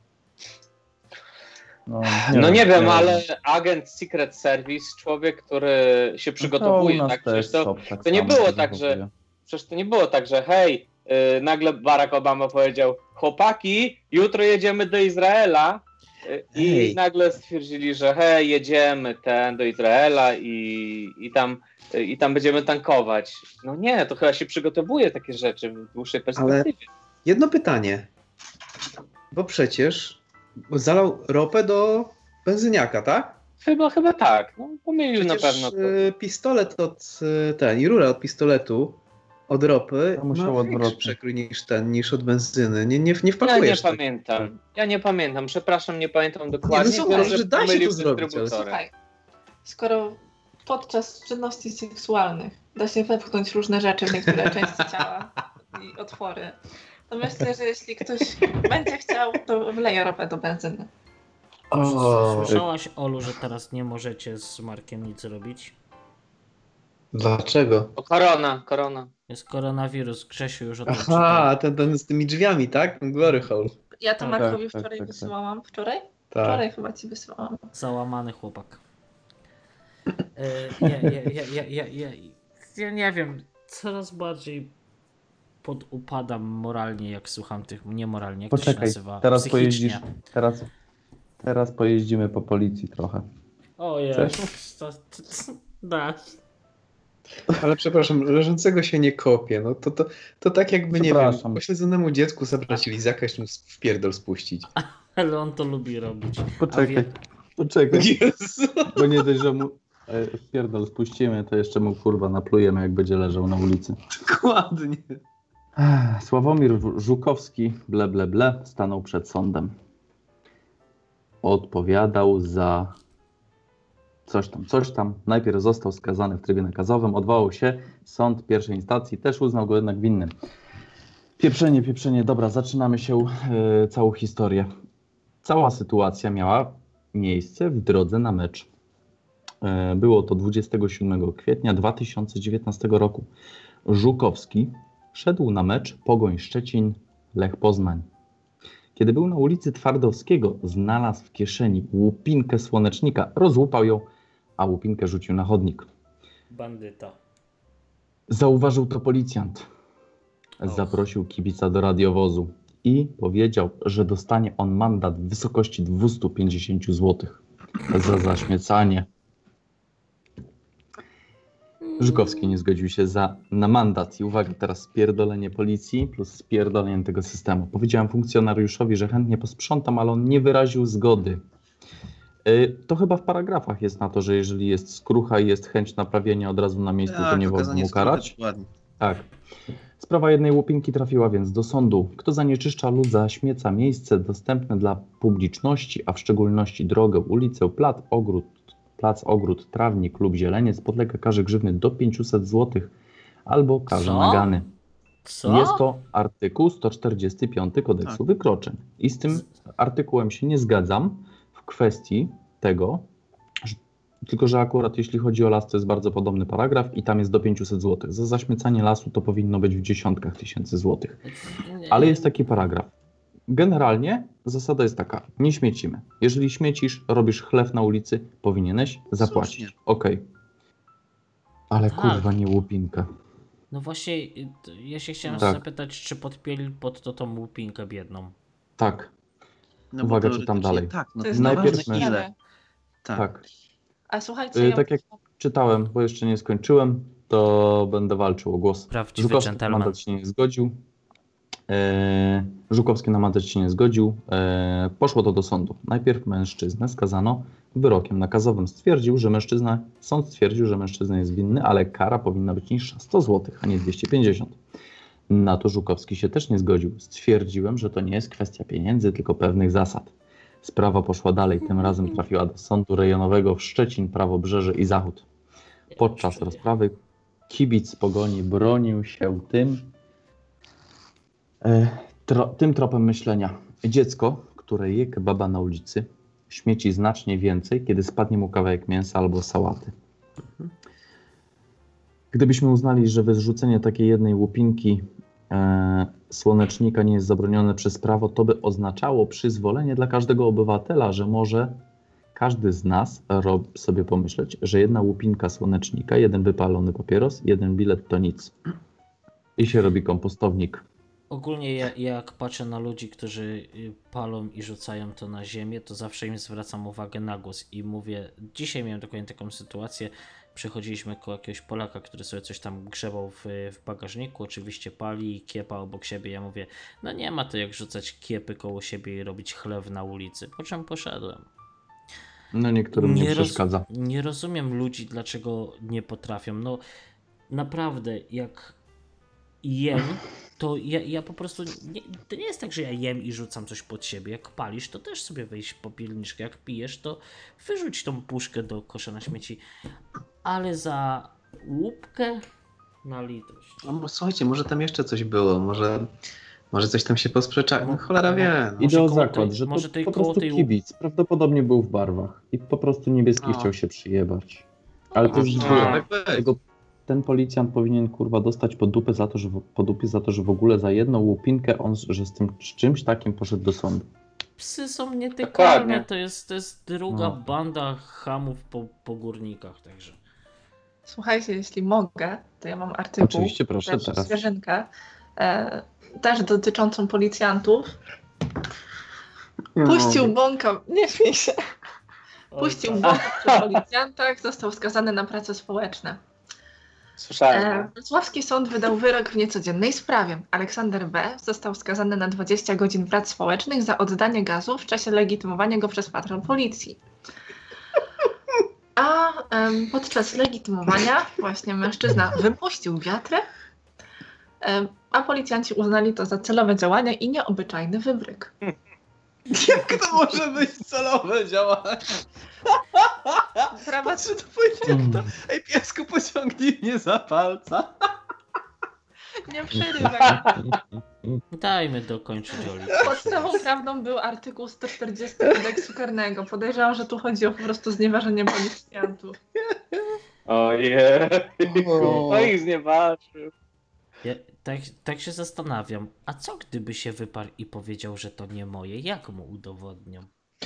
Nie wiem, ale agent Secret Service, człowiek, który się przygotowuje, tak? Przecież to nie było tak, że przecież to nie było tak, że hej, nagle Barack Obama powiedział: chłopaki, jutro jedziemy do Izraela i nagle stwierdzili, że hej, jedziemy do Izraela i tam będziemy tankować. No nie, to chyba się przygotowuje takie rzeczy w dłuższej perspektywie. Ale jedno pytanie, bo przecież zalał ropę do benzyniaka, tak? Chyba tak. No, pomylił na pewno. Pistolet i rura od pistoletu od ropy ma większy przekrój niż od benzyny. Nie wpakujesz. Ja nie pamiętam. Przepraszam, nie pamiętam dokładnie. Że da się to zrobić. Słuchaj, skoro podczas czynności seksualnych da się wepchnąć różne rzeczy w niektóre części ciała i otwory, to myślę, że jeśli ktoś będzie chciał, to wleje ropę do benzyny. Słyszałaś, Olu, że teraz nie możecie z Markiem nic robić? Dlaczego? O, korona. Jest koronawirus, Grzesiu już o tym ten z tymi drzwiami, tak? Glory hole. Ja to Markowi wczoraj wysyłałam. Wczoraj? Tak. Wczoraj chyba ci wysyłałam. Załamany chłopak. Ja nie wiem. coraz bardziej podupadam moralnie, jak słucham tych, nie moralnie, jak Poczekaj, to się nazywa, teraz psychicznie. pojeździsz, teraz pojeździmy po policji trochę. Ojej, Ale przepraszam, leżącego się nie kopie. No to tak jakby, nie wiem, pośledzonemu dziecku zabrać lizaka jeszcze w pierdol spuścić. Ale on to lubi robić. Poczekaj. Jezu. Bo nie dość, że mu w pierdol spuścimy, to jeszcze mu kurwa naplujemy, jak będzie leżał na ulicy. Dokładnie. Sławomir Żukowski, ble, ble, ble, stanął przed sądem. Odpowiadał za coś tam. Najpierw został skazany w trybie nakazowym, odwołał się. Sąd pierwszej instancji też uznał go jednak winnym. Pieprzenie. Dobra, zaczynamy się całą historię. Cała sytuacja miała miejsce w drodze na mecz. Było to 27 kwietnia 2019 roku. Żukowski szedł na mecz Pogoń Szczecin, Lech Poznań. Kiedy był na ulicy Twardowskiego, znalazł w kieszeni łupinkę słonecznika, rozłupał ją, a łupinkę rzucił na chodnik. Bandyta. Zauważył to policjant. Zaprosił kibica do radiowozu i powiedział, że dostanie on mandat w wysokości 250 zł za zaśmiecanie. Żukowski nie zgodził się na mandat i uwaga, teraz spierdolenie policji plus spierdolenie tego systemu. Powiedziałem funkcjonariuszowi, że chętnie posprzątam, ale on nie wyraził zgody. To chyba w paragrafach jest na to, że jeżeli jest skrucha i jest chęć naprawienia od razu na miejscu, to nie wolno mu karać. Tak. Sprawa jednej łupinki trafiła więc do sądu. Kto zanieczyszcza lub zaśmieca miejsce dostępne dla publiczności, a w szczególności drogę, ulicę, plac, ogród, trawnik lub zieleniec, podlega karze grzywny do 500 zł albo karze nagany. Co? Jest to artykuł 145 kodeksu wykroczeń. I z tym artykułem się nie zgadzam w kwestii tego, tylko że akurat jeśli chodzi o las, to jest bardzo podobny paragraf i tam jest do 500 zł. Za zaśmiecanie lasu to powinno być w dziesiątkach tysięcy złotych. Ale jest taki paragraf. Generalnie zasada jest taka, nie śmiecimy. Jeżeli śmiecisz, robisz chlew na ulicy, powinieneś zapłacić. Okej. Ale kurwa nie łupinkę. No właśnie, ja się chciałem zapytać, czy podpięli pod to tą łupinkę biedną. Tak. No uwaga, czytam dalej. Tak, no To jest najpierw ile? Tak. A słuchajcie, Tak jak czytałem, bo jeszcze nie skończyłem, to będę walczył o głos. Żukowski na mandat się nie zgodził. Żukowski na mandat się nie zgodził. Poszło to do sądu. Najpierw mężczyznę skazano wyrokiem nakazowym. Sąd stwierdził, że mężczyzna jest winny, ale kara powinna być niższa, 100 zł, a nie 250. Na to Żukowski się też nie zgodził. Stwierdziłem, że to nie jest kwestia pieniędzy, tylko pewnych zasad. Sprawa poszła dalej. Tym razem trafiła do sądu rejonowego w Szczecin, Prawobrzeże i Zachód. Podczas rozprawy kibic Pogoni bronił się tym tropem myślenia. Dziecko, które je kebaba na ulicy, śmieci znacznie więcej, kiedy spadnie mu kawałek mięsa albo sałaty. Gdybyśmy uznali, że wyrzucenie takiej jednej łupinki słonecznika nie jest zabronione przez prawo, to by oznaczało przyzwolenie dla każdego obywatela, że może każdy z nas sobie pomyśleć, że jedna łupinka słonecznika, jeden wypalony papieros, jeden bilet to nic. I się robi kompostownik. Ogólnie jak patrzę na ludzi, którzy palą i rzucają to na ziemię, to zawsze im zwracam uwagę na głos i mówię, dzisiaj miałem dokładnie taką sytuację, przechodziliśmy koło jakiegoś Polaka, który sobie coś tam grzebał w bagażniku, oczywiście pali, kiepa obok siebie, ja mówię, no nie ma to jak rzucać kiepy koło siebie i robić chlew na ulicy, po czym poszedłem. No niektórym nie przeszkadza. Nie rozumiem ludzi, dlaczego nie potrafią, no naprawdę, jak jem, to ja po prostu, to nie jest tak, że ja jem i rzucam coś pod siebie. Jak palisz, to też sobie weź popielniczkę. Jak pijesz, to wyrzuć tą puszkę do kosza na śmieci. Ale za łupkę na litość. No, słuchajcie, może tam jeszcze coś było, może coś tam się posprzeczało. No cholera wie. No. Idę o zakład, że to po prostu kibic prawdopodobnie był w barwach i po prostu niebieski chciał się przyjebać. Ale to już ten policjant powinien kurwa dostać po dupie za to, że w ogóle za jedną łupinkę że z czymś takim poszedł do sądu. Psy są nietykalne, to jest druga banda chamów po górnikach, także. Słuchajcie, jeśli mogę, to ja mam artykuł. Oczywiście, proszę teraz. Świeżynkę, też dotyczącą policjantów. Puścił bąka, nie śmiej się. Puścił bąka przy policjantach, został skazany na prace społeczne. Słyszałem. Wrocławski sąd wydał wyrok w niecodziennej sprawie. Aleksander B. został skazany na 20 godzin prac społecznych za oddanie gazu w czasie legitymowania go przez patrol policji. A podczas legitymowania właśnie mężczyzna wypuścił wiatrę, a policjanci uznali to za celowe działanie i nieobyczajny wybryk. Jak to może być celowe działanie? Prawa... Czy to powiedziałem to? Ej, piesku, pociągnij mnie za palca. Nie przerywaj. Dajmy dokończyć, Oli. Podstawą prawdą był artykuł 140 kodeksu karnego. Podejrzewam, że tu chodzi o po prostu znieważenie policjantów. Ojej, no ich znieważył. Ja tak się zastanawiam, a co gdyby się wyparł i powiedział, że to nie moje? Jak mu udowodnią?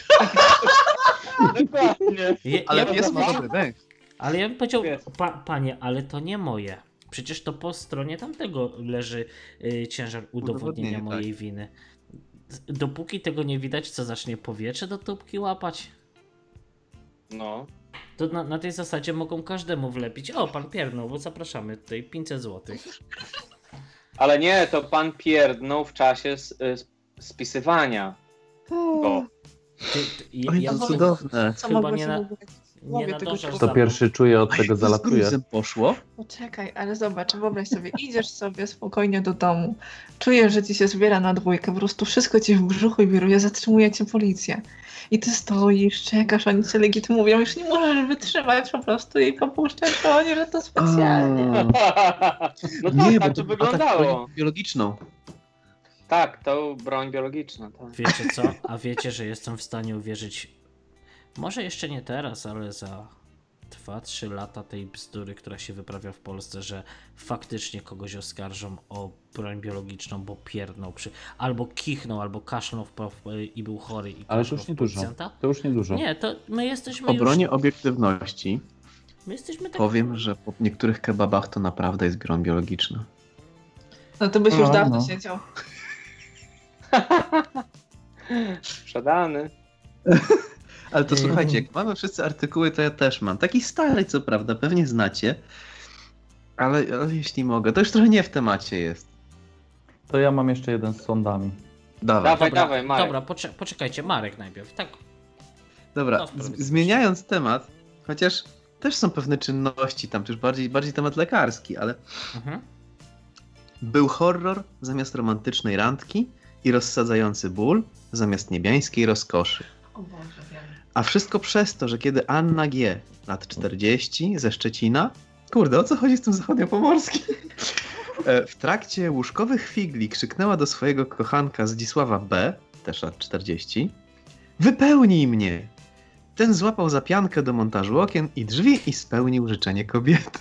Dokładnie. Ale pies ma dobry węch. Ale ja bym powiedział, panie, ale to nie moje. Przecież to po stronie tamtego leży ciężar udowodnienia mojej winy. Dopóki tego nie widać, co zacznie powietrze do tubki łapać? No. To na tej zasadzie mogą każdemu wlepić. O, pan pierdnął, bo zapraszamy tutaj 500 zł. Ale nie, to pan pierdnął w czasie spisywania. Bo. Oj, to cudowne. Chyba nie nadążasz Kto pierwszy czuje, od tego zalatuje. Poszło? Poczekaj, ale zobacz, wyobraź sobie, idziesz sobie spokojnie do domu, czujesz, że ci się zbiera na dwójkę, po prostu wszystko ci w brzuchu wiruje, zatrzymuje cię policja. I ty stoisz, czekasz, oni cię legitymują, już nie możesz wytrzymać po prostu i popuszczasz to oni, że to specjalnie. No nie, tak, bo to wyglądało. Biologiczną. Tak, to broń biologiczna. Tak. Wiecie co? A wiecie, że jestem w stanie uwierzyć, może jeszcze nie teraz, ale za 2-3 lata tej bzdury, która się wyprawia w Polsce, że faktycznie kogoś oskarżą o broń biologiczną, bo pierdnął albo kichnął, albo kaszlnął i był chory i ale to już nie dużo. To już nie dużo. Nie, to my jesteśmy w obronie obiektywności my jesteśmy tak... powiem, że po niektórych kebabach to naprawdę jest broń biologiczna. No to byś już dawno siedział. Sprzedany. Ale to słuchajcie, jak mamy wszyscy artykuły, to ja też mam. Taki stary, co prawda, pewnie znacie, ale jeśli mogę, to już trochę nie w temacie jest. To ja mam jeszcze jeden z sądami. Dawaj, Marek. Dobra, poczekajcie, Marek najpierw, tak. Dobra, zmieniając temat, chociaż też są pewne czynności tam, też bardziej temat lekarski, ale był horror zamiast romantycznej randki i rozsadzający ból zamiast niebiańskiej rozkoszy. O Boże, wiem. A wszystko przez to, że kiedy Anna G., lat 40, ze Szczecina, kurde, o co chodzi z tym zachodniopomorskim? W trakcie łóżkowych figli krzyknęła do swojego kochanka Zdzisława B., też lat 40, wypełnij mnie! Ten złapał zapiankę do montażu okien i drzwi i spełnił życzenie kobiety.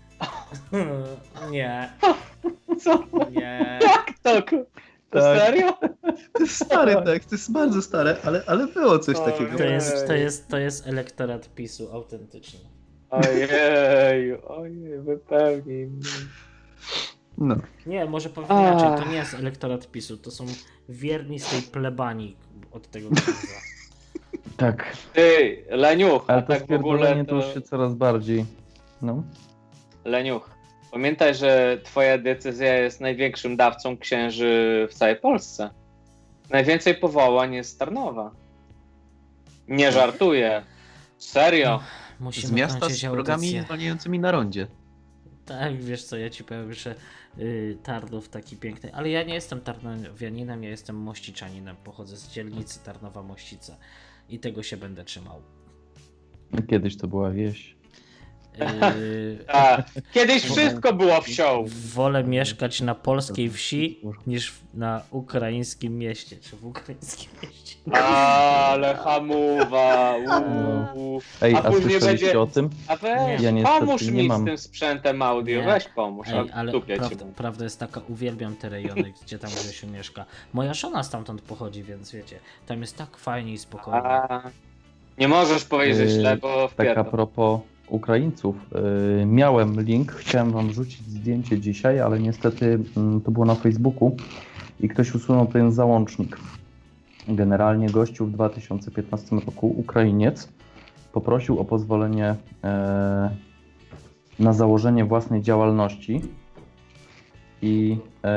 Nie. Co? Nie. Jak to? To serio? To jest stary tekst, to jest bardzo stare, ale było coś takiego. To jest elektorat PiS-u autentyczny. Ojej, wypełnij mnie. No. Nie, może powiem inaczej, to nie jest elektorat PiS-u, to są wierni z tej plebanii od tego księdza. Tak. Ty, Leniuch, ale a to tak w ogóle to już się coraz bardziej... No. Leniuch, pamiętaj, że twoja decyzja jest największym dawcą księży w całej Polsce. Najwięcej powołań jest z Tarnowa. Nie żartuję. Serio. Musimy z miasta z drogami zwalniającymi na rondzie. Tak, wiesz co, ja ci powiem, że Tarnów taki piękny, ale ja nie jestem tarnowianinem, ja jestem mościczaninem, pochodzę z dzielnicy Tarnowa-Mościce i tego się będę trzymał. Kiedyś to była wieś. Kiedyś wszystko było wsią. Wolę mieszkać na polskiej wsi niż na ukraińskim mieście, czy w ukraińskim mieście. Ale hamuwa. Ej, a słyszeliście o tym? A weź, ja pomóż mi z tym sprzętem audio, nie. weź pomóż. Ej, ale prawda jest taka, uwielbiam te rejony, gdzie tam Grzesiu mieszka. Moja żona stamtąd pochodzi, więc wiecie, tam jest tak fajnie i spokojnie. Nie możesz powiedzieć źle, bo tak a propos Ukraińców. Miałem link, chciałem wam wrzucić zdjęcie dzisiaj, ale niestety to było na Facebooku i ktoś usunął ten załącznik. Generalnie gościu w 2015 roku, Ukrainiec, poprosił o pozwolenie na założenie własnej działalności i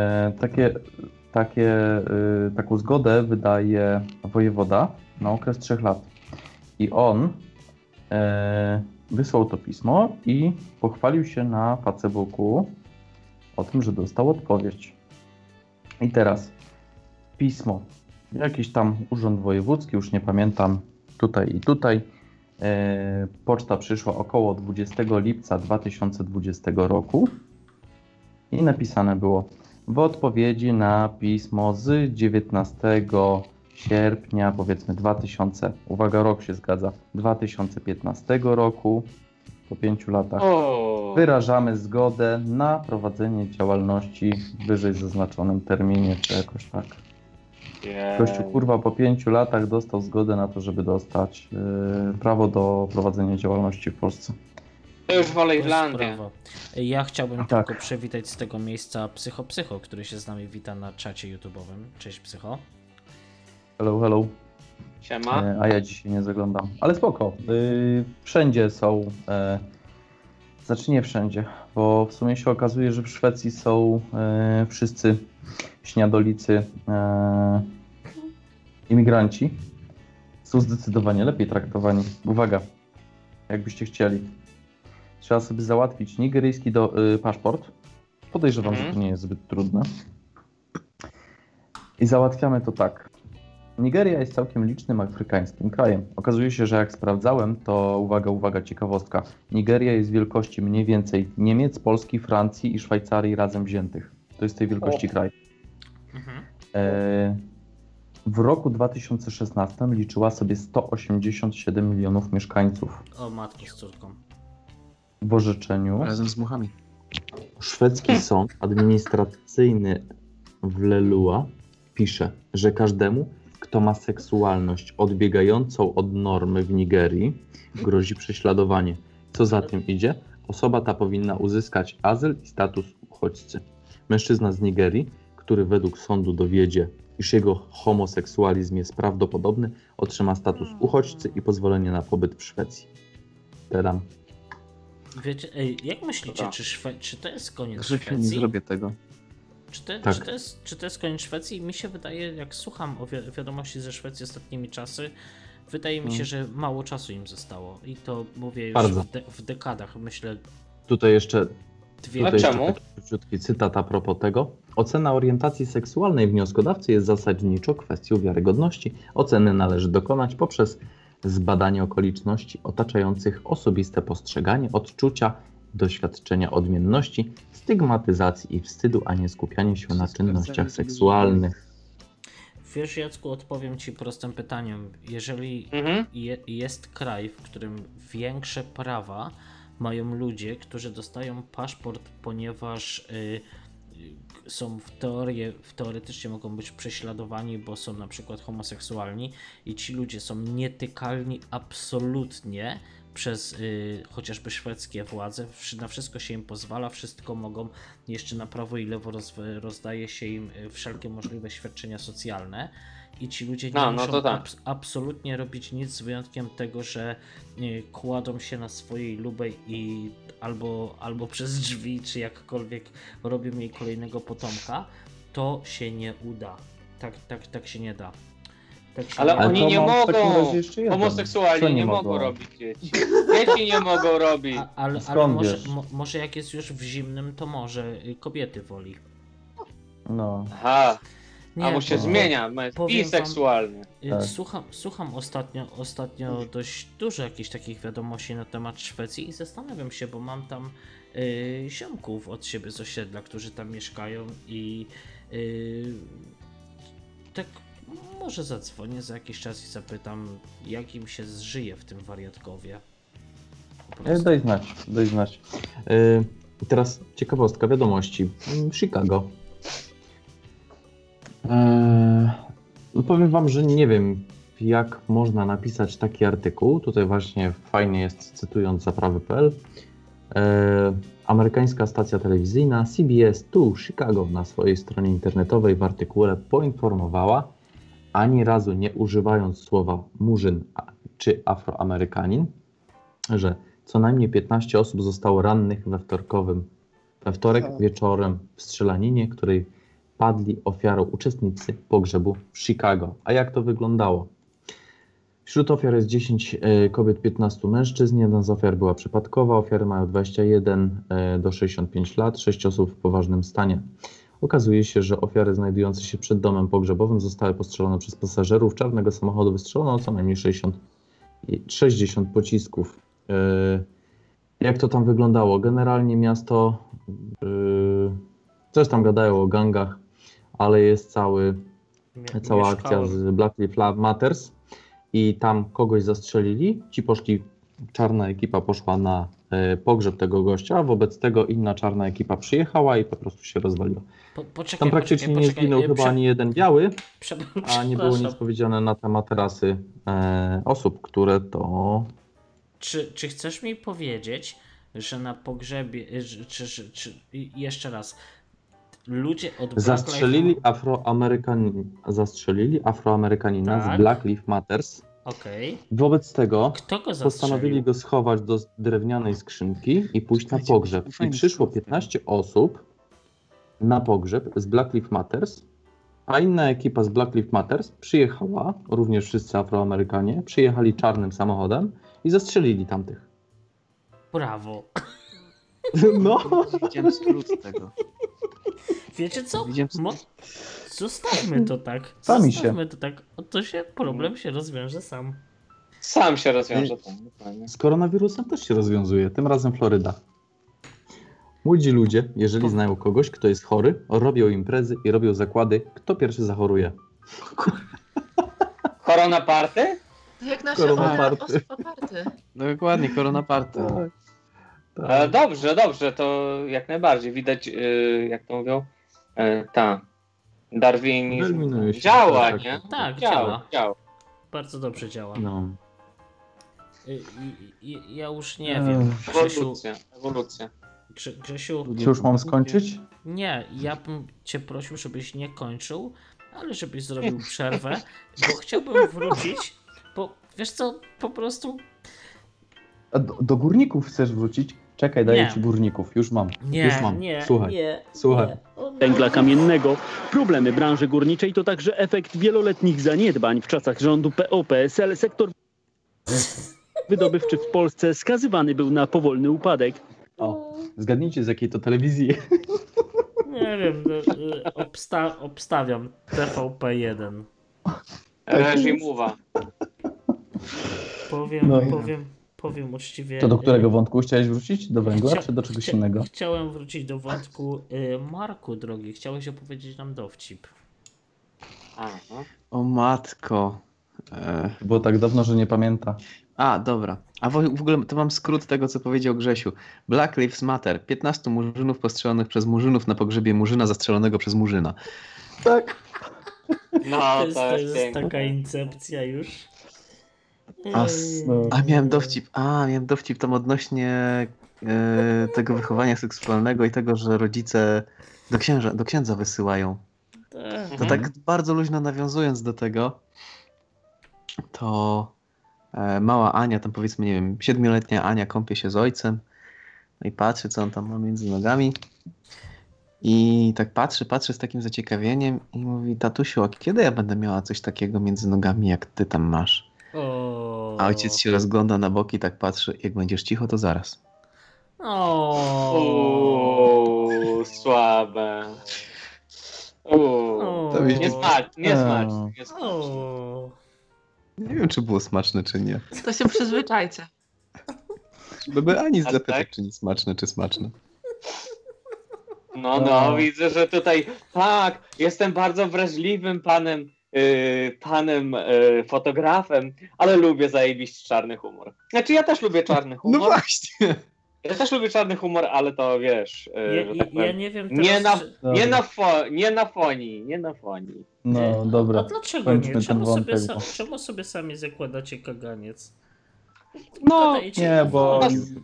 taką zgodę wydaje wojewoda na okres 3 lat. I on wysłał to pismo i pochwalił się na Facebooku o tym, że dostał odpowiedź. I teraz pismo, jakiś tam urząd wojewódzki, już nie pamiętam, tutaj i tutaj. Poczta przyszła około 20 lipca 2020 roku i napisane było: w odpowiedzi na pismo z 19 sierpnia, powiedzmy uwaga, rok się zgadza, 2015 roku, po 5 latach, wyrażamy zgodę na prowadzenie działalności w wyżej zaznaczonym terminie, czy jakoś tak. Gościu, kurwa, po 5 latach dostał zgodę na to, żeby dostać prawo do prowadzenia działalności w Polsce. To już wolę Irlandię. Ja chciałbym tylko przywitać z tego miejsca Psycho, który się z nami wita na czacie YouTube'owym. Cześć, Psycho. Hello, hello. Siema. A ja dzisiaj nie zaglądam. Ale spoko. Wszędzie są... Znaczy nie wszędzie, bo w sumie się okazuje, że w Szwecji są wszyscy śniadolicy imigranci. Są zdecydowanie lepiej traktowani. Uwaga, jakbyście chcieli. Trzeba sobie załatwić nigeryjski paszport. Podejrzewam, że to nie jest zbyt trudne. I załatwiamy to tak. Nigeria jest całkiem licznym afrykańskim krajem. Okazuje się, że jak sprawdzałem, to uwaga, ciekawostka. Nigeria jest wielkości mniej więcej Niemiec, Polski, Francji i Szwajcarii razem wziętych. To jest tej wielkości kraj. W roku 2016 liczyła sobie 187 milionów mieszkańców. O, matko z córką. W orzeczeniu razem z muchami. Szwedzki sąd administracyjny w Lelua pisze, że każdemu, kto ma seksualność odbiegającą od normy w Nigerii, grozi prześladowanie. Co za tym idzie? Osoba ta powinna uzyskać azyl i status uchodźcy. Mężczyzna z Nigerii, który według sądu dowiedzie, iż jego homoseksualizm jest prawdopodobny, otrzyma status uchodźcy i pozwolenie na pobyt w Szwecji. Tadam. Wiecie, jak myślicie, czy to jest koniec Szwecji? Nie zrobię tego. Czy to jest koniec Szwecji? Mi się wydaje, jak słucham o wiadomości ze Szwecji ostatnimi czasy, wydaje mi się, że mało czasu im zostało. I to mówię już w dekadach, myślę. Tutaj jeszcze czemu? Króciutki cytat a propos tego. Ocena orientacji seksualnej wnioskodawcy jest zasadniczo kwestią wiarygodności. Oceny należy dokonać poprzez zbadanie okoliczności otaczających osobiste postrzeganie, odczucia, doświadczenia odmienności, stygmatyzacji i wstydu, a nie skupianie się na czynnościach seksualnych. Wiesz, Jacku, odpowiem Ci prostym pytaniem. Jeżeli jest kraj, w którym większe prawa mają ludzie, którzy dostają paszport, ponieważ są teoretycznie mogą być prześladowani, bo są na przykład homoseksualni i ci ludzie są nietykalni absolutnie przez chociażby szwedzkie władze, na wszystko się im pozwala, wszystko mogą, jeszcze na prawo i lewo rozdaje się im wszelkie możliwe świadczenia socjalne i ci ludzie nie muszą absolutnie robić nic z wyjątkiem tego, że kładą się na swojej lubej i albo przez drzwi, czy jakkolwiek robią jej kolejnego potomka, to się nie uda. Tak się nie da. Ale oni nie mogą, homoseksualni nie mogą robić dzieci. Dzieci nie mogą robić. Ale może jak jest już w zimnym, to może kobiety woli. No. Aha. Nie, mu się zmienia, jest biseksualny. Słucham ostatnio dość dużo jakichś takich wiadomości na temat Szwecji i zastanawiam się, bo mam tam ziomków od siebie z osiedla, którzy tam mieszkają i tak może zadzwonię za jakiś czas i zapytam, jak im się zżyje w tym wariatkowie. Daj znać. Teraz ciekawostka wiadomości. Chicago. Powiem wam, że nie wiem, jak można napisać taki artykuł. Tutaj właśnie fajnie jest, cytując zaprawy.pl, amerykańska stacja telewizyjna CBS 2 Chicago na swojej stronie internetowej w artykule poinformowała, ani razu nie używając słowa murzyn czy afroamerykanin, że co najmniej 15 osób zostało rannych we wtorek wieczorem w strzelaninie, której padli ofiarą uczestnicy pogrzebu w Chicago. A jak to wyglądało? Wśród ofiar jest 10 kobiet, 15 mężczyzn. Jedna z ofiar była przypadkowa. Ofiary mają 21 do 65 lat, 6 osób w poważnym stanie. Okazuje się, że ofiary znajdujące się przed domem pogrzebowym zostały postrzelone przez pasażerów czarnego samochodu. Wystrzelono co najmniej 60 pocisków. Jak to tam wyglądało? Generalnie miasto, coś tam gadają o gangach, ale jest cała akcja z Black Lives Matters i tam kogoś zastrzelili, ci poszli, czarna ekipa poszła na pogrzeb tego gościa, wobec tego inna czarna ekipa przyjechała i po prostu się rozwaliła. Tam praktycznie nie zginął chyba ani jeden biały, a nie było nic powiedziane na temat rasy osób, które to... Czy chcesz mi powiedzieć, że na pogrzebie, czy jeszcze raz, ludzie od zastrzelili Afroamerykanina z Black Lives Matters. Okay. Wobec tego postanowili go schować do drewnianej skrzynki i pójść na pogrzeb. I przyszło 15 osób na pogrzeb z Black Lives Matters, a inna ekipa z Black Lives Matters przyjechała, również wszyscy Afroamerykanie, przyjechali czarnym samochodem i zastrzelili tamtych. Brawo. No. Widziałem skrót tego. Wiecie co? Zostawmy to tak. Zostawmy to tak. To się problem się rozwiąże sam. Sam się rozwiąże. Z koronawirusem też się rozwiązuje. Tym razem Floryda. Młodzi ludzie, jeżeli znają kogoś, kto jest chory, robią imprezy i robią zakłady, kto pierwszy zachoruje. Korona party? Jak nasze party. Dokładnie, korona party. Tak. Dobrze, to jak najbardziej. Widać, jak to mówią, darwinizm działa, nie? Tak, działa. Bardzo dobrze działa. No. Ja już nie wiem. Ewolucja. Grzesiu... Czy już mam skończyć? Nie, ja bym cię prosił, żebyś nie kończył, ale żebyś zrobił przerwę, bo chciałbym wrócić, bo wiesz co, po prostu... A do górników chcesz wrócić? Czekaj, daję ci górników. Już mam. Słuchaj. Słuchaj. Węgla kamiennego. Problemy branży górniczej to także efekt wieloletnich zaniedbań. W czasach rządu PO-PSL sektor wydobywczy w Polsce skazywany był na powolny upadek. Zgadnijcie, z jakiej to telewizji. Nie wiem, obstawiam TVP1. Reżimowa. Powiem uczciwie. To do którego wątku chciałeś wrócić? Do węgla czy do czegoś innego? Chciałem wrócić do wątku. Marku drogi, chciałeś opowiedzieć nam dowcip. Aha. O matko. Było tak dawno, że nie pamięta. A, dobra. A w ogóle to mam skrót tego, co powiedział Grzesiu. Black Lives Matter. 15 murzynów postrzelonych przez murzynów na pogrzebie murzyna zastrzelonego przez murzyna. Tak. No, to jest taka incepcja już. Miałem dowcip tam odnośnie tego wychowania seksualnego i tego, że rodzice do księdza wysyłają. To tak bardzo luźno nawiązując do tego, to mała Ania, tam powiedzmy, nie wiem, 7-letnia Ania kąpie się z ojcem, no i patrzy, co on tam ma między nogami. I tak patrzy z takim zaciekawieniem i mówi: tatusiu, a kiedy ja będę miała coś takiego między nogami, jak ty tam masz? A ojciec się rozgląda na boki, tak patrzy: jak będziesz cicho, to zaraz. Słabe. Niesmaczne. Nie wiem, czy było smaczne, czy nie. To się przyzwyczajcie. Żeby Ani zapytać, czy nie smaczne, czy smaczne. No, widzę, że tutaj jestem bardzo wrażliwym panem fotografem, ale lubię zajebiść czarny humor. Znaczy ja też lubię czarny humor. No właśnie. Ja też lubię czarny humor, ale to wiesz... Ja nie wiem teraz, nie na fonii. No dobra. A dlaczego nie? Czemu sobie sami zakładacie kaganiec? No nie, bo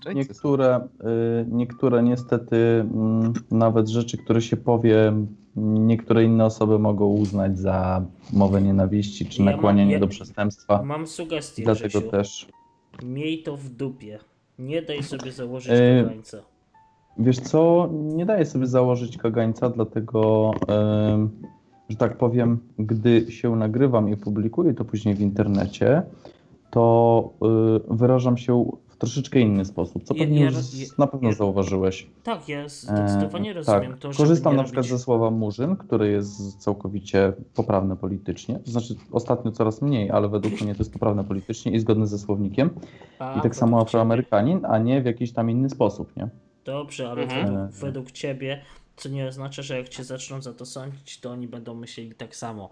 niektóre niestety nawet rzeczy, które się powie, niektóre inne osoby mogą uznać za mowę nienawiści czy nakłanianie do przestępstwa. Mam sugestię, dlatego Grzesiu. też. Miej to w dupie. Nie daj sobie założyć kagańca. Wiesz co, nie daję sobie założyć kagańca, dlatego, że tak powiem, gdy się nagrywam i publikuję to później w internecie, to wyrażam się w troszeczkę inny sposób, co pewnie już na pewno zauważyłeś. Tak, ja zdecydowanie rozumiem to, że korzystam na przykład ze słowa murzyn, które jest całkowicie poprawne politycznie, to znaczy ostatnio coraz mniej, ale według mnie to jest poprawne politycznie i zgodne ze słownikiem. I tak samo Afroamerykanin, a nie w jakiś tam inny sposób, nie? Dobrze, ale według ciebie, co nie oznacza, że jak cię zaczną za to sądzić, to oni będą myśleli tak samo.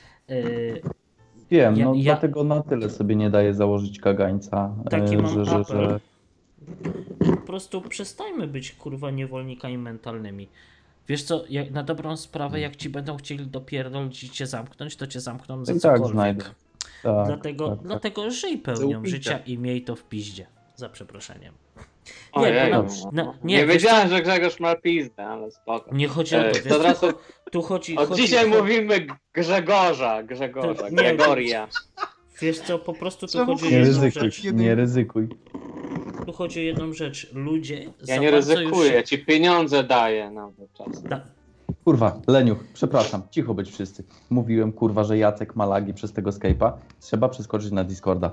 Wiem, dlatego na tyle sobie nie daję założyć kagańca, że... Po prostu przestańmy być kurwa niewolnikami mentalnymi. Wiesz co, na dobrą sprawę, jak ci będą chcieli dopierdolić i cię zamknąć, to cię zamkną za cokolwiek. Tak znajdę. Dlatego żyj pełnią życia i miej to w piździe. Za przeproszeniem. Nie wiedziałem, że Grzegorz ma pizdę, ale spoko. Nie chodzi o to. Wiesz, tu chodzi. Dzisiaj mówimy Grzegorza. Gregoria. Wiesz co, po prostu tu chodzi o jedną rzecz. Nie ryzykuj. Tu chodzi o jedną rzecz. Ludzie. Ja nie ryzykuję, ja ci pieniądze daję nawet czas. Kurwa, Leniuch, przepraszam, cicho być wszyscy. Mówiłem, kurwa, że Jacek ma lagi przez tego Skype'a. Trzeba przeskoczyć na Discorda.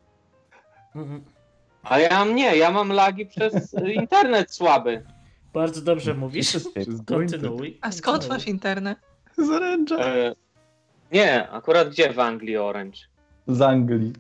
A ja mam lagi przez internet słaby. Bardzo dobrze mówisz. Kontynuuj. A skąd masz internet? Z Orange'a. Nie, akurat gdzie w Anglii Orange? Z Anglii.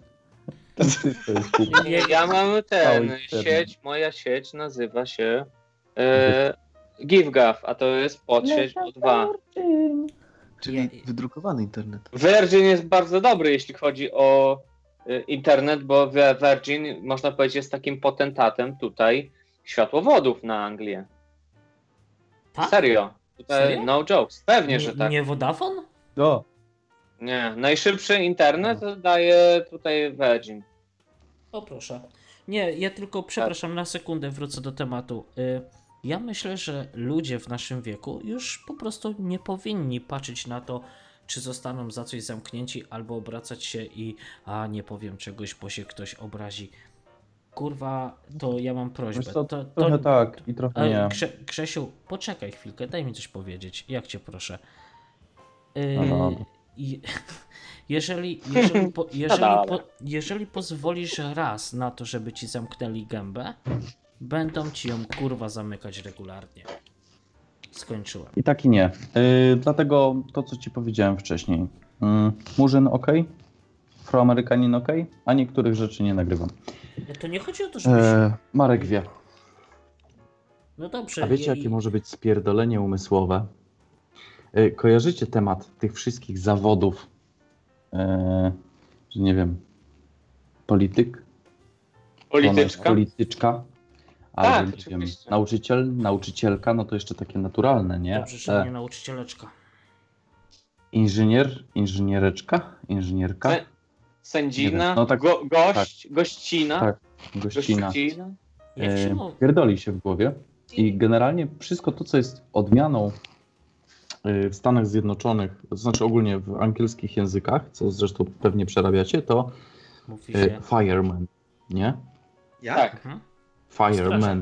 Ja mam moja sieć nazywa się GiveGav, a to jest podsieć O2. Czyli wydrukowany internet. Virgin jest bardzo dobry, jeśli chodzi o internet, bo Virgin, można powiedzieć, jest takim potentatem tutaj światłowodów na Anglię. Tak? Serio. Tutaj Serio? No jokes. Pewnie, że tak. Nie Vodafone? No. Nie. Najszybszy internet daje tutaj Virgin. O proszę. Nie, ja tylko, przepraszam, na sekundę wrócę do tematu. Ja myślę, że ludzie w naszym wieku już po prostu nie powinni patrzeć na to, czy zostaną za coś zamknięci, albo obracać się i nie powiem czegoś, bo się ktoś obrazi. Kurwa, to ja mam prośbę. Trochę tak i trochę nie. Grzesiu, poczekaj chwilkę, daj mi coś powiedzieć. Jak cię proszę. Jeżeli pozwolisz raz na to, żeby ci zamknęli gębę, będą ci ją kurwa zamykać regularnie. Skończyłem. I tak i nie. Dlatego to, co ci powiedziałem wcześniej. Murzyn ok, Afroamerykanin ok, a niektórych rzeczy nie nagrywam. To nie chodzi o to, żebyś... Marek wie. No dobrze. A wiecie, jakie może być spierdolenie umysłowe? Kojarzycie temat tych wszystkich zawodów, że nie wiem, polityczka, albo nie wiem, nauczyciel, nauczycielka, no to jeszcze takie naturalne, nie? Dobrze, że nie nauczycieleczka. Inżyniereczka, inżynierka. Sędzina, no tak, gościna. Tak, gościna. Pierdoli się w głowie i generalnie wszystko to, co jest odmianą w Stanach Zjednoczonych, to znaczy ogólnie w angielskich językach, co zresztą pewnie przerabiacie, to fireman, nie? Jak? Tak. Fireman.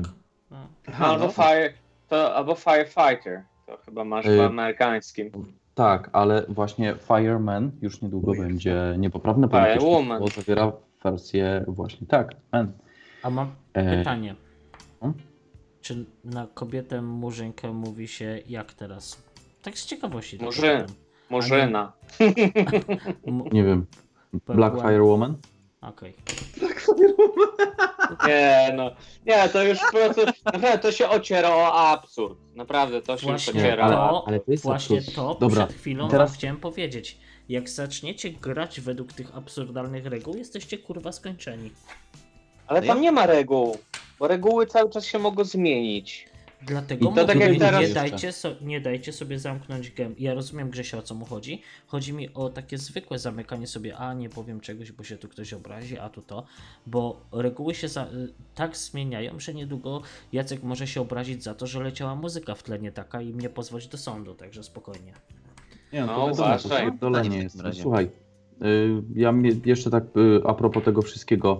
Albo firefighter. To chyba masz w amerykańskim. Tak, ale właśnie fireman już niedługo będzie niepoprawne politycznie, bo zawiera wersję właśnie man. A mam pytanie. Czy na kobietę murzynkę mówi się jak teraz? Tak z ciekawości. Murzyna. Nie wiem. Black Fire Woman? Okej. Black Fire Woman. Nie, to już po prostu, naprawdę to się ociera o absurd. Naprawdę to się ociera. Ale to jest właśnie absurd. to Dobra, przed chwilą wam chciałem powiedzieć. Jak zaczniecie grać według tych absurdalnych reguł, jesteście kurwa skończeni. Ale tam nie ma reguł. bo reguły cały czas się mogą zmienić. Dlatego to tak jak teraz... nie dajcie sobie zamknąć gęb. Ja rozumiem, Grzesia, o co mu chodzi. Chodzi mi o takie zwykłe zamykanie sobie, a nie powiem czegoś, bo się tu ktoś obrazi, a tu to. Bo reguły się tak zmieniają, że niedługo Jacek może się obrazić za to, że leciała muzyka w tle nie taka i mnie pozwać do sądu, także spokojnie. Nie, no to uważaj. Pierdolenie jest. Słuchaj, ja jeszcze tak a propos tego wszystkiego.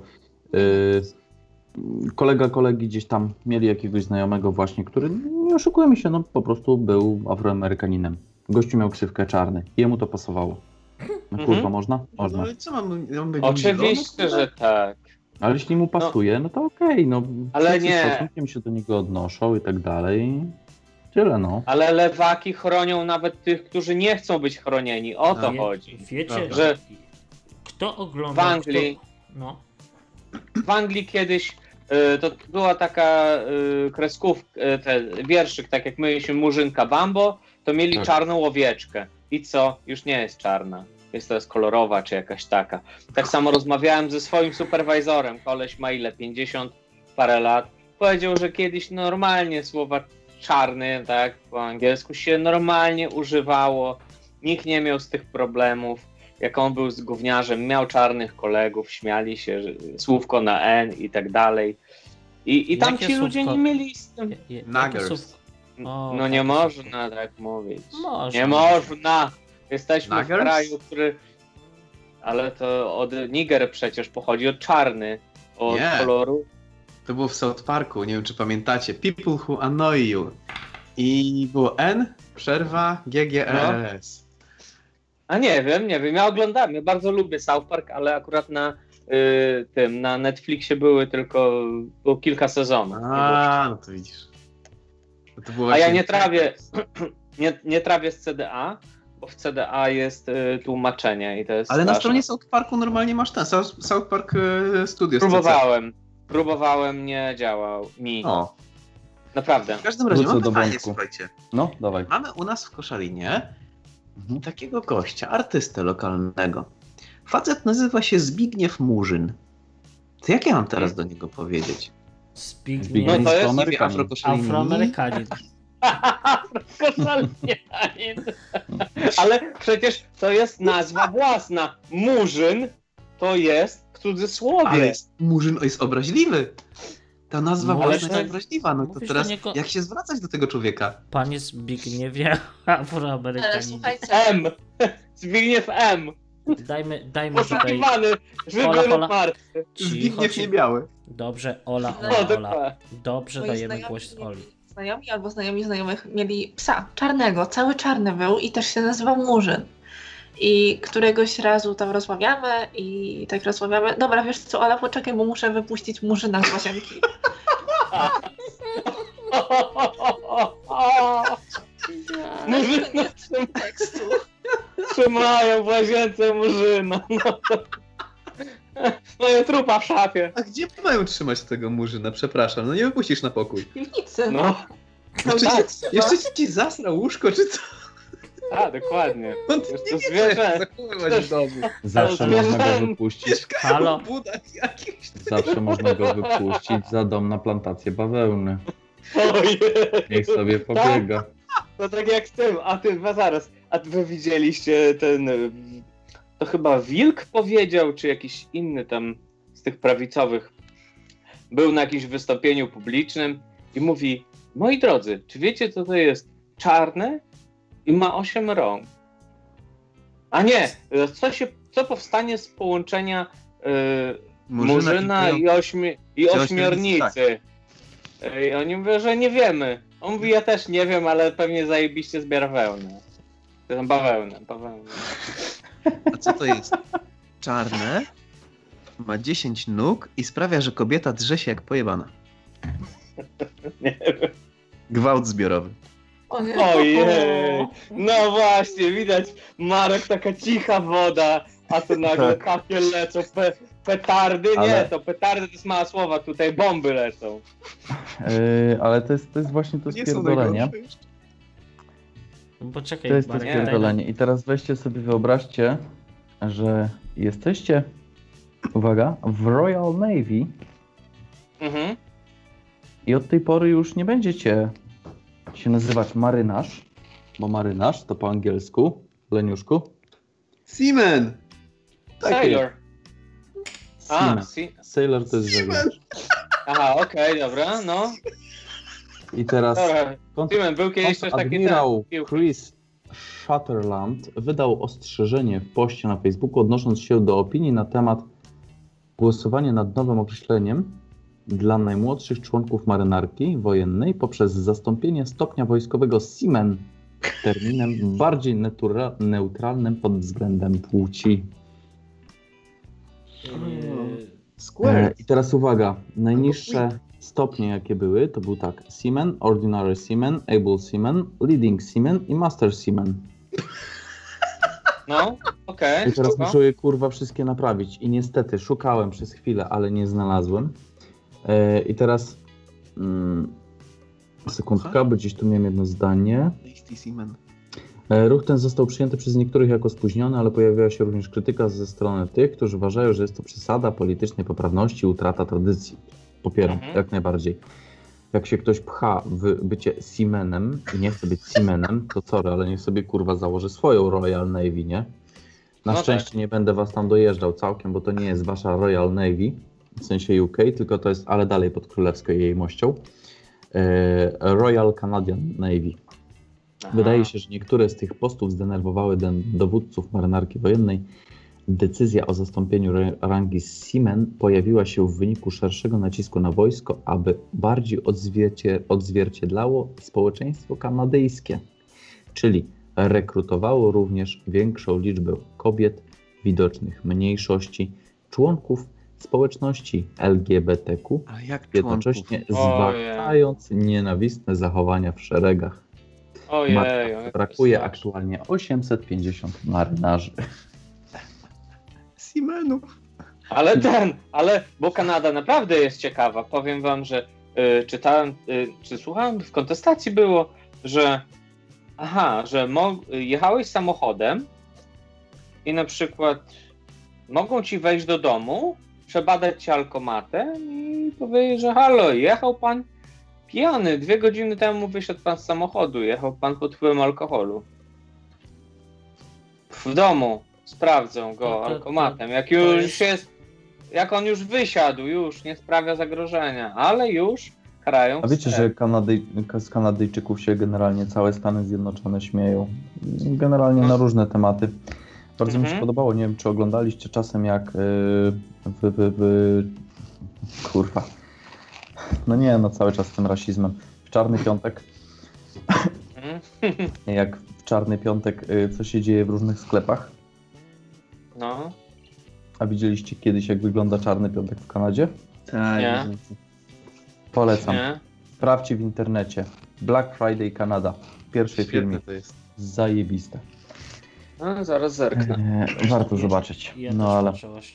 Kolegi gdzieś tam mieli jakiegoś znajomego właśnie, który, nie oszukujmy się, no po prostu był Afroamerykaninem. Gościu miał ksywkę Czarny. Jemu to pasowało. No kurwa, można? Można. No ale co mam być? Oczywiście, że tak. Ale jeśli mu pasuje, no to okej, no. Ale nie. Z szacunkiem się do niego odnoszą i tak dalej. Tyle, no. Ale lewaki chronią nawet tych, którzy nie chcą być chronieni. O to chodzi. Wiecie, że kto ogląda... W Anglii... No. W Anglii kiedyś to była taka kreskówka, wierszyk, tak jak my mieliśmy Murzynka Bambo, to mieli czarną owieczkę. I co? Już nie jest czarna. Jest teraz kolorowa, czy jakaś taka. Tak samo rozmawiałem ze swoim superwajzorem. Koleś ma ile? 50 parę lat. Powiedział, że kiedyś normalnie słowa czarny, tak, po angielsku się normalnie używało. Nikt nie miał z tych problemów. Jak on był z gówniarzem, miał czarnych kolegów, śmiali się, że słówko na N i tak dalej. I tam ci ludzie nie mieli z tym... No nie można tak mówić. Nie można. Jesteśmy w kraju, który... Ale to od Niger przecież pochodzi od czarny, od koloru. To było w South Parku, nie wiem czy pamiętacie. People who annoy you. I było N, przerwa, GGLS. A nie wiem. Ja oglądam, ja bardzo lubię South Park, ale akurat na Netflixie było kilka sezonów. No to widzisz. To było ja nie trawię, nie trawię z CDA, bo w CDA jest tłumaczenie i to jest ale straszne. Na stronie South Parku normalnie masz ten, South Park Studios. Próbowałem, nie działał mi. O. Naprawdę. W każdym razie mam pytanie, słuchajcie. No, dawaj. Mamy u nas w Koszalinie takiego gościa, artystę lokalnego. Facet nazywa się Zbigniew Murzyn. To jak ja mam teraz do niego powiedzieć? Zbigniew to jest Afroamerykanin. Ale przecież to jest nazwa własna. Murzyn to jest w cudzysłowie. Ale Murzyn jest obraźliwy. Ta nazwa własna jest obraźliwa. No to teraz jak się zwracać do tego człowieka? Panie Zbigniewie Afroamerykanin. Zbigniew M. Dajmy tutaj... żywy lub martwy. Zbigniew nie biały. Dobrze, Ola. Dobrze, dajemy głos Oli. Znajomi albo znajomi znajomych mieli psa czarnego, cały czarny był i też się nazywał Murzyn. I któregoś razu tam rozmawiamy i tak rozmawiamy. Dobra, wiesz co, Ola, poczekaj, bo muszę wypuścić Murzyna z łazienki. Murzyna trzymają w łazience Murzyna. Moja trupa w szafie. A gdzie mają trzymać tego Murzyna? Przepraszam, no nie wypuścisz na pokój. W piwnicy. No. Jeszcze ci zasrał łóżko, czy co? A, dokładnie. To zwierzę. W domu. Zawsze można go wypuścić. Halo. Zawsze można go wypuścić za dom na plantację bawełny. Ojej. Niech sobie pobiega. No tak jak z tym, zaraz. A wy widzieliście to chyba Wilk powiedział, czy jakiś inny tam z tych prawicowych był na jakimś wystąpieniu publicznym i mówi: moi drodzy, czy wiecie co to jest czarne i ma 8 rąk? A nie, co powstanie z połączenia Murzyna i ośmiornicy? I oni mówią, że nie wiemy. On mówi, ja też nie wiem, ale pewnie zajebiście zbiera wełnę. Bawełnę. A co to jest? Czarne, ma 10 nóg i sprawia, że kobieta drze się jak pojebana. Nie wiem. Gwałt zbiorowy. Ojej, no właśnie, widać, Marek, taka cicha woda, a tu nagle takie lecą petardy. Nie, to petardy to jest mała słowa, tutaj bomby lecą. Ale to jest właśnie to spierdolenie. Poczekaj, to jest to spierdolenie. I teraz weźcie sobie, wyobraźcie, że jesteście, uwaga, w Royal Navy I od tej pory już nie będziecie się nazywać marynarz, bo marynarz to po angielsku, Leniuszku. Seaman! Sailor. Sailor to jest żeglarz. Aha, okej, dobra, no. I teraz był kiedyś też taki admirał Chris Sutherland wydał ostrzeżenie w poście na Facebooku, odnosząc się do opinii na temat głosowania nad nowym określeniem dla najmłodszych członków marynarki wojennej poprzez zastąpienie stopnia wojskowego seaman terminem bardziej neutralnym pod względem płci. I teraz uwaga, najniższe stopnie jakie były, to był tak: seaman, ordinary seaman, able seaman, leading seaman i master seaman. No, okej. I teraz muszę je kurwa wszystkie naprawić i niestety szukałem przez chwilę, ale nie znalazłem. I teraz sekundka, bo gdzieś tu miałem jedno zdanie. Ruch ten został przyjęty przez niektórych jako spóźniony, ale pojawiła się również krytyka ze strony tych, którzy uważają, że jest to przesada politycznej poprawności, utrata tradycji. Popieram, jak najbardziej. Jak się ktoś pcha w bycie seamanem i nie chce być seamanem, to sorry, ale niech sobie kurwa założy swoją Royal Navy, nie? Na szczęście nie będę was tam dojeżdżał całkiem, bo to nie jest wasza Royal Navy, w sensie UK, tylko to jest, ale dalej pod królewską jej mością, Royal Canadian Navy. Wydaje się, że niektóre z tych postów zdenerwowały dowódców marynarki wojennej. Decyzja o zastąpieniu rangi seaman pojawiła się w wyniku szerszego nacisku na wojsko, aby bardziej odzwierciedlało społeczeństwo kanadyjskie, czyli rekrutowało również większą liczbę kobiet, widocznych mniejszości, członków społeczności LGBTQ, jednocześnie zwalczając nienawistne zachowania w szeregach. Brakuje aktualnie 850 marynarzy. Seamanów. Bo Kanada naprawdę jest ciekawa. Powiem wam, że czytałem, czy słuchałem, w kontestacji było, że jechałeś samochodem i na przykład mogą ci wejść do domu, przebadać ci alkomatem i powiedzieć, że halo, jechał pan pijany, 2 godziny temu wyszedł pan z samochodu, jechał pan pod wpływem alkoholu. W domu sprawdzą go alkomatem. Jak on już wysiadł, już nie sprawia zagrożenia, ale już karają. A wiecie, że z Kanadyjczyków się generalnie całe Stany Zjednoczone śmieją. Generalnie na różne tematy. Bardzo mi się podobało, nie wiem, czy oglądaliście czasem jak kurwa. No nie, no cały czas z tym rasizmem. W Czarny Piątek. Jak w Czarny Piątek, co się dzieje w różnych sklepach. No. A widzieliście kiedyś, jak wygląda Czarny Piątek w Kanadzie? Tak. Nie. Polecam. Nie. Sprawdźcie w internecie. Black Friday Kanada. Pierwszy filmik. To jest zajebiste. No, zaraz zerknę. Warto zobaczyć. No ale...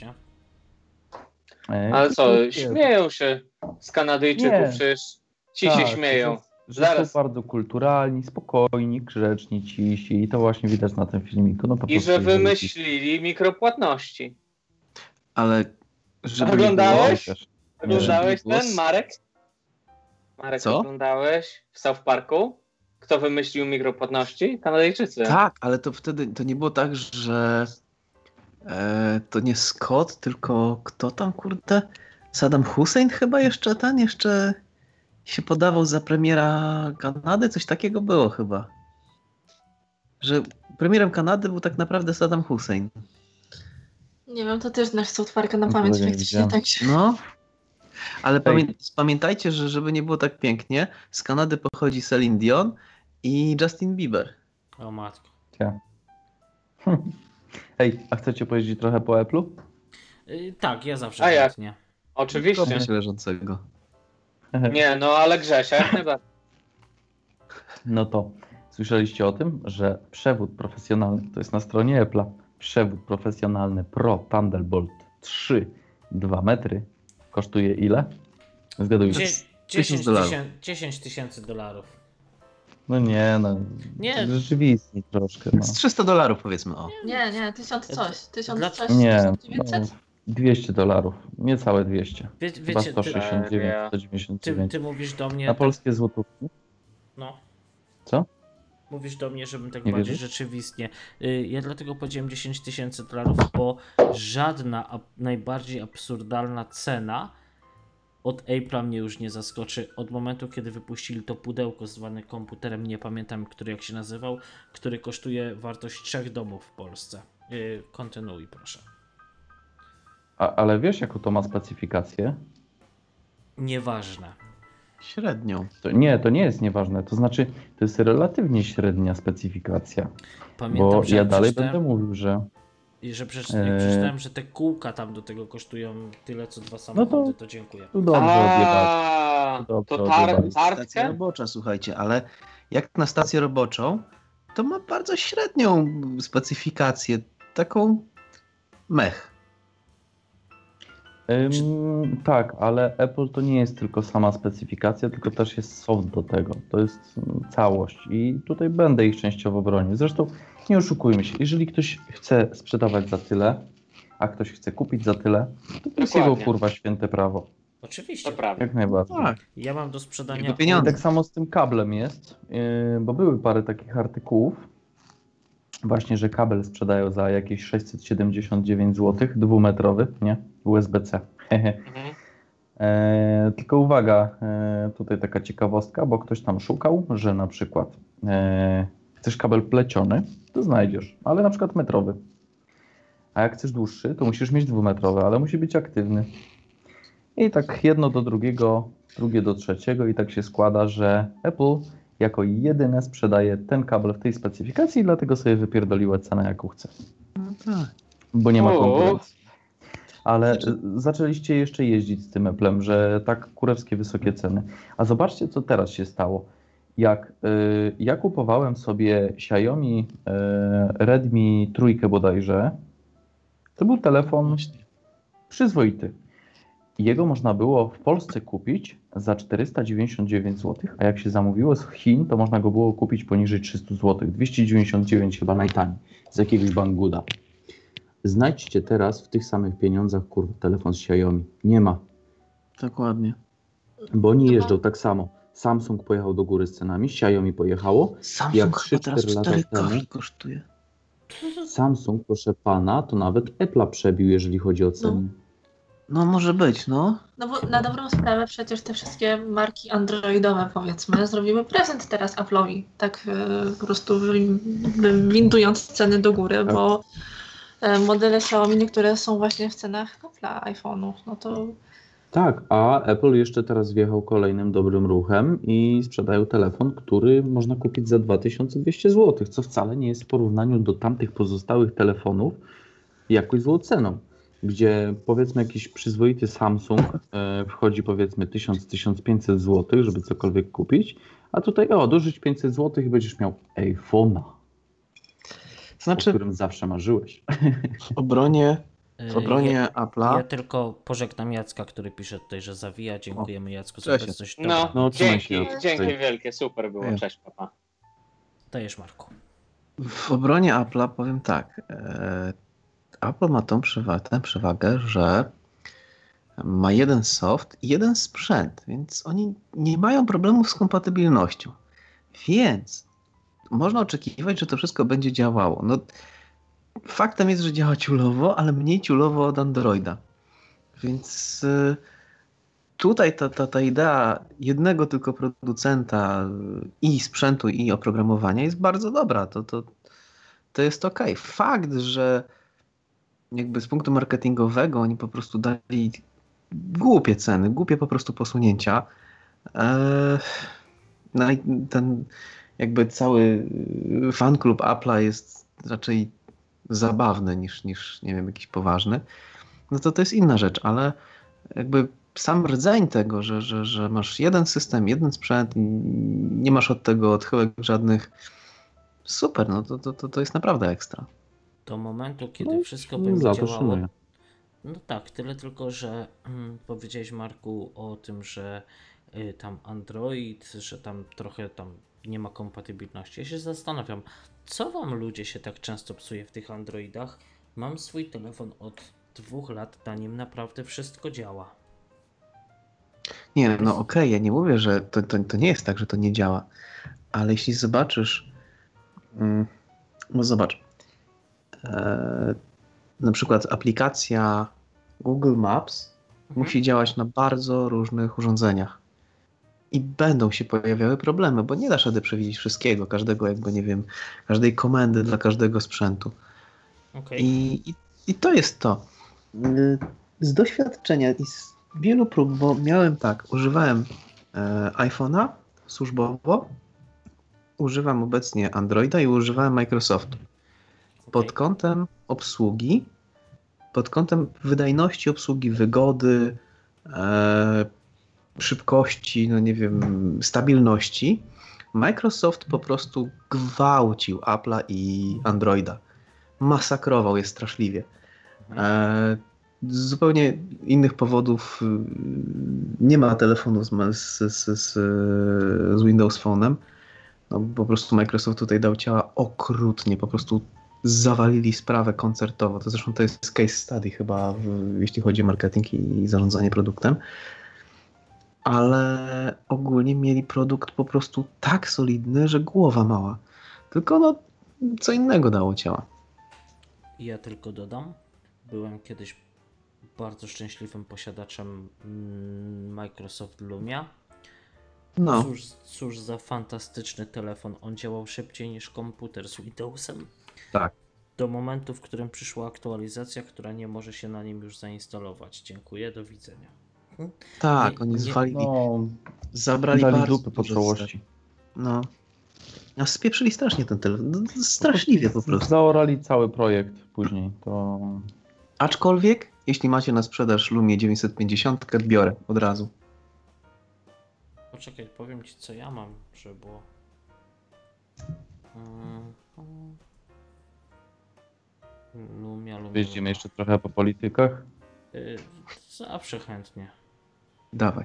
Ale co, śmieją się z Kanadyjczyków, przecież ci się śmieją. Że są bardzo kulturalni, spokojni, grzeczni, cisi i to właśnie widać na tym filmiku. No, i że wymyślili mikropłatności. Ale żeby oglądałeś? Oglądałeś ten, Marek? Co? Oglądałeś w South Parku? Kto wymyślił mikropłatności? Kanadyjczycy. Tak, ale to wtedy to nie było tak, że to nie Scott, tylko kto tam, kurde? Saddam Hussein chyba jeszcze się podawał za premiera Kanady? Coś takiego było chyba. Że premierem Kanady był tak naprawdę Saddam Hussein. Nie wiem, to też znasz South Parka na pamięć, faktycznie tak się... No, ale pamiętajcie, że żeby nie było tak pięknie, z Kanady pochodzi Celine Dion i Justin Bieber. O matko. Ja. Ej, a chcecie pojeździć trochę po Apple'u? Tak, ja zawsze chętnie. Oczywiście. Komuś leżącego. Nie, no ale Grzesia jak najbardziej. No to słyszeliście o tym, że przewód profesjonalny, to jest na stronie Apple'a, przewód profesjonalny Pro Thunderbolt 3 2 metry kosztuje ile? Zgadujcie. $10,000. No nie, no. Nie. Rzeczywistnie troszkę. No. Z $300 powiedzmy, o. Nie, 1000 coś. 1000 coś. Nie. 1900? $200, niecałe 200. Chyba Wiecie, 169, 199. ty mówisz do mnie... Na polskie złotówki? No. Co? Mówisz do mnie, żebym tak Nie bardziej wierzysz? rzeczywiście. Ja dlatego powiedziałem $10,000, bo żadna najbardziej absurdalna cena od Apple'a mnie już nie zaskoczy. Od momentu, kiedy wypuścili to pudełko zwane komputerem, nie pamiętam, który jak się nazywał, który kosztuje wartość 3 domów w Polsce. Kontynuuj, proszę. Ale wiesz, jaką to ma specyfikację? Nieważne. Średnią. To nie jest nieważne. To znaczy, to jest relatywnie średnia specyfikacja. Pamiętam, bo że ja dalej będę mówił, że... I że przeczytałem, że te kółka tam do tego kosztują tyle, co 2 samochody, to dziękuję. Tu dobrze odjebać. To Stacja robocza, słuchajcie, ale jak na stację roboczą, to ma bardzo średnią specyfikację, taką mech. Tak, ale Apple to nie jest tylko sama specyfikacja, tylko też jest soft do tego. To jest całość i tutaj będę ich częściowo bronił. Zresztą nie oszukujmy się, jeżeli ktoś chce sprzedawać za tyle, a ktoś chce kupić za tyle, to jest jego kurwa święte prawo. Oczywiście. To prawda. Jak najbardziej. Tak. Ja mam do sprzedania... I tak samo z tym kablem jest, bo były parę takich artykułów, właśnie, że kabel sprzedają za jakieś 679 zł, 2-metrowy, nie? USB-C. Tylko uwaga, tutaj taka ciekawostka, bo ktoś tam szukał, że na przykład chcesz kabel pleciony, to znajdziesz, ale na przykład metrowy. A jak chcesz dłuższy, to musisz mieć 2-metrowy, ale musi być aktywny. I tak jedno do drugiego, drugie do trzeciego i tak się składa, że Apple jako jedyne sprzedaje ten kabel w tej specyfikacji i dlatego sobie wypierdoliła cenę, jaką chce. No tak. Bo nie ma konkurencji. Ale zaczęliście jeszcze jeździć z tym Apple'em, że tak kurewskie wysokie ceny. A zobaczcie, co teraz się stało. Jak ja kupowałem sobie Xiaomi Redmi 3 bodajże, to był telefon przyzwoity. Jego można było w Polsce kupić za 499 zł, a jak się zamówiło z Chin, to można go było kupić poniżej 300 zł. 299 chyba najtaniej, z jakiegoś Banggoda. Znajdźcie teraz w tych samych pieniądzach telefon z Xiaomi. Nie ma. Dokładnie. Bo oni jeżdżą tak samo. Samsung pojechał do góry z cenami, Xiaomi pojechało. Samsung jak chyba teraz 4 kosztuje. Samsung, proszę pana, to nawet Apple'a przebił, jeżeli chodzi o ceny. No może być, no. No bo na dobrą sprawę przecież te wszystkie marki androidowe, powiedzmy, zrobiły prezent teraz Apple'owi, tak po prostu windując ceny do góry, bo modele Xiaomi niektóre są właśnie w cenach Apple'a, iPhone'ów, no to... Tak, a Apple jeszcze teraz wjechał kolejnym dobrym ruchem i sprzedają telefon, który można kupić za 2200 zł, co wcale nie jest w porównaniu do tamtych pozostałych telefonów jakoś złą ceną, gdzie powiedzmy jakiś przyzwoity Samsung wchodzi powiedzmy 1000-1500 zł, żeby cokolwiek kupić, a tutaj dorzuć 500 zł i będziesz miał iPhone'a, znaczy, o którym zawsze marzyłeś. W obronie Apple'a... Ja tylko pożegnam Jacka, który pisze tutaj, że zawija. Dziękujemy Jacku za cześć. obecność. No, dzięki wielkie, super było, cześć papa. Dajesz, Marku. W obronie Apple'a powiem tak. Apple ma tę przewagę, że ma jeden soft i jeden sprzęt, więc oni nie mają problemów z kompatybilnością. Więc można oczekiwać, że to wszystko będzie działało. No, faktem jest, że działa ciulowo, ale mniej ciulowo od Androida. Więc tutaj ta idea jednego tylko producenta i sprzętu, i oprogramowania jest bardzo dobra. To jest okej. Fakt, że jakby z punktu marketingowego oni po prostu dali głupie ceny, głupie po prostu posunięcia. No i ten jakby cały fanklub Apple'a jest raczej zabawny niż nie wiem, jakiś poważny. No to jest inna rzecz, ale jakby sam rdzeń tego, że masz jeden system, jeden sprzęt, nie masz od tego odchyłek żadnych, super, no to jest naprawdę ekstra. Do momentu, kiedy wszystko będzie działało. No tak, tyle tylko, że powiedziałeś, Marku, o tym, że tam Android, że tam trochę nie ma kompatybilności. Ja się zastanawiam, co wam ludzie się tak często psuje w tych Androidach? Mam swój telefon od 2 lat na nim naprawdę wszystko działa. Nie, no okej, ja nie mówię, że to nie jest tak, że to nie działa, ale jeśli zobaczysz, no zobacz, na przykład aplikacja Google Maps musi działać na bardzo różnych urządzeniach i będą się pojawiały problemy, bo nie dasz rady przewidzieć wszystkiego, każdego jakby, nie wiem, każdej komendy dla każdego sprzętu. Okay. I to jest to. Z doświadczenia i z wielu prób, bo miałem tak, używałem iPhone'a służbowo, używam obecnie Androida i używałem Microsoftu. Pod kątem obsługi, pod kątem wydajności obsługi, wygody, szybkości, no nie wiem, stabilności, Microsoft po prostu gwałcił Apple'a i Androida. Masakrował je straszliwie. Z zupełnie innych powodów nie ma telefonu z Windows Phone'em. No, po prostu Microsoft tutaj dał ciała okrutnie, po prostu zawalili sprawę koncertowo. To zresztą to jest case study chyba, jeśli chodzi o marketing i zarządzanie produktem. Ale ogólnie mieli produkt po prostu tak solidny, że głowa mała. Tylko no, co innego dało ciała. Ja tylko dodam, byłem kiedyś bardzo szczęśliwym posiadaczem Microsoft Lumia. No. Cóż za fantastyczny telefon. On działał szybciej niż komputer z Windowsem. Tak. Do momentu, w którym przyszła aktualizacja, która nie może się na nim już zainstalować. Dziękuję, do widzenia. Tak, oni zwalili. Zabrali bardzo dupy po całości. No. A spieprzyli strasznie ten telefon. No, straszliwie po prostu. Zaorali cały projekt później. To... Aczkolwiek, jeśli macie na sprzedaż Lumię 950, biorę od razu. Poczekaj, powiem ci co ja mam, żeby było. Lumia. Wyjeździmy jeszcze trochę po politykach? Zawsze chętnie. Dawaj.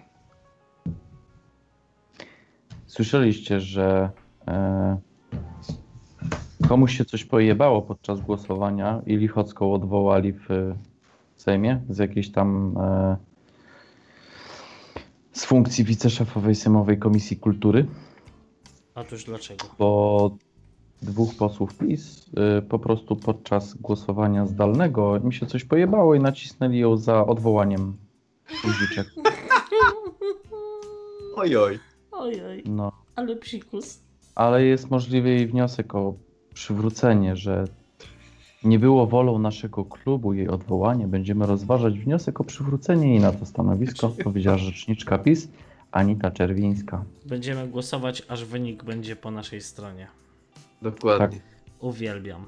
Słyszeliście, że komuś się coś pojebało podczas głosowania i Lichocką odwołali w Sejmie z jakiejś tam z funkcji wiceszefowej Sejmowej Komisji Kultury. A toż dlaczego? Bo 2 posłów PiS po prostu podczas głosowania zdalnego mi się coś pojebało i nacisnęli ją za odwołaniem guziczek. Ojoj. Ojoj. No. Ale psikus. Ale jest możliwy jej wniosek o przywrócenie, że nie było wolą naszego klubu jej odwołanie. Będziemy rozważać wniosek o przywrócenie jej na to stanowisko, powiedziała rzeczniczka PiS Anita Czerwińska. Będziemy głosować, aż wynik będzie po naszej stronie. Dokładnie. Tak. Uwielbiam.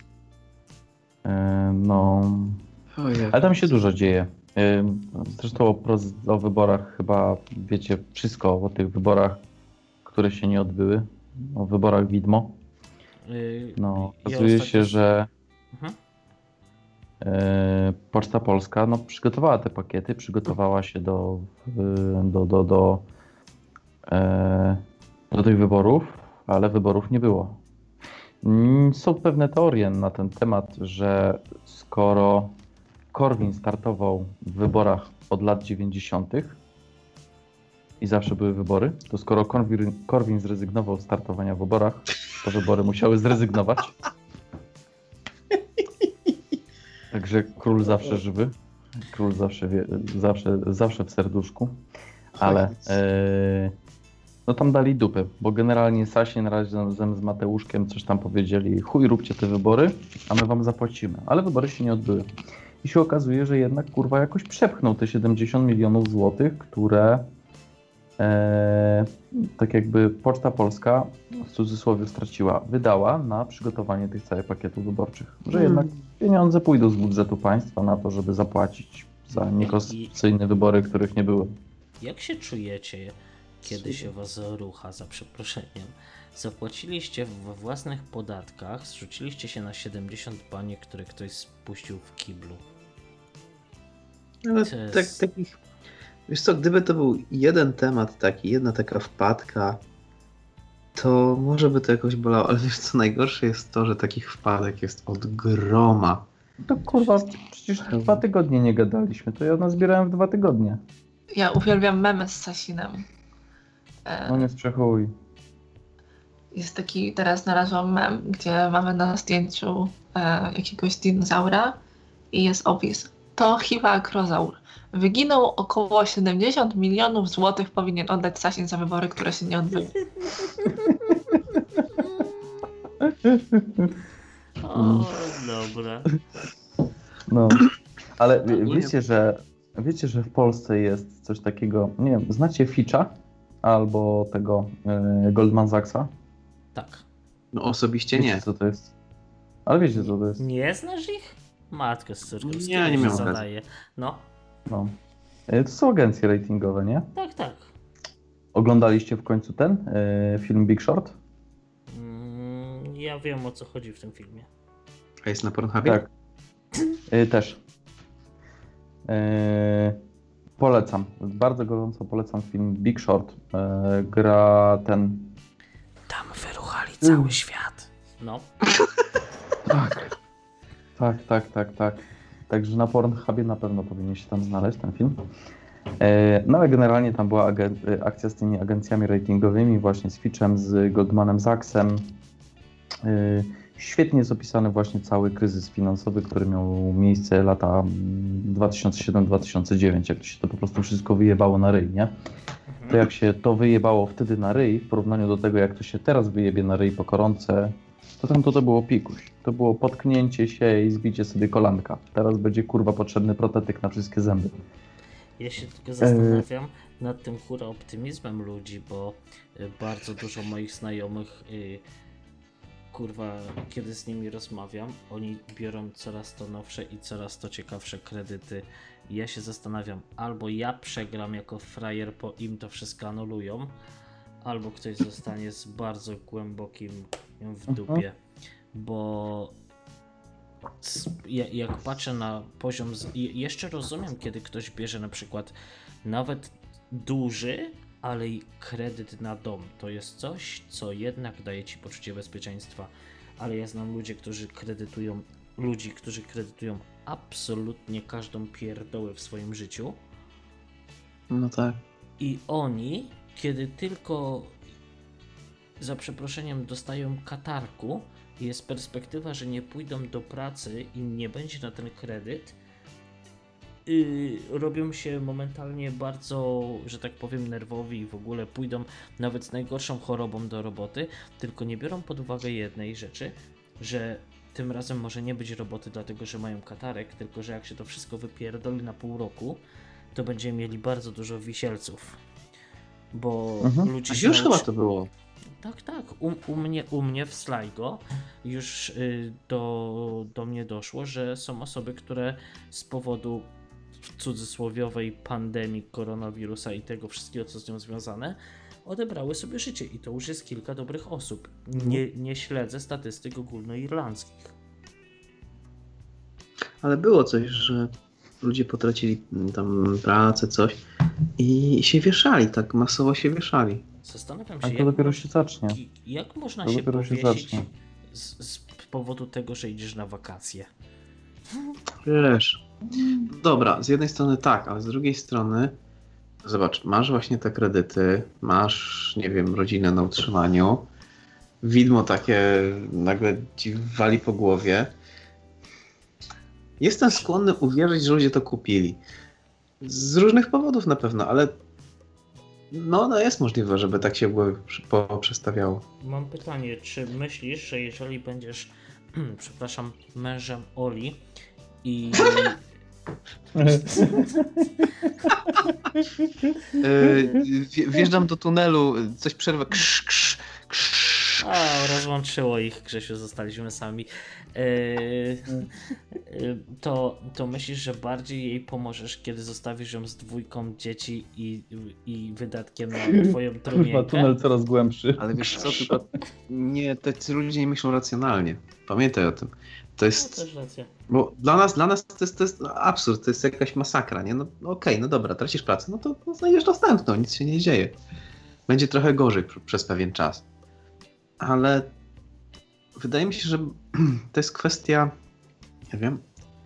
No. Ale tam się dużo dzieje. Zresztą o wyborach chyba wiecie wszystko o tych wyborach, które się nie odbyły. O wyborach widmo. No, okazuje się, że Poczta Polska przygotowała te pakiety, przygotowała się do tych wyborów, ale wyborów nie było. Są pewne teorie na ten temat, że skoro Korwin startował w wyborach od lat 90. i zawsze były wybory, to skoro Korwin zrezygnował z startowania w wyborach, to wybory musiały zrezygnować. Także król zawsze żywy. Król zawsze w serduszku. Ale no tam dali dupy, bo generalnie Sasin razem z Mateuszkiem coś tam powiedzieli: chuj, róbcie te wybory, a my wam zapłacimy. Ale wybory się nie odbyły. I się okazuje, że jednak kurwa jakoś przepchnął te 70 milionów złotych, które tak jakby Poczta Polska w cudzysłowie straciła, wydała na przygotowanie tych całych pakietów wyborczych. Że jednak pieniądze pójdą z budżetu państwa na to, żeby zapłacić za niekonstytucyjne wybory, których nie było. Jak się czujecie, kiedy się was rucha, za przeproszeniem? Zapłaciliście we własnych podatkach, zrzuciliście się na 70 baniek, które ktoś spuścił w kiblu. Ale takich... Wiesz co, gdyby to był jeden temat taki, jedna taka wpadka, to może by to jakoś bolało, ale wiesz co, najgorsze jest to, że takich wpadek jest od groma. To kurwa, przecież 2 tygodnie nie gadaliśmy, to ja nazbierałem w 2 tygodnie. Ja uwielbiam memy z Sasinem. No nie sprzechuj. Jest taki, teraz znalazłam mem, gdzie mamy na zdjęciu jakiegoś dinozaura i jest opis. To chiwakrozaur. Wyginął około 70 milionów złotych, powinien oddać Sasin za wybory, które się nie odbyły. O, dobra. No, ale wiecie, że w Polsce jest coś takiego, nie wiem, znacie Fitcha albo tego Goldman Sachsa? Tak. No osobiście Wiecie, nie. co to jest? Ale wiecie, co to jest? Nie znasz ich? Matko z córką. Nie miałem zadaje. No. No. To są agencje ratingowe, nie? Tak, tak. Oglądaliście w końcu ten film Big Short? Ja wiem, o co chodzi w tym filmie. A jest na Pornhubie? Tak. Też. Polecam. Bardzo gorąco polecam film Big Short. Gra ten... Tam wyruchali cały świat. No. Tak. Także na Pornhubie na pewno powinien się tam znaleźć ten film. No ale generalnie tam była akcja z tymi agencjami ratingowymi, właśnie z Fitchem, z Goldmanem Sachsem. Świetnie jest opisany właśnie cały kryzys finansowy, który miał miejsce lata 2007-2009, jak to się to po prostu wszystko wyjebało na ryj, nie? To jak się to wyjebało wtedy na ryj, w porównaniu do tego, jak to się teraz wyjebie na ryj po koronce, to tam to było pikuś. To było potknięcie się i zbicie sobie kolanka. Teraz będzie kurwa potrzebny protetyk na wszystkie zęby. Ja się tylko zastanawiam nad tym hura optymizmem ludzi, bo bardzo dużo moich znajomych, kurwa, kiedy z nimi rozmawiam, oni biorą coraz to nowsze i coraz to ciekawsze kredyty. I ja się zastanawiam, albo ja przegram jako frajer, bo im to wszystko anulują, albo ktoś zostanie z bardzo głębokim w dupie, bo jak patrzę na poziom, jeszcze rozumiem, kiedy ktoś bierze na przykład nawet duży, ale i kredyt na dom. To jest coś, co jednak daje ci poczucie bezpieczeństwa, ale ja znam ludzi, którzy kredytują absolutnie każdą pierdołę w swoim życiu. No tak. I oni, kiedy tylko za przeproszeniem dostają katarku i jest perspektywa, że nie pójdą do pracy i nie będzie na ten kredyt, robią się momentalnie bardzo, że tak powiem, nerwowi i w ogóle pójdą nawet z najgorszą chorobą do roboty, tylko nie biorą pod uwagę jednej rzeczy, że tym razem może nie być roboty dlatego, że mają katarek, tylko że jak się to wszystko wypierdoli na pół roku, to będziemy mieli bardzo dużo wisielców. Bo ludzie się już chyba to było. Tak. U mnie w Sligo już do mnie doszło, że są osoby, które z powodu cudzysłowiowej pandemii koronawirusa i tego wszystkiego, co z nią związane, odebrały sobie życie. I to już jest kilka dobrych osób. Nie śledzę statystyk ogólnoirlandzkich. Ale było coś, że ludzie potracili tam pracę, coś i się wieszali, tak masowo się wieszali. Zastanawiam się, to dopiero się zacznie. Jak można się powiesić z powodu tego, że idziesz na wakacje? Wiesz, dobra, z jednej strony tak, ale z drugiej strony zobacz, masz właśnie te kredyty, masz, nie wiem, rodzinę na utrzymaniu, widmo takie nagle ci wali po głowie. Jestem skłonny uwierzyć, że ludzie to kupili. Z różnych powodów na pewno, ale no jest możliwe, żeby tak się poprzestawiało. Mam pytanie, czy myślisz, że jeżeli będziesz, przepraszam, mężem Oli i... Wjeżdżam do tunelu, coś przerwa. Rozłączyło ich, Grzesiu, zostaliśmy sami. To myślisz, że bardziej jej pomożesz, kiedy zostawisz ją z 2 dzieci i wydatkiem na twoją trumienkę? Tunel coraz głębszy. Ale wiesz co, tylko nie, te ludzie nie myślą racjonalnie. Pamiętaj o tym. To jest... No, też racja. Bo dla nas to jest absurd, to jest jakaś masakra, nie? No okej, no dobra, tracisz pracę, no to znajdziesz następną, nic się nie dzieje. Będzie trochę gorzej przez pewien czas. Ale wydaje mi się, że to jest kwestia, nie wiem,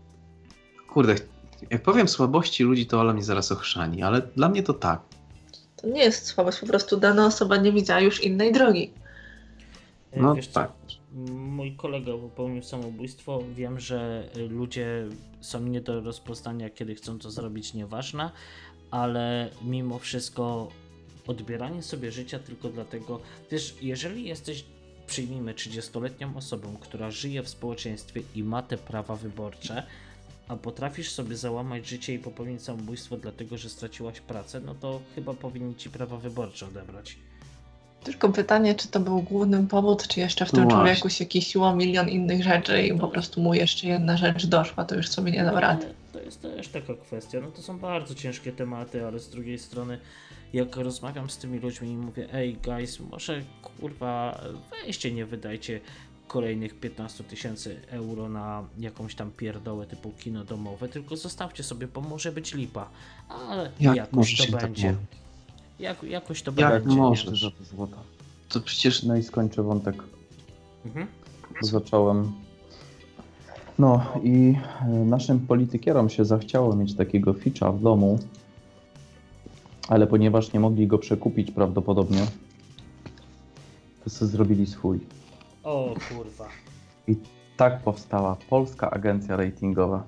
kurde, jak powiem słabości ludzi, to Ola mnie zaraz ochrzani, ale dla mnie to tak. To nie jest słabość, po prostu dana osoba nie widziała już innej drogi. No Wiesz tak. Co? Mój kolega popełnił samobójstwo. Wiem, że ludzie są nie do rozpoznania, kiedy chcą to zrobić, nieważne, ale mimo wszystko odbieranie sobie życia tylko dlatego, wiesz, jeżeli jesteś, przyjmijmy 30-letnią osobą, która żyje w społeczeństwie i ma te prawa wyborcze, a potrafisz sobie załamać życie i popełnić samobójstwo dlatego, że straciłaś pracę, no to chyba powinni ci prawa wyborcze odebrać. Tylko pytanie, czy to był główny powód, czy jeszcze w tym człowieku się kisiło milion innych rzeczy i po prostu mu jeszcze jedna rzecz doszła, to już sobie nie dał rady. To jest też taka kwestia, no to są bardzo ciężkie tematy, ale z drugiej strony jak rozmawiam z tymi ludźmi i mówię, ej guys, może kurwa weźcie, nie wydajcie kolejnych 15 000 euro na jakąś tam pierdołę typu kino domowe, tylko zostawcie sobie, bo może być lipa, ale jakoś to będzie. Jakoś to Jak będzie. możesz za to złota. To przecież... No i skończę wątek. Zacząłem. No i naszym politykierom się zachciało mieć takiego ficza w domu, ale ponieważ nie mogli go przekupić prawdopodobnie, to sobie zrobili swój. O kurwa. I tak powstała Polska Agencja Ratingowa.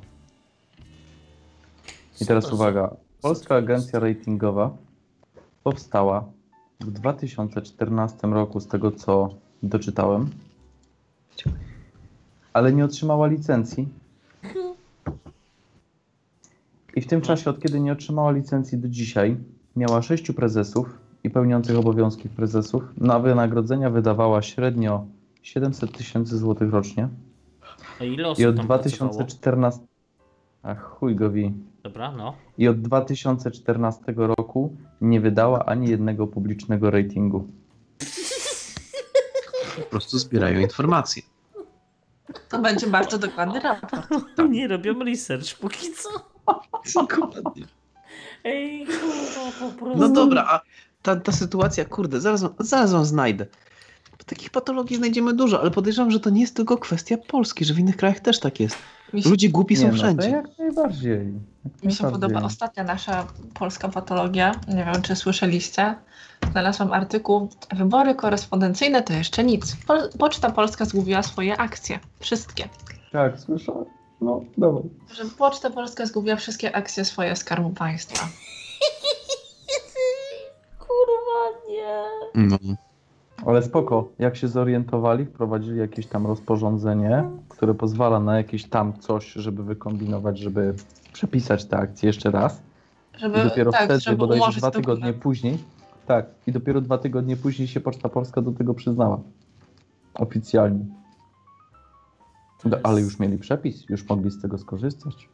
I teraz uwaga. Polska Agencja Ratingowa powstała w 2014 roku, z tego co doczytałem, ale nie otrzymała licencji. I w tym czasie, od kiedy nie otrzymała licencji do dzisiaj, miała 6 prezesów i pełniących obowiązki prezesów. Na wynagrodzenia wydawała średnio 700 000 złotych rocznie. A ile osób I od tam 2014... Ach, chuj go wi. Dobra, no. I od 2014 roku nie wydała ani jednego publicznego ratingu. Po prostu zbierają informacje. To będzie bardzo dokładny raport. Nie robią research póki co. Dokładnie. Ej, kurwa, po prostu. No dobra, a ta sytuacja, kurde, zaraz ją znajdę. Takich patologii znajdziemy dużo, ale podejrzewam, że to nie jest tylko kwestia Polski, że w innych krajach też tak jest. Ludzie głupi są wszędzie. To jak najbardziej. Mi się podoba ostatnia nasza polska patologia. Nie wiem, czy słyszeliście. Znalazłam artykuł. Wybory korespondencyjne to jeszcze nic. Poczta Polska zgubiła swoje akcje. Wszystkie. Tak, słyszałem. No, dawaj. Że Poczta Polska zgubiła wszystkie akcje swoje Skarbu Państwa. Kurwa, nie. No. Ale spoko, jak się zorientowali, wprowadzili jakieś tam rozporządzenie, które pozwala na jakieś tam coś, żeby wykombinować, żeby przepisać te akcje jeszcze raz. Żeby, I dopiero tak, wtedy, żeby bodajże ułożyć 2 to tygodnie później, tak, i dopiero 2 tygodnie później się Poczta Polska do tego przyznała. Oficjalnie. Ale już mieli przepis, już mogli z tego skorzystać.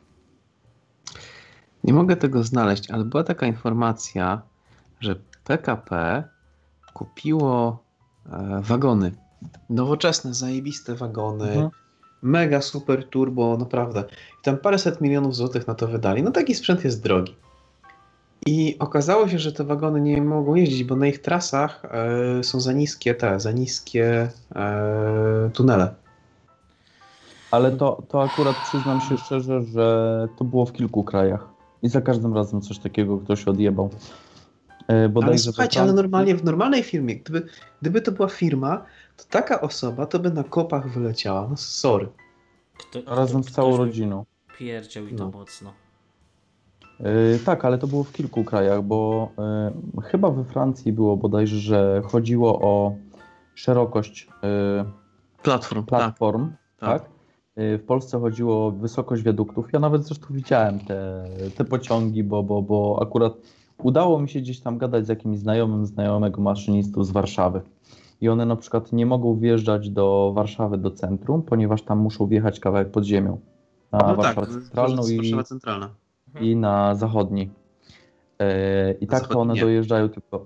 Nie mogę tego znaleźć, ale była taka informacja, że PKP kupiło wagony. Nowoczesne, zajebiste wagony. Mega super turbo, naprawdę. I tam paręset milionów złotych na to wydali. No taki sprzęt jest drogi. I okazało się, że te wagony nie mogą jeździć, bo na ich trasach są za niskie tunele. Ale to akurat przyznam się szczerze, że to było w kilku krajach. I za każdym razem coś takiego ktoś odjebał. Ale słuchajcie, ale normalnie w normalnej firmie, gdyby to była firma, to taka osoba to by na kopach wyleciała. No sorry. Razem z całą rodziną. Pierdział i to mocno. Tak, ale to było w kilku krajach, bo chyba we Francji było bodajże, że chodziło o szerokość platform, tak? W Polsce chodziło o wysokość wiaduktów. Ja nawet zresztą widziałem te pociągi, bo akurat udało mi się gdzieś tam gadać z jakimś znajomego maszynistów z Warszawy. I one na przykład nie mogą wjeżdżać do Warszawy, do centrum, ponieważ tam muszą wjechać kawałek pod ziemią. Na Warszawę Centralną i na zachodni. I tak to one dojeżdżają tylko...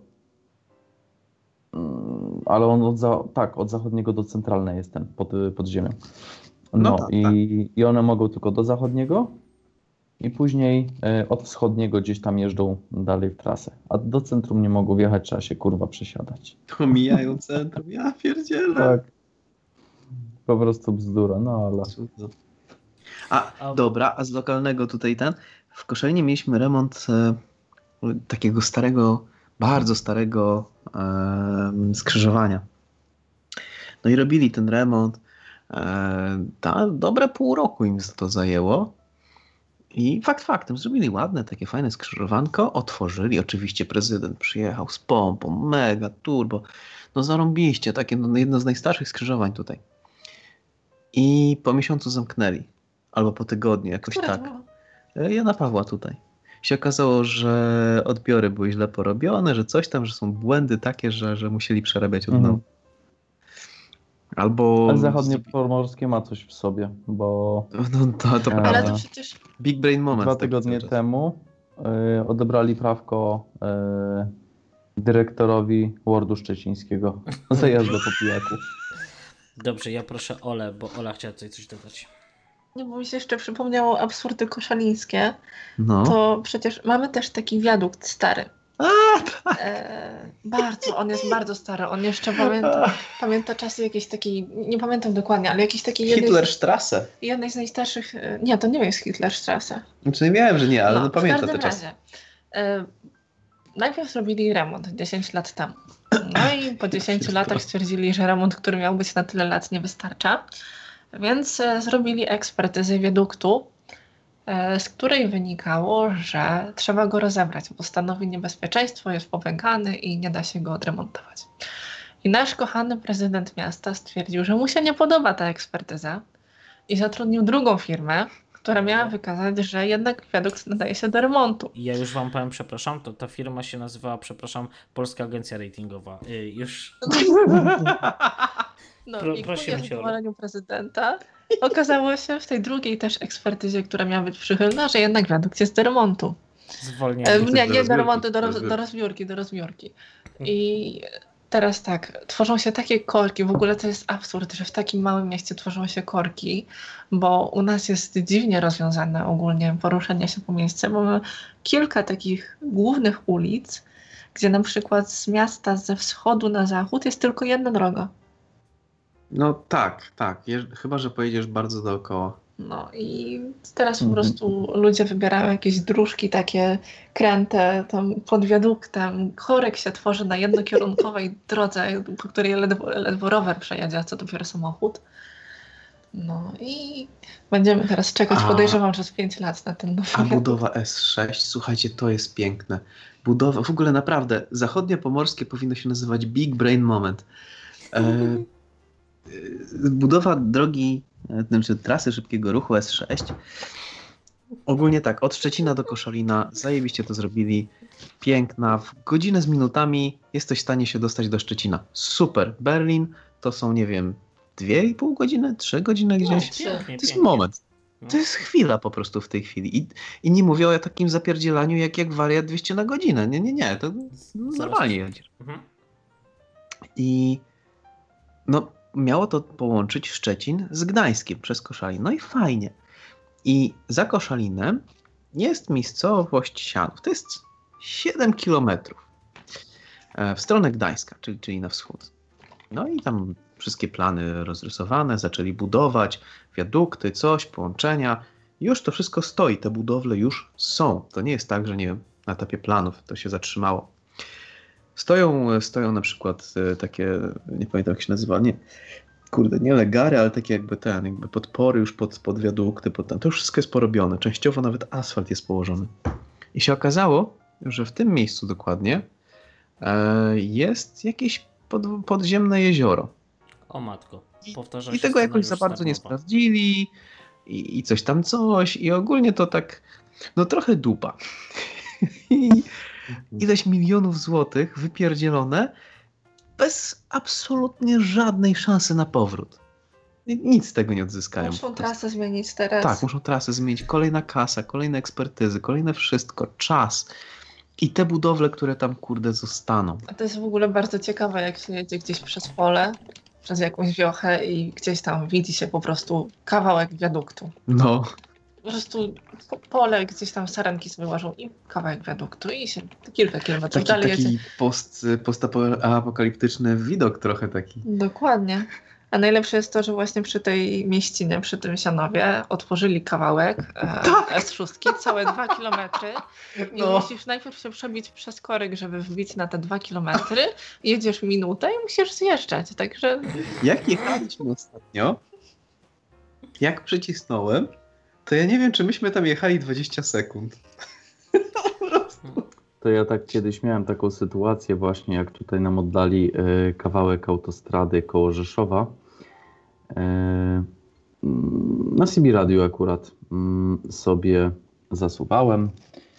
Ale on od zachodniego do centralnej jest ten, pod ziemią. I one mogą tylko do zachodniego i później od wschodniego gdzieś tam jeżdżą dalej w trasę. A do centrum nie mogą wjechać, trzeba się kurwa przesiadać. Omijają centrum, ja pierdzielę. Tak. Po prostu bzdura, no ale... Dobra, a z lokalnego tutaj w Koszalinie mieliśmy remont takiego starego, bardzo starego skrzyżowania. No i robili ten remont. Dobre pół roku im to zajęło. I faktem, zrobili ładne, takie fajne skrzyżowanko, otworzyli. Oczywiście prezydent przyjechał z pompą, mega, turbo. No zarąbiście, takie jedno z najstarszych skrzyżowań tutaj. I po miesiącu zamknęli. Albo po tygodniu, jakoś tak. Jana Pawła tutaj. Się okazało, że odbiory były źle porobione, że coś tam, że są błędy takie, że musieli przerabiać od nowa. Albo... Ale zachodniopomorskie ma coś w sobie, bo... No to prawda. Ale to przecież... Big brain moment. 2 tygodnie temu odebrali prawko dyrektorowi Wordu Szczecińskiego za jazdę po pijaku. Dobrze, ja proszę Olę, bo Ola chciała tutaj coś dodać. Nie, bo mi się jeszcze przypomniało absurdy koszalińskie. No. To przecież mamy też taki wiadukt stary. Bardzo, on jest bardzo stary. On jeszcze pamięta czasy jakiejś takiej, nie pamiętam dokładnie, ale jakiejś takiej Hitlerstrasse. Jednej z najstarszych, nie, to nie jest Hitlerstrasse. Znaczy nie wiem, że nie, ale no pamiętam te czasy. Najpierw zrobili remont 10 lat temu. No i po 10 latach stwierdzili, że remont, który miał być na tyle lat, nie wystarcza. Więc zrobili ekspertyzę wiaduktu, z której wynikało, że trzeba go rozebrać, bo stanowi niebezpieczeństwo, jest popękany i nie da się go odremontować. I nasz kochany prezydent miasta stwierdził, że mu się nie podoba ta ekspertyza i zatrudnił drugą firmę, która miała wykazać, że jednak wiadukt nadaje się do remontu. Ja już wam powiem, przepraszam, ta firma się nazywała, Polska Agencja Ratingowa. Już... No i ku niezadowoleniu prezydenta okazało się w tej drugiej też ekspertyzie, która miała być przychylna, że jednak wiadukt jest do remontu. Zwolnienie. Nie do remontu, do rozbiórki. I teraz tak, tworzą się takie korki, w ogóle to jest absurd, że w takim małym mieście tworzą się korki, bo u nas jest dziwnie rozwiązane ogólnie poruszanie się po mieście, bo mamy kilka takich głównych ulic, gdzie na przykład z miasta ze wschodu na zachód jest tylko jedna droga. No tak. Chyba że pojedziesz bardzo dookoła. No i teraz po prostu ludzie wybierają jakieś dróżki takie kręte tam pod wiaduktem. Korek się tworzy na jednokierunkowej drodze, po której ledwo rower przejedzie, a co dopiero samochód. No i będziemy teraz czekać, podejrzewam, że z 5 lat na ten nowy wiadukt. Budowa S6, słuchajcie, to jest piękne. Budowa, w ogóle naprawdę, zachodniopomorskie powinno się nazywać Big Brain Moment. Budowa drogi, znaczy trasy szybkiego ruchu S6. Ogólnie tak, od Szczecina do Koszalina zajebiście to zrobili. Piękna, w godzinę z minutami jesteś w stanie się dostać do Szczecina. Super. Berlin to są, nie wiem, 2,5 godziny, 3 godziny gdzieś. To jest moment. To jest chwila po prostu w tej chwili. I nie mówię o takim zapierdzielaniu jak wariat 200 na godzinę. Nie. To normalnie jedziesz. I no miało to połączyć Szczecin z Gdańskiem przez Koszalin. No i fajnie. I za Koszalinem jest miejscowość Sianów. To jest 7 kilometrów w stronę Gdańska, czyli na wschód. No i tam wszystkie plany rozrysowane, zaczęli budować wiadukty, coś, połączenia. Już to wszystko stoi, te budowle już są. To nie jest tak, że nie wiem, na etapie planów to się zatrzymało. Stoją na przykład takie, nie pamiętam jak się nazywa, nie legary, ale takie jakby podpory już pod wiadukty, to już wszystko jest porobione. Częściowo nawet asfalt jest położony. I się okazało, że w tym miejscu dokładnie jest jakieś podziemne jezioro. O matko, I tego jakoś za bardzo nie sprawdzili i coś i ogólnie to tak, no trochę dupa. I ileś milionów złotych wypierdzielone bez absolutnie żadnej szansy na powrót. Nic z tego nie odzyskają. Muszą trasę zmienić teraz. Tak, muszą trasę zmienić. Kolejna kasa, kolejne ekspertyzy, kolejne wszystko, czas. I te budowle, które tam zostaną. A to jest w ogóle bardzo ciekawe, jak się jedzie gdzieś przez pole, przez jakąś wiochę i gdzieś tam widzi się po prostu kawałek wiaduktu. No. Po prostu pole, gdzieś tam sarenki sobie łażą i kawałek wiaduktu i się kilka kilometrów dalej jedzie. Taki postapokaliptyczny widok trochę taki. Dokładnie. A najlepsze jest to, że właśnie przy tej mieścinie, przy tym Sianowie otworzyli kawałek S6, całe 2 kilometry i musisz najpierw się przebić przez korek, żeby wbić na te 2 kilometry, jedziesz minutę i musisz zjeżdżać, także... Jak jechaliśmy ostatnio, jak przycisnąłem, to ja nie wiem, czy myśmy tam jechali 20 sekund. To ja tak kiedyś miałem taką sytuację właśnie, jak tutaj nam oddali kawałek autostrady koło Rzeszowa. Na CB Radio akurat sobie zasuwałem.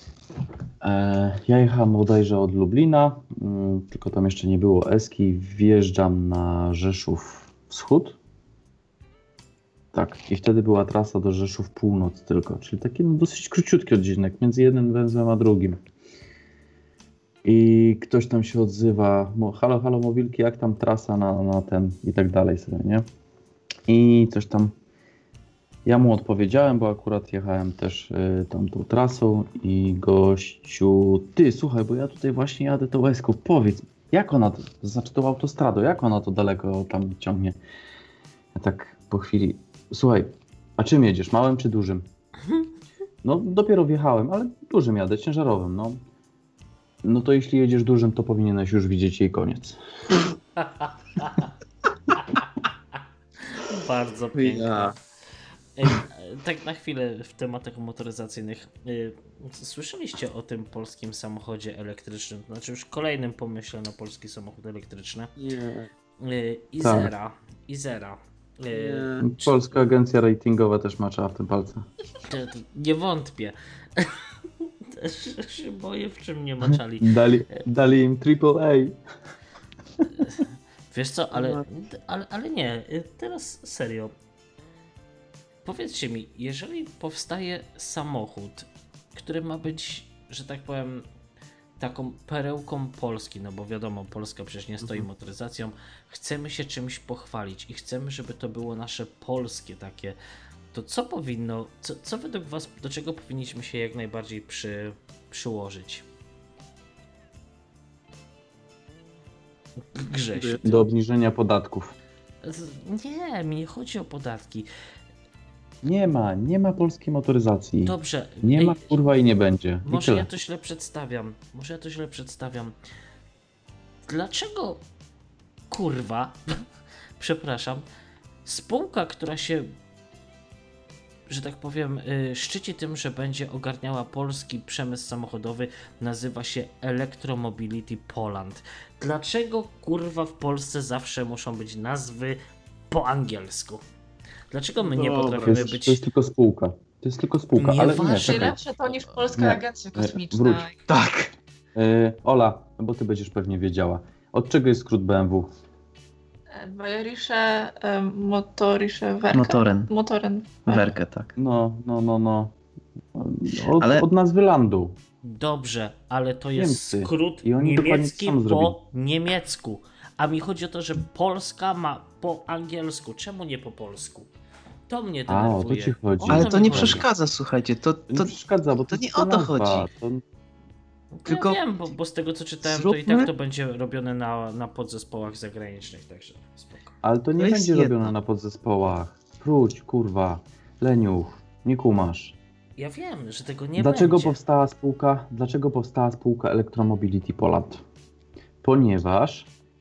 Ja jechałem bodajże od Lublina, tylko tam jeszcze nie było Eski. Wjeżdżam na Rzeszów Wschód. Tak, i wtedy była trasa do Rzeszów Północ tylko, czyli taki dosyć króciutki odcinek między jednym węzłem a drugim. I ktoś tam się odzywa, halo, halo mobilki, jak tam trasa na ten i tak dalej sobie, nie? I coś tam, ja mu odpowiedziałem, bo akurat jechałem też tamtą trasą i gościu, ty słuchaj, bo ja tutaj właśnie jadę tą Łeską, powiedz, jak ona, to znaczy tą autostradą, jak ona to daleko tam ciągnie? Ja tak po chwili, słuchaj, a czym jedziesz, małym czy dużym? No dopiero wjechałem, ale dużym jadę, ciężarowym, no. No to jeśli jedziesz dużym, to powinieneś już widzieć jej koniec. Bardzo pięknie. Tak na chwilę w tematach motoryzacyjnych. Słyszeliście o tym polskim samochodzie elektrycznym? Znaczy już kolejnym pomyśle na polski samochód elektryczny. Nie. Izera. Izera. Polska agencja ratingowa też macza w tym palce. Nie wątpię. Też się boję, w czym nie maczali. Dali im AAA. Wiesz co, ale nie, teraz serio. Powiedzcie mi, jeżeli powstaje samochód, który ma być, że tak powiem, taką perełką Polski, no bo wiadomo, Polska przecież nie stoi motoryzacją, chcemy się czymś pochwalić i chcemy, żeby to było nasze polskie takie, to co powinno, co według was, do czego powinniśmy się jak najbardziej przyłożyć? Grześ. Do obniżenia podatków. Nie, mi nie chodzi o podatki. Nie ma polskiej motoryzacji. Dobrze. Nie ma kurwa i nie będzie. Może ja to źle przedstawiam. Dlaczego kurwa, przepraszam, spółka, która się, że tak powiem, szczyci tym, że będzie ogarniała polski przemysł samochodowy, nazywa się Electromobility Poland. Dlaczego kurwa w Polsce zawsze muszą być nazwy po angielsku? Dlaczego my nie potrafimy być... To jest tylko spółka. Nie ale ważne. Lepsze to niż Polska Agencja Kosmiczna. Wróć. Tak. Ola, bo ty będziesz pewnie wiedziała. Od czego jest skrót BMW? Bayerische Motorische Werke. Motoren. Werke, tak. No. Od nazwy landu. Dobrze, ale to jest Niemcy. skrót I oni niemiecki po zrobili. niemiecku. A mi chodzi o to, że Polska ma po angielsku. Czemu nie po polsku? To mnie denerwuje. O to ci chodzi. Ale to nie przeszkadza, słuchajcie. To nie przeszkadza, bo to nie o to chodzi. Tylko ja wiem, bo z tego co czytałem, to i tak to będzie robione na podzespołach zagranicznych, także spoko. Ale to nie będzie robione na podzespołach. Wróć, kurwa, leniuch, nie kumasz. Ja wiem, że tego nie Dlaczego będzie. Dlaczego powstała spółka Electromobility Poland? Ponieważ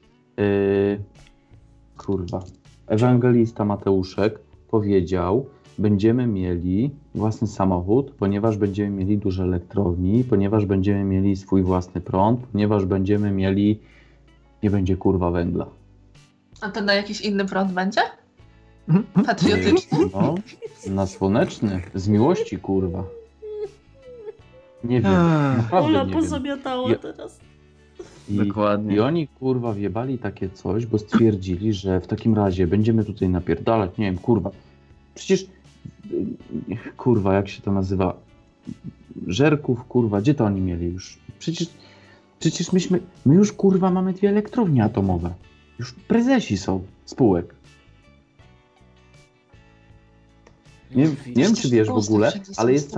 ewangelista Mateuszek powiedział, będziemy mieli własny samochód, ponieważ będziemy mieli duże elektrowni, ponieważ będziemy mieli swój własny prąd, ponieważ będziemy mieli, nie będzie kurwa węgla. A to na jakiś inny prąd będzie? Patriotyczny? No, na słoneczny, z miłości kurwa. Nie wiem, naprawdę Ola nie wiem. pozamiatała teraz. Dokładnie. I oni kurwa wjebali takie coś, bo stwierdzili, że w takim razie będziemy tutaj napierdalać, nie wiem, kurwa. Przecież, kurwa, jak się to nazywa? Żerków, kurwa, gdzie to oni mieli już? Przecież my już kurwa mamy 2 elektrownie atomowe. Już prezesi są spółek. Nie wiem, czy wiesz w ogóle, ale jest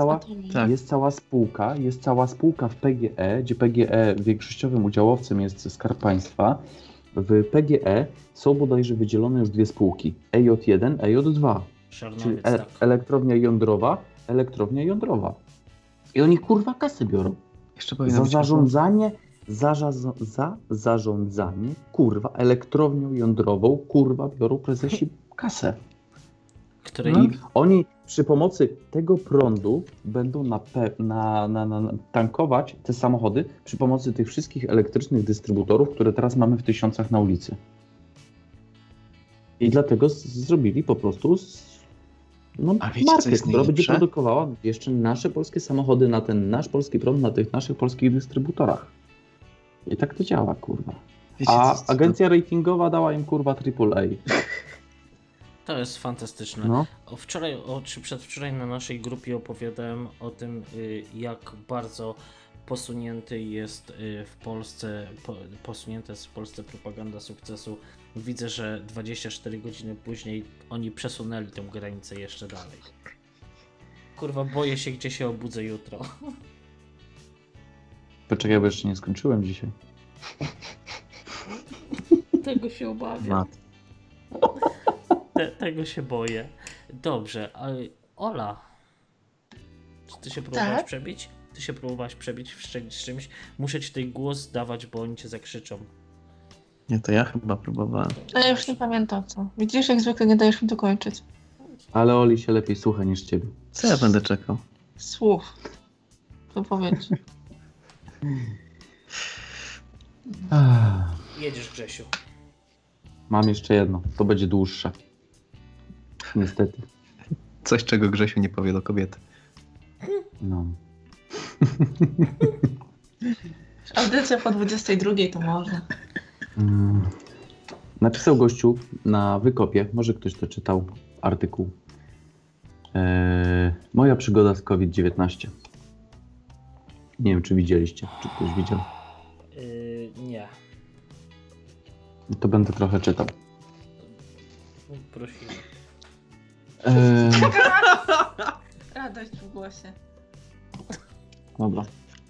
cała spółka w PGE, gdzie PGE większościowym udziałowcem jest Skarb Państwa, w PGE są bodajże wydzielone już dwie spółki. EJ1, EJ2. Czyli elektrownia jądrowa. I oni kurwa kasę biorą. Jeszcze za zarządzanie, za zarządzanie kurwa elektrownią jądrową kurwa biorą prezesi kasę. I oni przy pomocy tego prądu będą tankować te samochody przy pomocy tych wszystkich elektrycznych dystrybutorów, które teraz mamy w tysiącach na ulicy. I dlatego zrobili po prostu markę, która będzie produkowała jeszcze nasze polskie samochody na ten nasz polski prąd, na tych naszych polskich dystrybutorach. I tak to działa, kurwa. A agencja ratingowa dała im kurwa AAA. To jest fantastyczne. Wczoraj czy przedwczoraj na naszej grupie opowiadałem o tym, jak bardzo posunięta jest w Polsce propaganda sukcesu. Widzę, że 24 godziny później oni przesunęli tę granicę jeszcze dalej. Kurwa, boję się, gdzie się obudzę jutro. Poczekaj, bo jeszcze nie skończyłem dzisiaj. Tego się obawiam. Tego się boję. Dobrze, ale Ola, czy ty się próbowałaś przebić? Ty się próbowałaś przebić z czymś? Muszę ci tutaj głos dawać, bo oni cię zakrzyczą. Nie, to ja chyba próbowałem. A ja już nie pamiętam co. Widzisz, jak zwykle nie dajesz mi dokończyć. Ale Oli się lepiej słucha niż ciebie. Co ja będę czekał? Słów. To powiedz. Jedziesz, Grzesiu. Mam jeszcze jedno. To będzie dłuższe. Niestety. Coś, czego Grzesiu nie powie do kobiety. No. Audycja po 22 to może. Napisał gościu na Wykopie, może ktoś to czytał, artykuł. Moja przygoda z COVID-19. Nie wiem, czy widzieliście, czy ktoś widział. Nie. To będę trochę czytał. Prosimy. Radość w głosie. Dobra.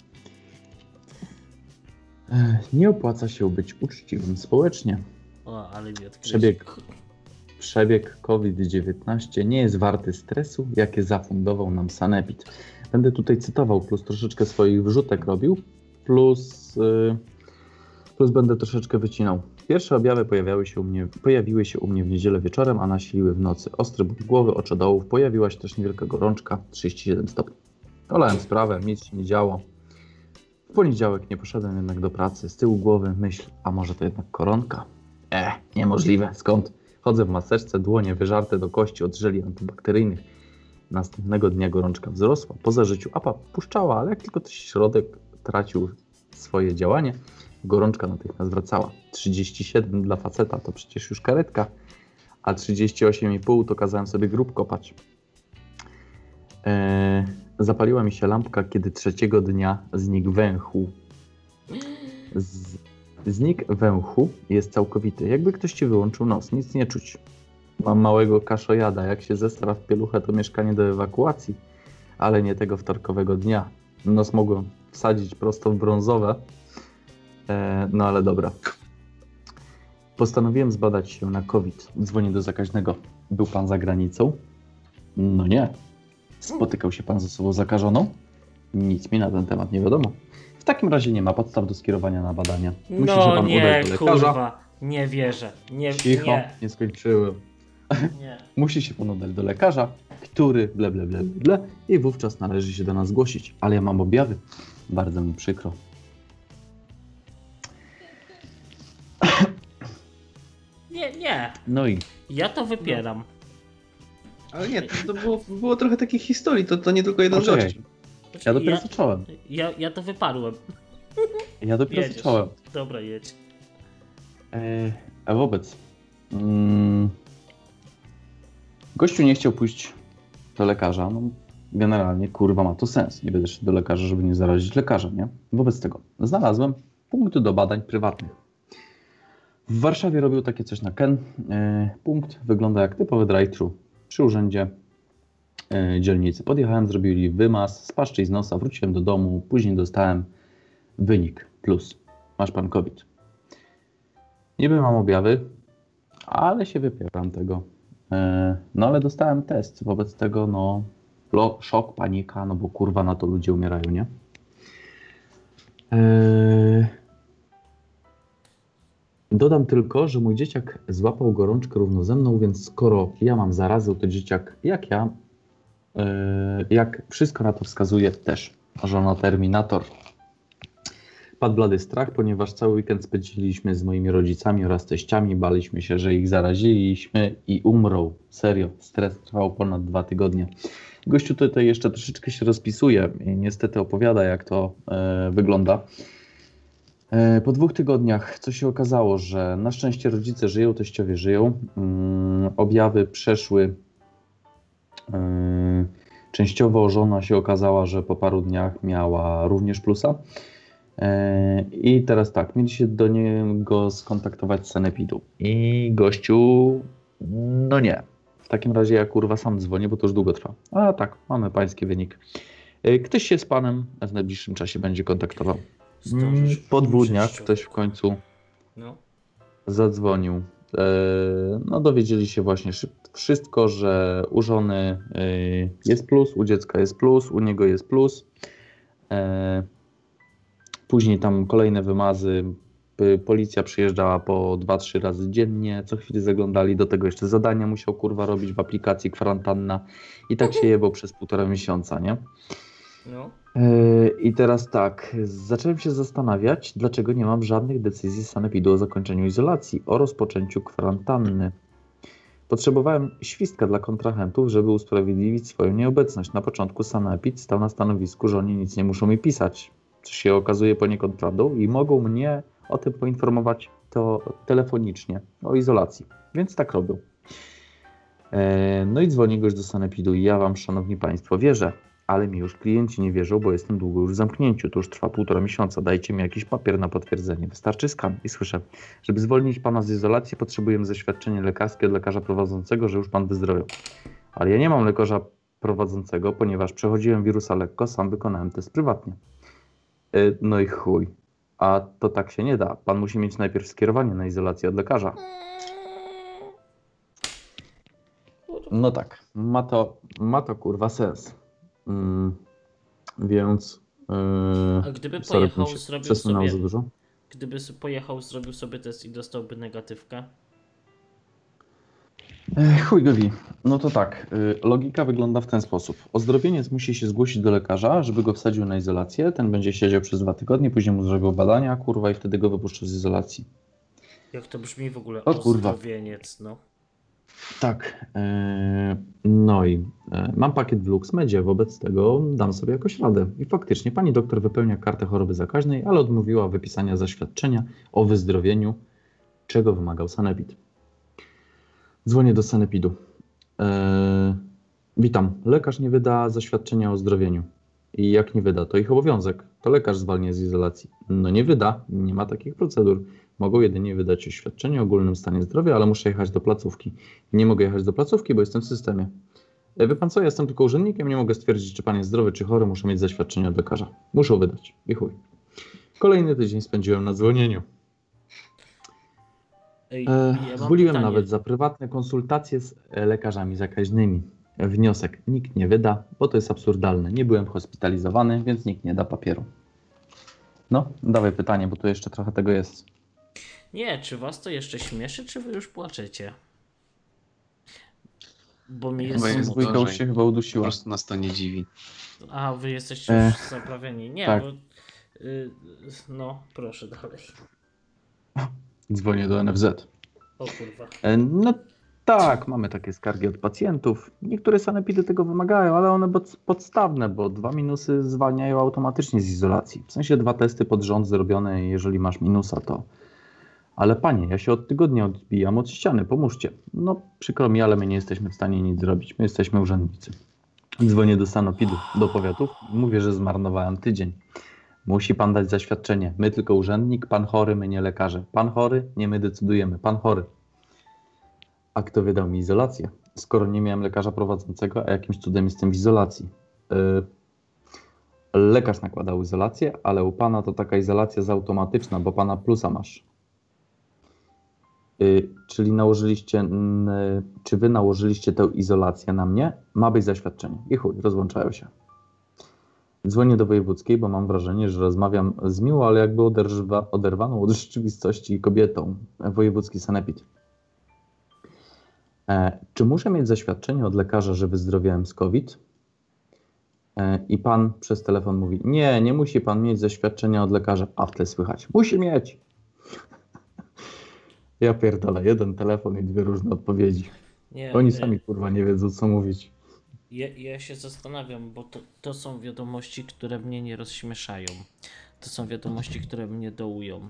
Nie opłaca się być uczciwym społecznie. O, ale mi Przebieg COVID-19 nie jest warty stresu, jakie zafundował nam sanepid. Będę tutaj cytował, plus troszeczkę swoich wrzutek robił, plus będę troszeczkę wycinał. Pierwsze objawy pojawiły się u mnie w niedzielę wieczorem, a nasiliły w nocy. Ostry ból głowy, oczodołów, pojawiła się też niewielka gorączka, 37 stopni. Olałem sprawę, nic się nie działo. W poniedziałek nie poszedłem jednak do pracy. Z tyłu głowy myśl, a może to jednak koronka? Niemożliwe. Skąd? Chodzę w maseczce, dłonie wyżarte do kości od żeli antybakteryjnych. Następnego dnia gorączka wzrosła. Po zażyciu APA puszczała, ale jak tylko ten środek tracił swoje działanie, gorączka natychmiast wracała. 37 dla faceta to przecież już karetka, a 38,5 to kazałem sobie grób kopać. Zapaliła mi się lampka, kiedy trzeciego dnia znikł węchu. Znik węchu jest całkowity. Jakby ktoś ci wyłączył nos, nic nie czuć. Mam małego kaszojada. Jak się zestra w pieluchę, to mieszkanie do ewakuacji. Ale nie tego wtorkowego dnia. Nos mogłem wsadzić prosto w brązowe. No ale dobra. Postanowiłem zbadać się na COVID. Dzwonię do zakaźnego. Był pan za granicą? No nie. Spotykał się pan ze sobą zakażoną? Nic mi na ten temat nie wiadomo. W takim razie nie ma podstaw do skierowania na badania. Musi się pan udać do lekarza. Kurwa, nie wierzę. Cicho, nie skończyłem. Nie. Musi się pan udać do lekarza, który ble i wówczas należy się do nas zgłosić. Ale ja mam objawy. Bardzo mi przykro. Nie. No i? Ja to wypieram. Ale nie, to było trochę takich historii, to nie tylko jeden gość. Ja dopiero zacząłem. Ja to wyparłem. Ja dopiero zacząłem. Dobra, jedź. A wobec gościu nie chciał pójść do lekarza. No, generalnie, kurwa, ma to sens. Nie będę szedł do lekarza, żeby nie zarazić lekarza, nie? Wobec tego znalazłem punkty do badań prywatnych. W Warszawie robił takie coś na Ken. Punkt wygląda jak typowy drive-thru przy urzędzie dzielnicy. Podjechałem, zrobili wymaz z paszczy i z nosa, wróciłem do domu, później dostałem wynik plus. Masz pan COVID. Niby mam objawy, ale się wypieram tego. No ale dostałem test, wobec tego no szok, panika, no bo kurwa na to ludzie umierają, nie? Dodam tylko, że mój dzieciak złapał gorączkę równo ze mną, więc skoro ja mam zarazę, to dzieciak jak ja, jak wszystko na to wskazuje też, żona Terminator. Padł blady strach, ponieważ cały weekend spędziliśmy z moimi rodzicami oraz teściami, baliśmy się, że ich zaraziliśmy i umrą. Serio, stres trwał ponad 2 tygodnie. Gościu tutaj jeszcze troszeczkę się rozpisuje i niestety opowiada, jak to wygląda. Po 2 tygodniach, co się okazało, że na szczęście rodzice żyją, teściowie żyją. Objawy przeszły. Częściowo żona się okazała, że po paru dniach miała również plusa. I teraz tak, mieli się do niego skontaktować z sanepidu. I gościu, no nie. W takim razie ja kurwa sam dzwonię, bo to już długo trwa. A tak, mamy pański wynik. Ktoś się z panem w najbliższym czasie będzie kontaktował. Po 2 dniach ktoś w końcu zadzwonił. No dowiedzieli się właśnie wszystko, że u żony jest plus, u dziecka jest plus, u niego jest plus. Później tam kolejne wymazy. Policja przyjeżdżała po 2-3 razy dziennie, co chwilę zaglądali, do tego jeszcze zadania musiał kurwa robić w aplikacji kwarantanna i tak się jebał przez 1,5 miesiąca, nie? No. I teraz tak, zacząłem się zastanawiać, dlaczego nie mam żadnych decyzji z sanepidu o zakończeniu izolacji, o rozpoczęciu kwarantanny. Potrzebowałem świstka dla kontrahentów, żeby usprawiedliwić swoją nieobecność. Na początku sanepid stał na stanowisku, że oni nic nie muszą mi pisać, co się okazuje poniekąd prawdą i mogą mnie o tym poinformować to telefonicznie, o izolacji, więc tak robią. No i dzwoni gość do sanepidu i ja wam, szanowni państwo, wierzę, ale mi już klienci nie wierzą, bo jestem długo już w zamknięciu, to już trwa 1,5 miesiąca, dajcie mi jakiś papier na potwierdzenie, wystarczy skan. I słyszę, żeby zwolnić pana z izolacji, potrzebujemy zaświadczenie lekarskie od lekarza prowadzącego, że już pan wyzdrowiał. Ale ja nie mam lekarza prowadzącego, ponieważ przechodziłem wirusa lekko, sam wykonałem test prywatnie. No i chuj. A to tak się nie da. Pan musi mieć najpierw skierowanie na izolację od lekarza. No tak, ma to kurwa sens. Więc... A gdyby pojechał, zrobił sobie... za dużo? Gdyby pojechał, zrobił sobie test i dostałby negatywkę? Chuj go wie. No to tak, logika wygląda w ten sposób. Ozdrowieniec musi się zgłosić do lekarza, żeby go wsadził na izolację. Ten będzie siedział przez 2 tygodnie, później mu zrobią badania, kurwa, i wtedy go wypuszczą z izolacji. Jak to brzmi w ogóle, o, kurwa. ozdrowieniec, no. Tak. No i mam pakiet w LuxMedzie, wobec tego dam sobie jakoś radę. I faktycznie pani doktor wypełnia kartę choroby zakaźnej, ale odmówiła wypisania zaświadczenia o wyzdrowieniu, czego wymagał sanepid. Dzwonię do sanepidu. Witam. Lekarz nie wyda zaświadczenia o zdrowieniu. I jak nie wyda, to ich obowiązek. To lekarz zwalnia z izolacji. No nie wyda. Nie ma takich procedur. Mogą jedynie wydać oświadczenie o ogólnym stanie zdrowia, ale muszę jechać do placówki. Nie mogę jechać do placówki, bo jestem w systemie. Wie pan co, ja jestem tylko urzędnikiem, nie mogę stwierdzić, czy pan jest zdrowy, czy chory. Muszę mieć zaświadczenie od lekarza. Muszą wydać. I chuj. Kolejny tydzień spędziłem na dzwonieniu. Zbuliłem nawet za prywatne konsultacje z lekarzami zakaźnymi. Wniosek nikt nie wyda, bo to jest absurdalne. Nie byłem hospitalizowany, więc nikt nie da papieru. No, dawaj pytanie, bo tu jeszcze trochę tego jest. Nie, czy was to jeszcze śmieszy, czy wy już płaczecie? Bo mi jest smutno. Dwójka już się chyba udusiła. Po prostu nas to nie dziwi. A, wy jesteście już zaprawieni. Nie, tak. Bo... no, proszę dalej. Dzwonię do NFZ. O kurwa. No tak, mamy takie skargi od pacjentów. Niektóre sanepidy tego wymagają, ale one podstawne, bo 2 minusy zwalniają automatycznie z izolacji. W sensie 2 testy pod rząd zrobione, jeżeli masz minusa, to... Ale panie, ja się od tygodnia odbijam od ściany, pomóżcie. No przykro mi, ale my nie jesteśmy w stanie nic zrobić. My jesteśmy urzędnicy. Dzwonię do sanepidu, do powiatów. Mówię, że zmarnowałem tydzień. Musi pan dać zaświadczenie. My tylko urzędnik, pan chory, my nie lekarze. Pan chory, nie my decydujemy. Pan chory. A kto wydał mi izolację? Skoro nie miałem lekarza prowadzącego, a jakimś cudem jestem w izolacji. Lekarz nakładał izolację, ale u pana to taka izolacja zautomatyczna, bo pana plusa masz. Czyli czy wy nałożyliście tę izolację na mnie? Ma być zaświadczenie. I chuj, rozłączają się. Dzwonię do wojewódzkiej, bo mam wrażenie, że rozmawiam z miłą, ale jakby oderwaną od rzeczywistości kobietą. Wojewódzki sanepid. Czy muszę mieć zaświadczenie od lekarza, że wyzdrowiałem z COVID? I pan przez telefon mówi, nie musi pan mieć zaświadczenia od lekarza. A w tle słychać, musi mieć. Ja pierdolę, jeden telefon i dwie różne odpowiedzi. Oni sami kurwa nie wiedzą, co mówić. Ja się zastanawiam, bo to są wiadomości, które mnie nie rozśmieszają. To są wiadomości, które mnie dołują.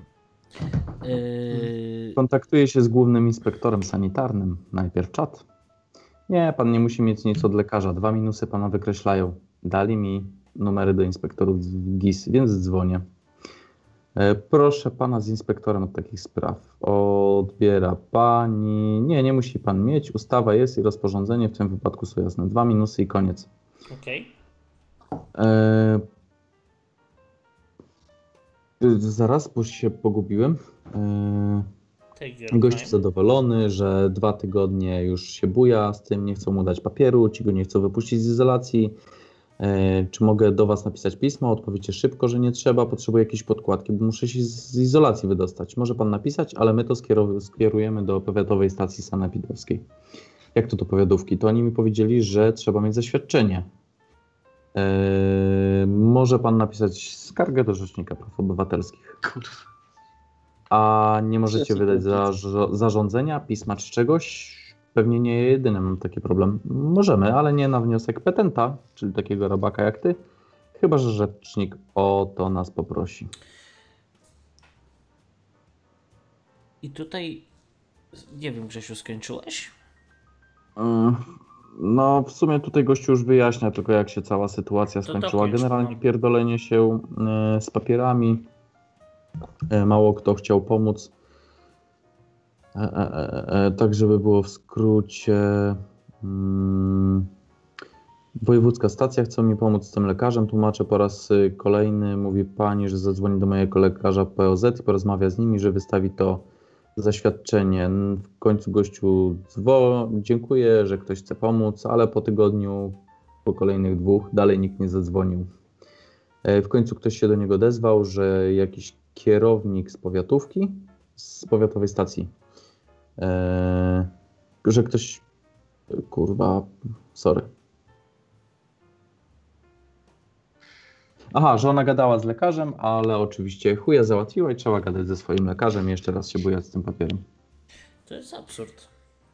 Kontaktuję się z głównym inspektorem sanitarnym. Najpierw czat. Nie, pan nie musi mieć nic od lekarza. 2 minusy pana wykreślają. Dali mi numery do inspektorów z GIS, więc dzwonię. Proszę pana z inspektorem od takich spraw. Odbiera pani. Nie musi pan mieć. Ustawa jest i rozporządzenie w tym wypadku są jasne. 2 minusy i koniec. Okej. Zaraz, bo się pogubiłem. Gość zadowolony, że 2 tygodnie już się buja z tym, nie chcą mu dać papieru, ci go nie chcą wypuścić z izolacji. Czy mogę do was napisać pismo? Odpowiecie szybko, że nie trzeba, potrzebuję jakieś podkładki, bo muszę się z izolacji wydostać. Może pan napisać, ale my to skierujemy do powiatowej stacji sanepidowskiej. Jak to do powiatówki? To oni mi powiedzieli, że trzeba mieć zaświadczenie. Może pan napisać skargę do Rzecznika Praw Obywatelskich. A nie możecie wydać zarządzenia, pisma czy czegoś? Pewnie nie jedyny mam taki problem. Możemy, ale nie na wniosek petenta, czyli takiego robaka jak ty, chyba że rzecznik o to nas poprosi. I tutaj, nie wiem, Grzesiu, skończyłeś? No w sumie tutaj gościu już wyjaśnia tylko jak się cała sytuacja skończyła. Generalnie pierdolenie się z papierami. Mało kto chciał pomóc. Tak, żeby było w skrócie. Wojewódzka stacja chce mi pomóc z tym lekarzem. Tłumaczę po raz kolejny. Mówi pani, że zadzwoni do mojego lekarza POZ i porozmawia z nimi, że wystawi to zaświadczenie. W końcu gościu dziękuję, że ktoś chce pomóc, ale po tygodniu, po kolejnych 2 dalej nikt nie zadzwonił. W końcu ktoś się do niego odezwał, że jakiś kierownik z powiatówki, z powiatowej stacji, że ktoś, kurwa, sorry. Aha, że ona gadała z lekarzem, ale oczywiście chuja załatwiła i trzeba gadać ze swoim lekarzem i jeszcze raz się bujać z tym papierem. To jest absurd.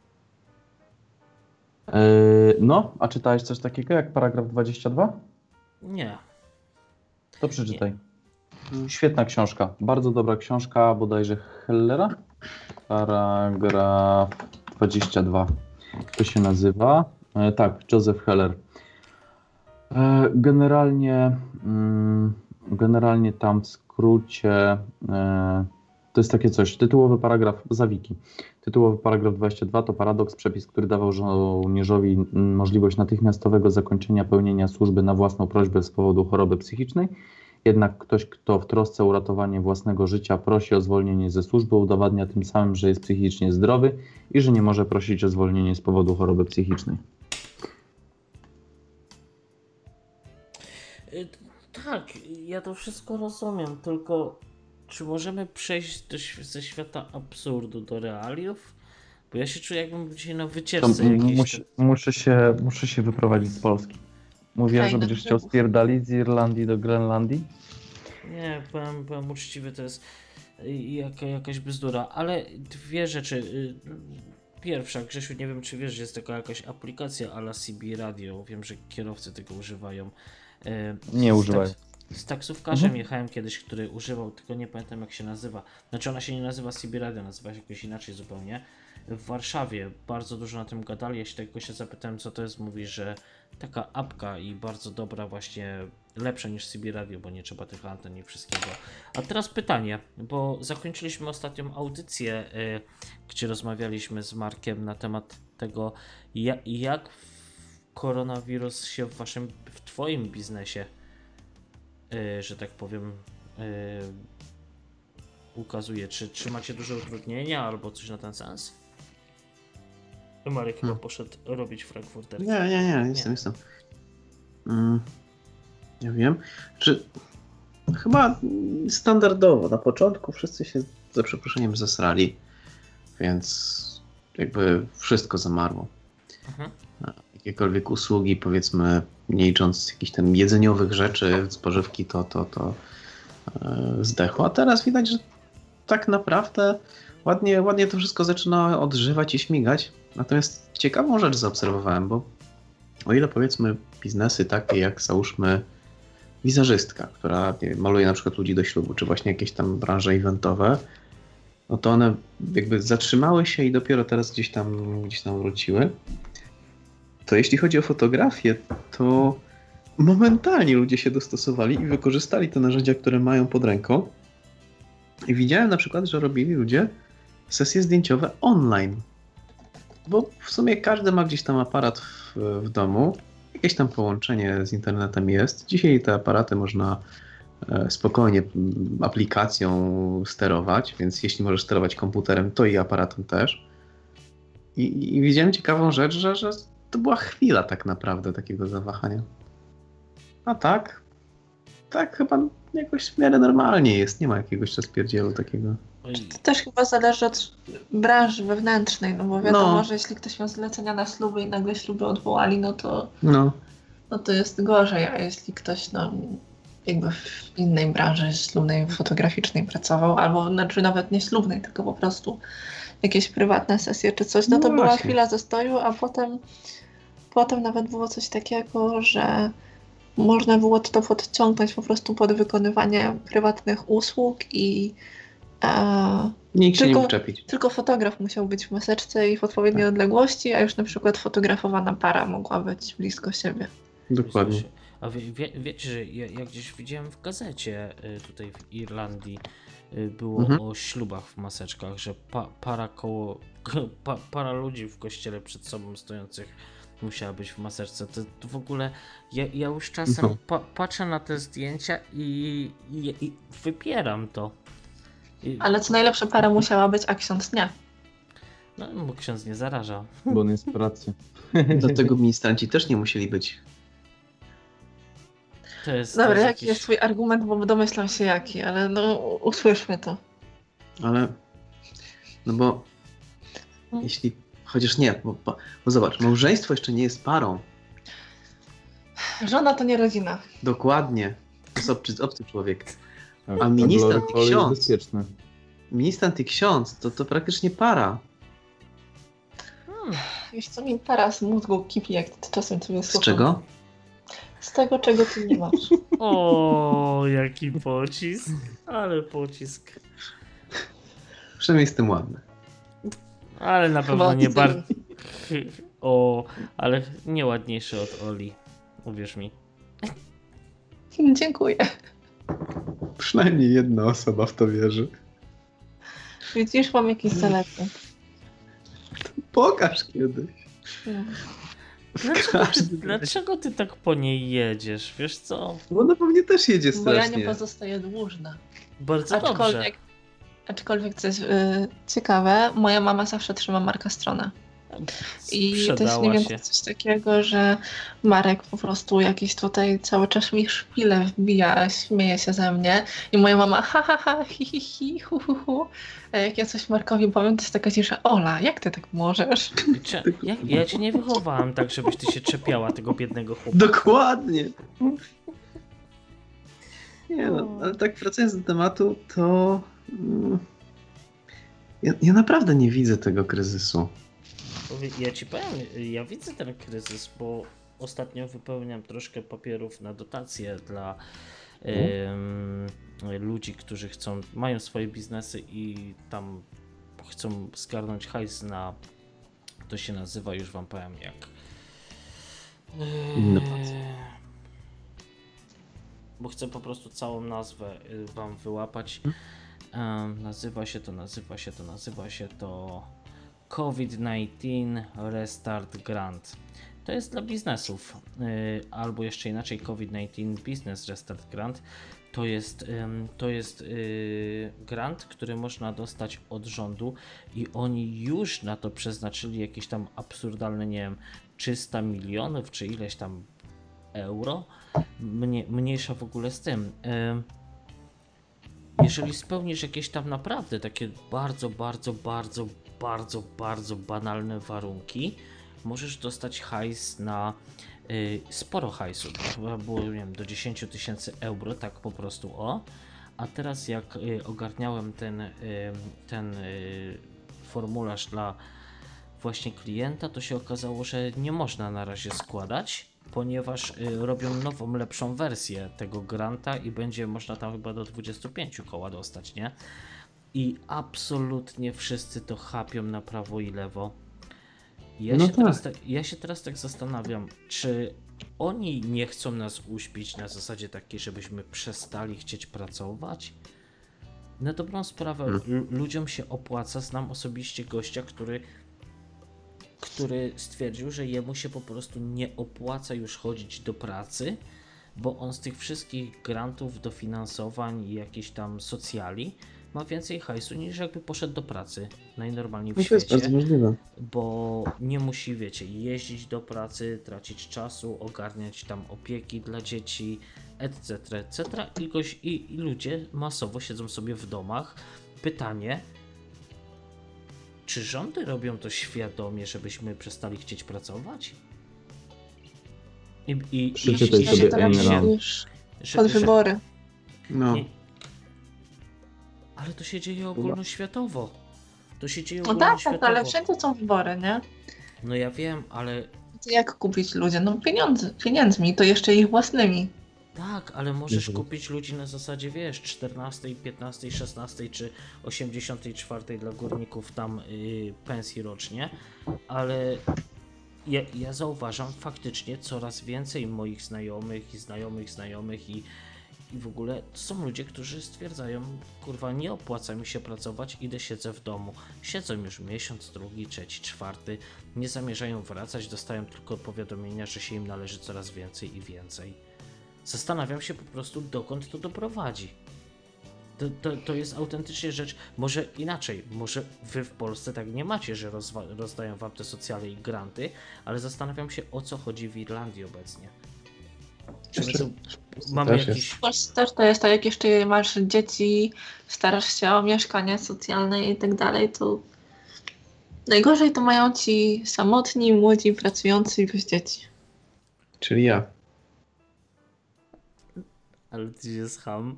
No, a czytałeś coś takiego jak paragraf 22? Nie. To przeczytaj. Nie. Świetna książka, bardzo dobra książka, bodajże Hellera. Paragraf 22. To się nazywa? Tak, Joseph Heller. Generalnie tam w skrócie to jest takie coś, tytułowy paragraf, zawiki. Tytułowy paragraf 22 to paradoks, przepis, który dawał żołnierzowi możliwość natychmiastowego zakończenia pełnienia służby na własną prośbę z powodu choroby psychicznej. Jednak ktoś, kto w trosce o uratowanie własnego życia prosi o zwolnienie ze służby, udowadnia tym samym, że jest psychicznie zdrowy i że nie może prosić o zwolnienie z powodu choroby psychicznej. Tak, ja to wszystko rozumiem, tylko czy możemy przejść ze świata absurdu do realiów? Bo ja się czuję, jakbym był dzisiaj na wycieczce jakiejś. Muszę się wyprowadzić z Polski. Mówię, że będziesz chciał spierdalić z Irlandii do Grenlandii? Nie, byłem uczciwy, to jest jakaś bzdura, ale 2 rzeczy. Pierwsza, Grzesiu, nie wiem czy wiesz, że jest taka jakaś aplikacja a la CB Radio, wiem, że kierowcy tego używają. Nie używają. Z taksówkarzem jechałem kiedyś, który używał, tylko nie pamiętam jak się nazywa. Znaczy ona się nie nazywa CB Radio, nazywa się jakoś inaczej zupełnie. W Warszawie bardzo dużo na tym gadali, ja się tego się zapytałem co to jest, mówi, że taka apka i bardzo dobra, właśnie lepsza niż CB Radio, bo nie trzeba tych anten i wszystkiego. A teraz pytanie, bo zakończyliśmy ostatnią audycję, gdzie rozmawialiśmy z Markiem na temat tego, jak koronawirus się w twoim biznesie, że tak powiem, ukazuje? Czy macie duże utrudnienia albo coś na ten sens? Marek chyba poszedł robić frankfurterki. Nie, jestem. Nie wiem. Chyba standardowo na początku wszyscy się za przeproszeniem zesrali, więc jakby wszystko zamarło. Jakiekolwiek usługi, powiedzmy, nie licząc jakichś tam jedzeniowych rzeczy, spożywki, to zdechło. A teraz widać, że tak naprawdę ładnie to wszystko zaczyna odżywać i śmigać. Natomiast ciekawą rzecz zaobserwowałem, bo o ile powiedzmy biznesy takie jak załóżmy wizerzystka, która nie wiem, maluje na przykład ludzi do ślubu, czy właśnie jakieś tam branże eventowe, no to one jakby zatrzymały się i dopiero teraz gdzieś tam wróciły. To jeśli chodzi o fotografię, to momentalnie ludzie się dostosowali i wykorzystali te narzędzia, które mają pod ręką. I widziałem na przykład, że robili ludzie sesje zdjęciowe online. Bo w sumie każdy ma gdzieś tam aparat w domu. Jakieś tam połączenie z internetem jest. Dzisiaj te aparaty można spokojnie aplikacją sterować, więc jeśli możesz sterować komputerem, to i aparatem też. I widziałem ciekawą rzecz, że to była chwila tak naprawdę takiego zawahania. A tak chyba jakoś w miarę normalnie jest. Nie ma jakiegoś rozpierdzielu takiego. To też chyba zależy od branży wewnętrznej, no bo wiadomo, że jeśli ktoś miał zlecenia na śluby i nagle śluby odwołali, no to jest gorzej, a jeśli ktoś jakby w innej branży ślubnej, fotograficznej pracował, albo znaczy nawet nie ślubnej, tylko po prostu jakieś prywatne sesje czy coś, no to była chwila zastoju, a potem nawet było coś takiego, że można było to podciągnąć po prostu pod wykonywanie prywatnych usług i nikt się nie mógł czepić. Tylko fotograf musiał być w maseczce i w odpowiedniej odległości, a już na przykład fotografowana para mogła być blisko siebie. Dokładnie. A wiecie, że ja gdzieś widziałem w gazecie tutaj w Irlandii było o ślubach w maseczkach, że para ludzi w kościele przed sobą stojących musiała być w maseczce. To w ogóle ja już czasem patrzę na te zdjęcia i wypieram to. Ale co najlepsze, para musiała być, a ksiądz nie. No, bo ksiądz nie zaraża. Bo on jest w pracy. Dlatego ministranci też nie musieli być. Dobra, jaki jest twój argument, bo domyślam się jaki, ale usłyszmy to. Ale, bo jeśli, chociaż nie, bo zobacz, małżeństwo jeszcze nie jest parą. Żona to nie rodzina. Dokładnie, to jest obcy człowiek. A ministrant i ksiądz to praktycznie para. Wiesz co, mi para z mózgu kipi, jak ty czasem sobie słucham. Z czego? Z tego, czego ty nie masz. O, jaki pocisk. Ale pocisk. Przynajmniej jestem ładny. Ale na pewno nie bardzo. Ale nie ładniejszy od Oli. Uwierz mi. Dziękuję. Przynajmniej jedna osoba w to wierzy. Widzisz, mam jakieś zalety. Pokaż kiedyś. Dlaczego ty tak po niej jedziesz? Wiesz co? Bo ona pewnie też jedzie strasznie. Bo ja nie pozostaję dłużna. Bardzo dobrze. Aczkolwiek coś ciekawe, moja mama zawsze trzyma Marka stronę. I to jest mniej więcej coś takiego, że Marek po prostu jakiś tutaj cały czas mi szpilę wbija, śmieje się ze mnie i moja mama hi, hu. A jak ja coś Markowi powiem, to jest taka cisza: Ola, jak ty tak możesz? Ja cię nie wychowałam tak, żebyś ty się czepiała tego biednego chłopaka. Dokładnie. Nie ale tak wracając do tematu, to ja naprawdę nie widzę tego kryzysu. Ja ci powiem, ja widzę ten kryzys, bo ostatnio wypełniam troszkę papierów na dotacje dla ludzi, którzy mają swoje biznesy i tam chcą zgarnąć hajs na, to się nazywa, już wam powiem jak. Bo chcę po prostu całą nazwę wam wyłapać. Nazywa się to COVID-19 Restart Grant. To jest dla biznesów, albo jeszcze inaczej COVID-19 Business Restart Grant. to jest grant, który można dostać od rządu i oni już na to przeznaczyli jakieś tam absurdalne, nie wiem, 300 milionów czy ileś tam euro. Mniejsza w ogóle z tym. Jeżeli spełnisz jakieś tam naprawdę takie bardzo banalne warunki, możesz dostać hajs na sporo hajsu, chyba było, nie wiem, do 10 000 euro, tak po prostu a teraz jak ogarniałem ten formularz dla właśnie klienta, to się okazało, że nie można na razie składać, ponieważ robią nową, lepszą wersję tego granta i będzie można tam chyba do 25 koła dostać, nie? I absolutnie wszyscy to chapią na prawo i lewo. Ja się teraz tak zastanawiam, czy oni nie chcą nas uśpić na zasadzie takiej, żebyśmy przestali chcieć pracować? Na dobrą sprawę ludziom się opłaca. Znam osobiście gościa, który stwierdził, że jemu się po prostu nie opłaca już chodzić do pracy, bo on z tych wszystkich grantów, dofinansowań i jakichś tam socjali ma więcej hajsu niż jakby poszedł do pracy najnormalniej w świecie. To jest bardzo możliwe. Bo nie musi, wiecie, jeździć do pracy, tracić czasu, ogarniać tam opieki dla dzieci, etc. I ludzie masowo siedzą sobie w domach. Pytanie, czy rządy robią to świadomie, żebyśmy przestali chcieć pracować? Przeczytaj sobie pod wybory. No. Ale to się dzieje ogólnoświatowo. No tak, ale wszędzie są wybory, nie? No ja wiem, ale... To jak kupić ludzi? No pieniędzmi, to jeszcze ich własnymi. Tak, ale możesz kupić ludzi na zasadzie, wiesz, 14, 15, 16 czy 84 dla górników tam pensji rocznie, ale ja zauważam faktycznie coraz więcej moich znajomych i w ogóle to są ludzie, którzy stwierdzają, kurwa, nie opłaca mi się pracować, siedzę w domu. Siedzą już miesiąc, drugi, trzeci, czwarty, nie zamierzają wracać, dostają tylko powiadomienia, że się im należy coraz więcej i więcej. Zastanawiam się po prostu, dokąd to doprowadzi. To jest autentycznie rzecz, może inaczej, może wy w Polsce tak nie macie, że rozdają wam te socjale i granty, ale zastanawiam się, o co chodzi w Irlandii obecnie. Mamy jakiś... W Polsce też to jest tak, jak jeszcze masz dzieci, starasz się o mieszkanie socjalne i tak dalej, to najgorzej to mają ci samotni, młodzi, pracujący i bez dzieci. Czyli ja. Ale ty jest ham.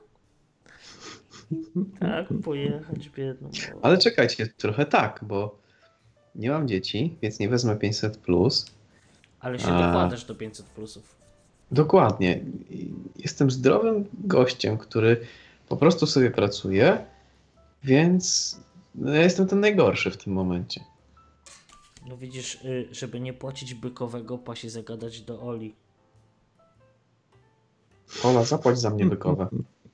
Tak, pojechać biedną. Ale czekajcie, trochę tak, bo nie mam dzieci, więc nie wezmę 500+. Ale się dokładasz do 500+. Dokładnie. Jestem zdrowym gościem, który po prostu sobie pracuje, więc ja jestem ten najgorszy w tym momencie. No widzisz, żeby nie płacić bykowego, pasi zagadać do Oli. Ola, zapłać za mnie bykowe.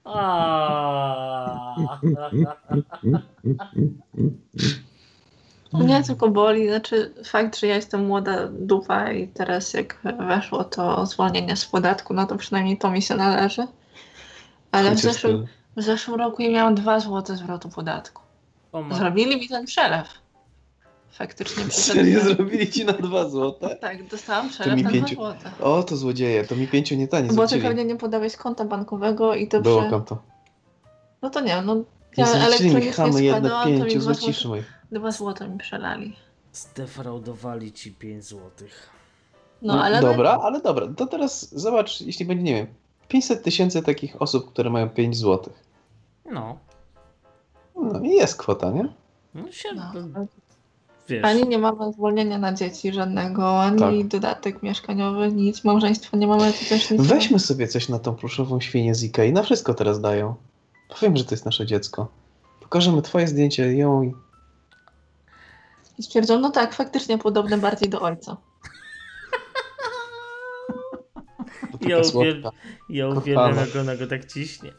Mnie tylko boli, znaczy fakt, że ja jestem młoda dupa i teraz jak weszło to zwolnienie z podatku, no to przynajmniej to mi się należy. Ale w zeszłym roku ja miałam 2 zł zwrotu podatku. Zrobili mi ten przelew. Faktycznie. Serio zrobili ci na 2 zł? Tak, dostałam przelew na 2 zł. O, to złodzieje, to mi 5 nie zwrócili. Bo ty pewnie nie podałeś konta bankowego i to było konto. No to nie, no ja elektronicznie składałam, to mi 2 zł mi przelali. Zdefraudowali ci 5 zł. No ale... Dobra, ale dobra, to teraz zobacz, jeśli będzie, nie wiem, 500 000 takich osób, które mają 5 zł. No. No i jest kwota, nie? No się... No. Wiesz. Ani nie mamy zwolnienia na dzieci żadnego, ani dodatek mieszkaniowy, nic. Małżeństwo nie mamy, to też nic. Weźmy sobie coś na tą pluszową świnię z Ikei. Na wszystko teraz dają. Powiem, że to jest nasze dziecko. Pokażemy twoje zdjęcie, ją i stwierdzą, no tak, faktycznie podobne bardziej do ojca. Ja uwielbiam, jak ona go tak ciśnie.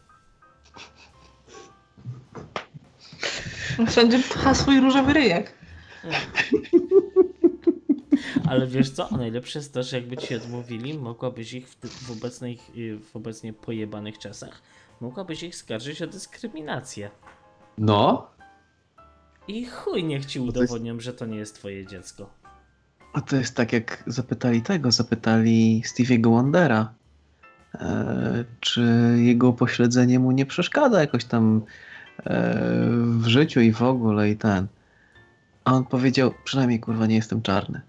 Wszędzie pcha swój różowy ryjek. Ale wiesz co, najlepsze jest to, że jakby ci odmówili, mogłabyś ich w obecnie pojebanych czasach, mogłabyś ich skarżyć o dyskryminację. No. I chuj niech ci udowodnią, że to nie jest twoje dziecko. A to jest tak jak zapytali Stevie'ego Wondera, czy jego upośledzenie mu nie przeszkadza jakoś tam w życiu i w ogóle i ten. A on powiedział, przynajmniej kurwa nie jestem czarny.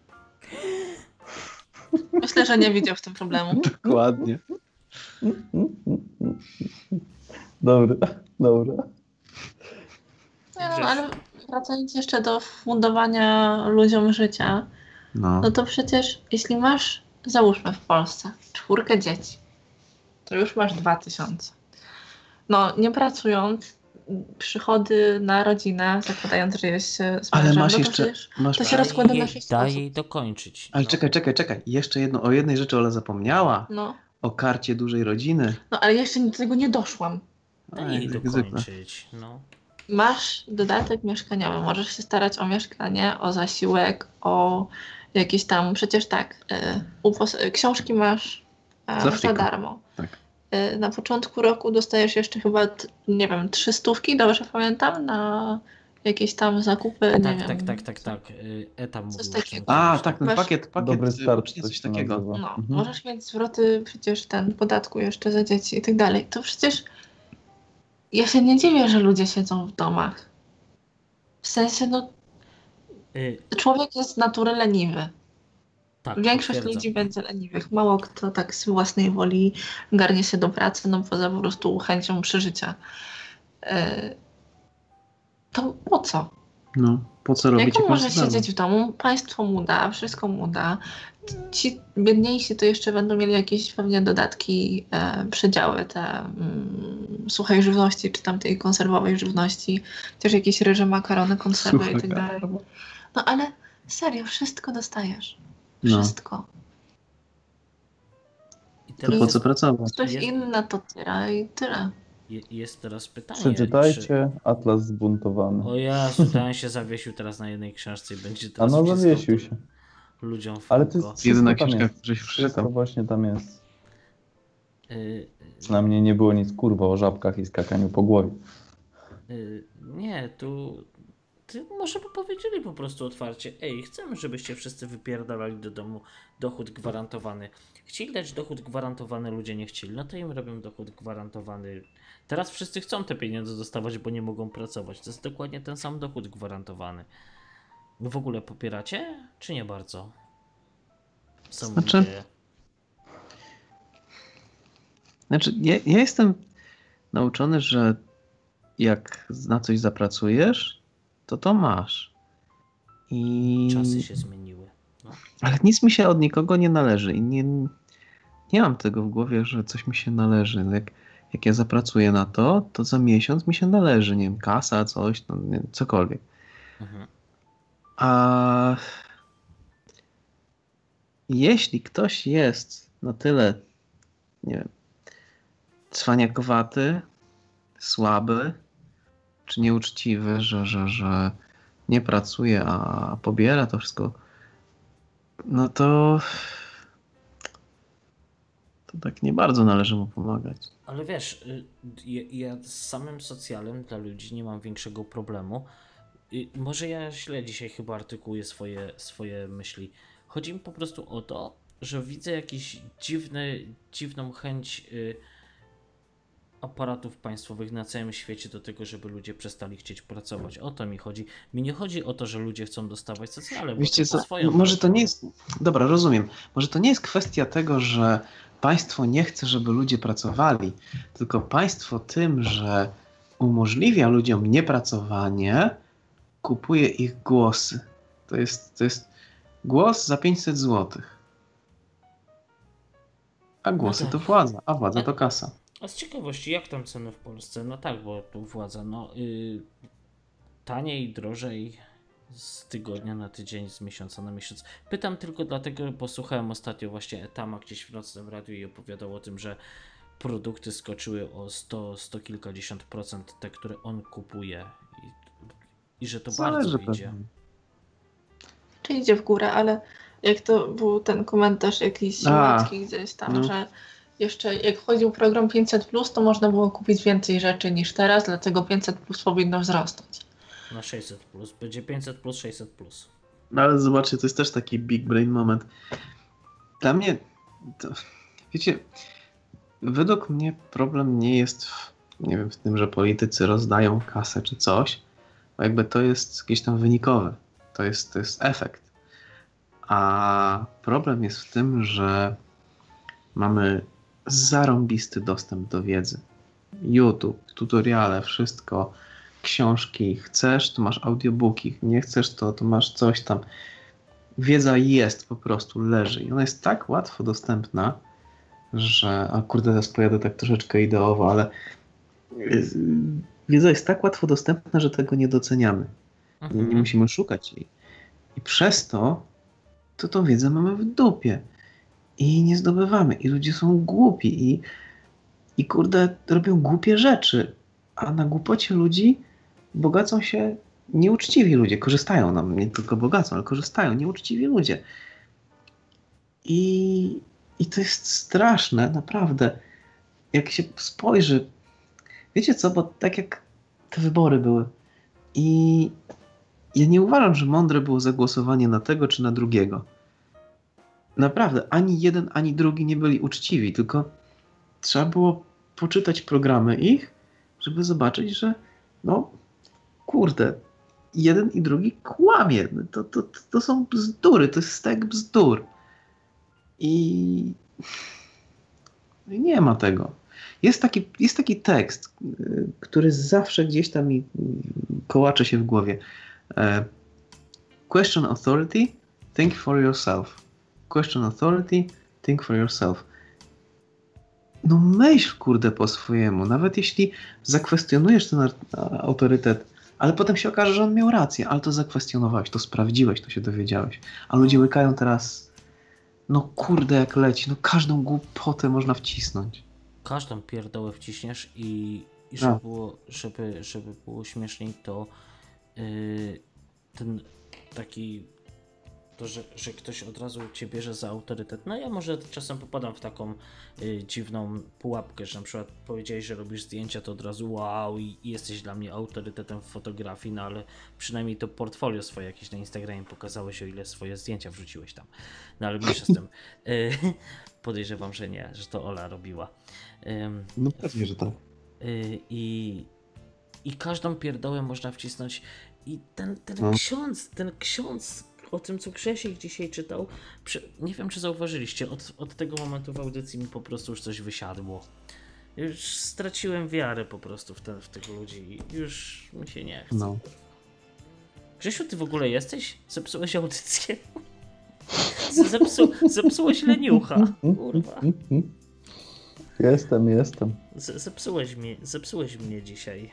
Myślę, że nie widział w tym problemu. Dokładnie. Dobra. Nie, no, ale wracając jeszcze do fundowania ludziom życia, no to przecież jeśli masz, załóżmy w Polsce, 4 dzieci, to już masz 2000. No nie pracując, przychody na rodzinę, zakładając, że jest z mężem, Ale masz no to jeszcze... to się rozkłada na 6 Daj osób. jej dokończyć. Ale czekaj. Jeszcze jedno, o jednej rzeczy Ola zapomniała. No. O karcie dużej rodziny. No ale jeszcze do tego nie doszłam. Daj jej dokończyć. No. Masz dodatek mieszkaniowy, możesz się starać o mieszkanie, o zasiłek, o jakieś tam, przecież tak, książki masz za darmo. Tak. Na początku roku dostajesz jeszcze chyba, nie wiem, 300, dobrze pamiętam, na jakieś tam zakupy, nie wiem. Tak. Etam mówił. Tak, ten pakiet Dobry start, coś takiego. No, możesz mieć zwroty przecież podatku jeszcze za dzieci i tak dalej. To przecież ja się nie dziwię, że ludzie siedzą w domach. W sensie, człowiek jest z natury leniwy. Tak, Większość ludzi będzie leniwych. Mało kto tak z własnej woli garnie się do pracy, poza po prostu chęcią przeżycia. To po co? No, po co robić? Jak on może siedzieć w domu? Państwo mu da, wszystko mu da. Ci biedniejsi to jeszcze będą mieli jakieś pewnie dodatki, przedziały te suchej żywności, czy tam tej konserwowej żywności, też jakieś ryże, makarony, konserwy i tak dalej. No ale serio, wszystko dostajesz. Wszystko. To po co pracować? Ktoś inny to tyra i tyle. Jest teraz pytanie. Przeczytajcie Atlas Zbuntowany. O Jezu, ten się zawiesił teraz na jednej książce i będzie teraz zawiesił się. Ludziom w Ale to jest jedyna książka, której wszystko właśnie tam jest. Na mnie nie było nic kurwa o żabkach i skakaniu po głowie. Nie, może by powiedzieli po prostu otwarcie, chcemy, żebyście wszyscy wypierdalali do domu dochód gwarantowany. Chcieli dać dochód gwarantowany, ludzie nie chcieli, no to im robią dochód gwarantowany. Teraz wszyscy chcą te pieniądze dostawać, bo nie mogą pracować. To jest dokładnie ten sam dochód gwarantowany. Wy w ogóle popieracie, czy nie bardzo? Znaczy, ja jestem nauczony, że jak na coś zapracujesz, to masz. I... Czasy się zmieniły. No. Ale nic mi się od nikogo nie należy i nie mam tego w głowie, że coś mi się należy. Jak ja zapracuję na to za miesiąc mi się należy, nie wiem, kasa, coś, cokolwiek. A jeśli ktoś jest na tyle, nie wiem, cwaniakowaty, słaby, czy nieuczciwy, że nie pracuje, a pobiera to wszystko, no to tak nie bardzo należy mu pomagać. Ale wiesz, ja z samym socjalem dla ludzi nie mam większego problemu. Może ja źle dzisiaj chyba artykułuję swoje myśli. Chodzi mi po prostu o to, że widzę jakąś dziwną chęć aparatów państwowych na całym świecie do tego, żeby ludzie przestali chcieć pracować. O to mi chodzi. Mi nie chodzi o to, że ludzie chcą dostawać socjale, bo to swoją może to nie jest... Dobra, rozumiem. Może to nie jest kwestia tego, że państwo nie chce, żeby ludzie pracowali, tylko państwo tym, że umożliwia ludziom niepracowanie, kupuje ich głosy. To jest głos za 500 zł. A głosy to władza, a władza to kasa. A z ciekawości, jak tam ceny w Polsce? No tak, bo tu władza, taniej, drożej, z tygodnia na tydzień, z miesiąca na miesiąc. Pytam tylko dlatego, bo słuchałem ostatnio właśnie Etama gdzieś w nocnym radiu i opowiadał o tym, że produkty skoczyły o 100 kilkadziesiąt procent, te, które on kupuje i że to bardzo idzie. Czy idzie w górę, ale Jak to był ten komentarz jakiś siłacki gdzieś tam, że jeszcze jak wchodził program 500+, to można było kupić więcej rzeczy niż teraz, dlatego 500+ powinno wzrosnąć. Na 600+. Będzie 500+, 600+. No ale zobaczcie, to jest też taki big brain moment. Dla mnie, to, wiecie, według mnie problem nie jest w tym, że politycy rozdają kasę czy coś, bo jakby to jest jakieś tam wynikowe. To jest efekt. A problem jest w tym, że mamy zarąbisty dostęp do wiedzy. YouTube, tutoriale, wszystko, książki. Chcesz, to masz audiobooki. Nie chcesz, to masz coś tam. Wiedza jest, po prostu leży. I ona jest tak łatwo dostępna, że... A kurde, teraz pojadę tak troszeczkę ideowo, ale wiedza jest tak łatwo dostępna, że tego nie doceniamy. Nie musimy szukać jej. I przez to tą wiedzę mamy w dupie. I nie zdobywamy. I ludzie są głupi. I kurde, robią głupie rzeczy. A na głupocie ludzi bogacą się nieuczciwi ludzie. Korzystają nam, nie tylko bogacą, ale korzystają nieuczciwi ludzie. I to jest straszne, naprawdę. Jak się spojrzy... Wiecie co, bo tak jak te wybory były i ja nie uważam, że mądre było zagłosowanie na tego czy na drugiego. Naprawdę, ani jeden, ani drugi nie byli uczciwi, tylko trzeba było poczytać programy ich, żeby zobaczyć, że no kurde, jeden i drugi kłamie. To są bzdury, to jest stek bzdur. I nie ma tego. Jest taki tekst, który zawsze gdzieś tam mi kołacze się w głowie. Question authority, think for yourself. Question authority, think for yourself. No myśl, kurde, po swojemu. Nawet jeśli zakwestionujesz ten autorytet, ale potem się okaże, że on miał rację, ale to zakwestionowałeś, to sprawdziłeś, to się dowiedziałeś. A ludzie łykają teraz, no kurde, jak leci, no każdą głupotę można wcisnąć. Każdą pierdołę wciśniesz i żeby było śmieszniej, to ten taki, to, że ktoś od razu cię bierze za autorytet. No ja może czasem popadam w taką dziwną pułapkę, że na przykład powiedziałeś, że robisz zdjęcia, to od razu wow i jesteś dla mnie autorytetem w fotografii, no ale przynajmniej to portfolio swoje jakieś na Instagramie pokazałeś, o ile swoje zdjęcia wrzuciłeś tam. No ale mniejsza z tym. Podejrzewam, że nie, że to Ola robiła. No pewnie, że tak. I każdą pierdołę można wcisnąć. I ten ksiądz o tym, co Grzesiek dzisiaj czytał, nie wiem, czy zauważyliście, od tego momentu w audycji mi po prostu już coś wysiadło. Już straciłem wiarę po prostu w tych ludzi i już mi się nie chce. No. Grzesiu, ty w ogóle jesteś? Zepsułeś audycję? Zepsułeś leniucha. Kurwa. Jestem. Zepsułeś mnie dzisiaj.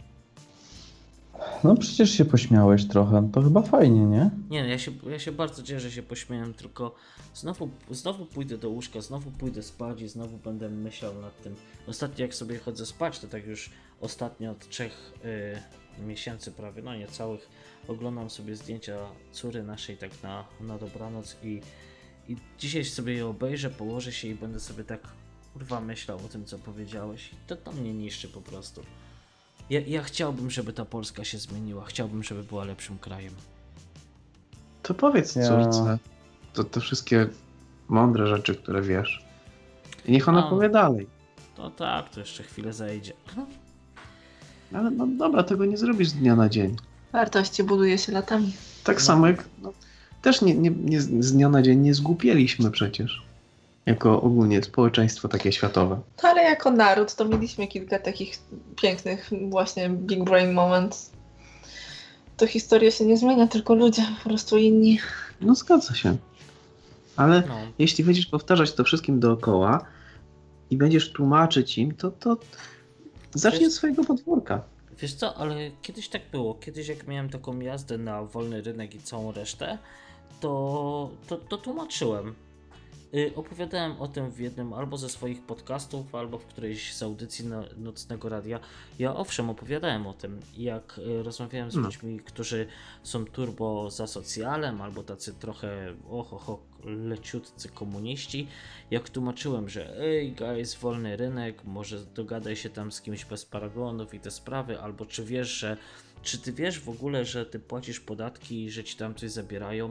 No przecież się pośmiałeś trochę, to chyba fajnie, nie? Nie, no ja się bardzo cieszę, że się pośmiałem, tylko znowu pójdę do łóżka, znowu pójdę spać i znowu będę myślał nad tym. Ostatnio jak sobie chodzę spać, to tak już ostatnio od 3 miesięcy prawie, no niecałych, oglądam sobie zdjęcia córy naszej tak na dobranoc i dzisiaj sobie je obejrzę, położę się i będę sobie tak kurwa myślał o tym, co powiedziałeś. To mnie niszczy po prostu. Ja chciałbym, żeby ta Polska się zmieniła. Chciałbym, żeby była lepszym krajem. To powiedz córce to wszystkie mądre rzeczy, które wiesz. I niech ona powie dalej. No tak, to jeszcze chwilę zajdzie. Ale no dobra, tego nie zrobisz z dnia na dzień. Wartości buduje się latami. Tak samo jak też nie z dnia na dzień nie zgłupieliśmy przecież. Jako ogólnie społeczeństwo takie światowe. Ale jako naród to mieliśmy kilka takich pięknych właśnie big brain moments. To historia się nie zmienia, tylko ludzie po prostu inni. No zgadza się. Ale jeśli będziesz powtarzać to wszystkim dookoła i będziesz tłumaczyć im, to zacznij od swojego podwórka. Wiesz co, ale kiedyś tak było. Kiedyś jak miałem taką jazdę na wolny rynek i całą resztę, to tłumaczyłem. Opowiadałem o tym w jednym albo ze swoich podcastów, albo w którejś z audycji Nocnego Radia. Ja owszem opowiadałem o tym, jak rozmawiałem z ludźmi, którzy są turbo za socjalem, albo tacy trochę leciutcy komuniści. Jak tłumaczyłem, że ej guys, wolny rynek, może dogadaj się tam z kimś bez paragonów i te sprawy, albo czy ty wiesz w ogóle, że ty płacisz podatki i że ci tam coś zabierają?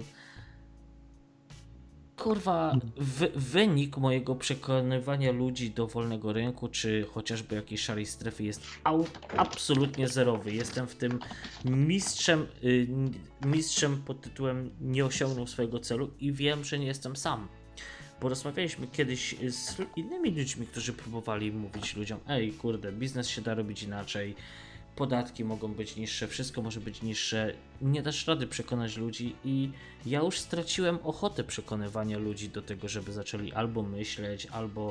Kurwa, wynik mojego przekonywania ludzi do wolnego rynku, czy chociażby jakiejś szarej strefy jest absolutnie zerowy. Jestem w tym mistrzem pod tytułem nie osiągnął swojego celu i wiem, że nie jestem sam. Bo rozmawialiśmy kiedyś z innymi ludźmi, którzy próbowali mówić ludziom, ej kurde, biznes się da robić inaczej, podatki mogą być niższe, wszystko może być niższe, nie dasz rady przekonać ludzi i ja już straciłem ochotę przekonywania ludzi do tego, żeby zaczęli albo myśleć, albo...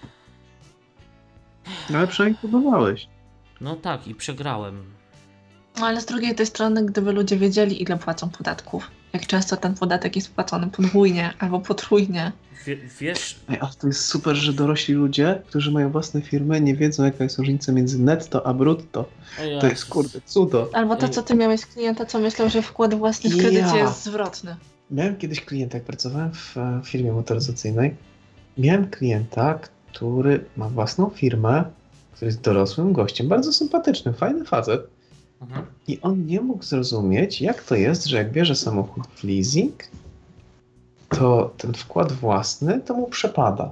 Ale przynajmniej próbowałeś. No tak, i przegrałem. Ale z drugiej tej strony, gdyby ludzie wiedzieli, ile płacą podatków, jak często ten podatek jest płacony podwójnie albo potrójnie. Wiesz... A to jest super, że dorośli ludzie, którzy mają własne firmy, nie wiedzą, jaka jest różnica między netto a brutto. To jest kurde cudo. Albo to, co ty miałeś klienta, co myślał, że wkład własny w kredycie jest zwrotny. Miałem kiedyś klienta, jak pracowałem w firmie motoryzacyjnej, miałem klienta, który ma własną firmę, który jest dorosłym gościem, bardzo sympatycznym, fajny facet. I on nie mógł zrozumieć, jak to jest, że jak bierze samochód w leasing, to ten wkład własny to mu przepada.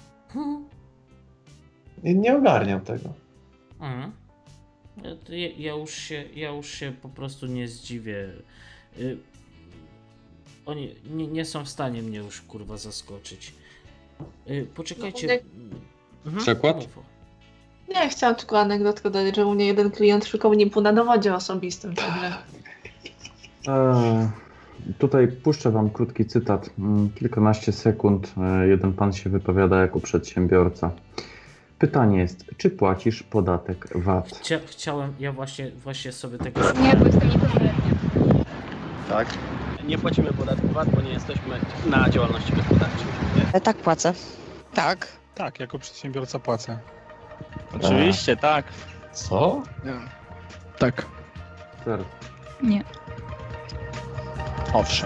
I nie ogarniał tego. Ja już się po prostu nie zdziwię. Oni nie są w stanie mnie już kurwa zaskoczyć. Poczekajcie. Przykład? Nie, chciałam tylko anegdotkę dodać, że u mnie jeden klient szukał NIP-u na dowodzie osobistym. Także... Tutaj puszczę wam krótki cytat, kilkanaście sekund. Jeden pan się wypowiada jako przedsiębiorca. Pytanie jest, czy płacisz podatek VAT? Chciałem, ja właśnie sobie tego... Nie, bo jestem niepełnoletnia. Tak? Nie płacimy podatku VAT, bo nie jesteśmy na działalności gospodarczej. Tak, płacę. Tak. Tak, jako przedsiębiorca płacę. Oczywiście, tak. Co? Nie. Tak. Zaraz. Nie. Owszem.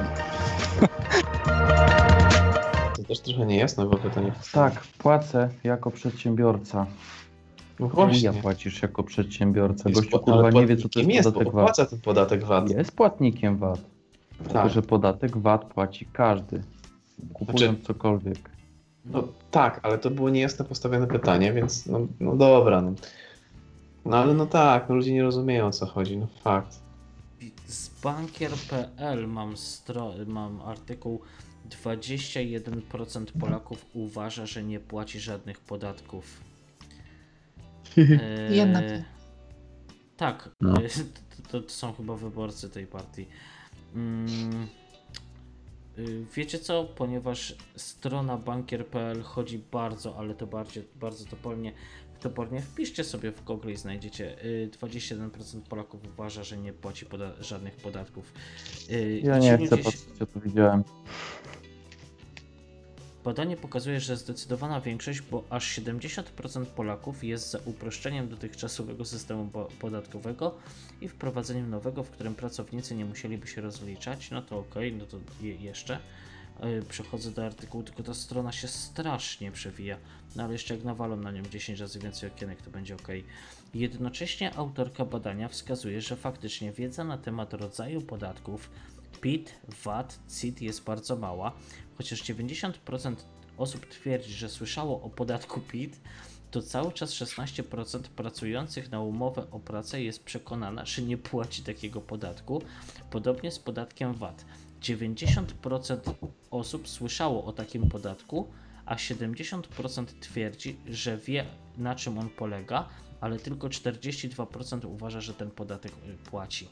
To też trochę niejasne, bo pytanie. Tak, płacę jako przedsiębiorca. No właśnie. Ja płacisz jako przedsiębiorca. Jest Gościu kurwa nie wie, co to jest podatek VAT. Płaca ten podatek VAT. Jest płatnikiem VAT. Tak. Tylko, że podatek VAT płaci każdy, kupując cokolwiek. No tak, ale to było niejasne postawione pytanie, więc no dobra. No ale no tak, no ludzie nie rozumieją, o co chodzi, no fakt. Z bankier.pl mam artykuł 21% Polaków uważa, że nie płaci żadnych podatków. Jednak. Tak, no. To są chyba wyborcy tej partii. Wiecie co? Ponieważ strona bankier.pl chodzi bardzo, ale to bardzo topornie, wpiszcie sobie w Google i znajdziecie 21% Polaków uważa, że nie płaci żadnych podatków. Ja nie chcę patrzeć, co tu widziałem. Badanie pokazuje, że zdecydowana większość, bo aż 70% Polaków jest za uproszczeniem dotychczasowego systemu podatkowego i wprowadzeniem nowego, w którym pracownicy nie musieliby się rozliczać. No to okej, no to jeszcze. Przechodzę do artykułu, tylko ta strona się strasznie przewija. No ale jeszcze jak nawalą na nią 10 razy więcej okienek, to będzie ok. Jednocześnie autorka badania wskazuje, że faktycznie wiedza na temat rodzaju podatków PIT, VAT, CIT jest bardzo mała. Chociaż 90% osób twierdzi, że słyszało o podatku PIT, to cały czas 16% pracujących na umowę o pracę jest przekonana, że nie płaci takiego podatku. Podobnie z podatkiem VAT. 90% osób słyszało o takim podatku, a 70% twierdzi, że wie, na czym on polega, ale tylko 42% uważa, że ten podatek płaci.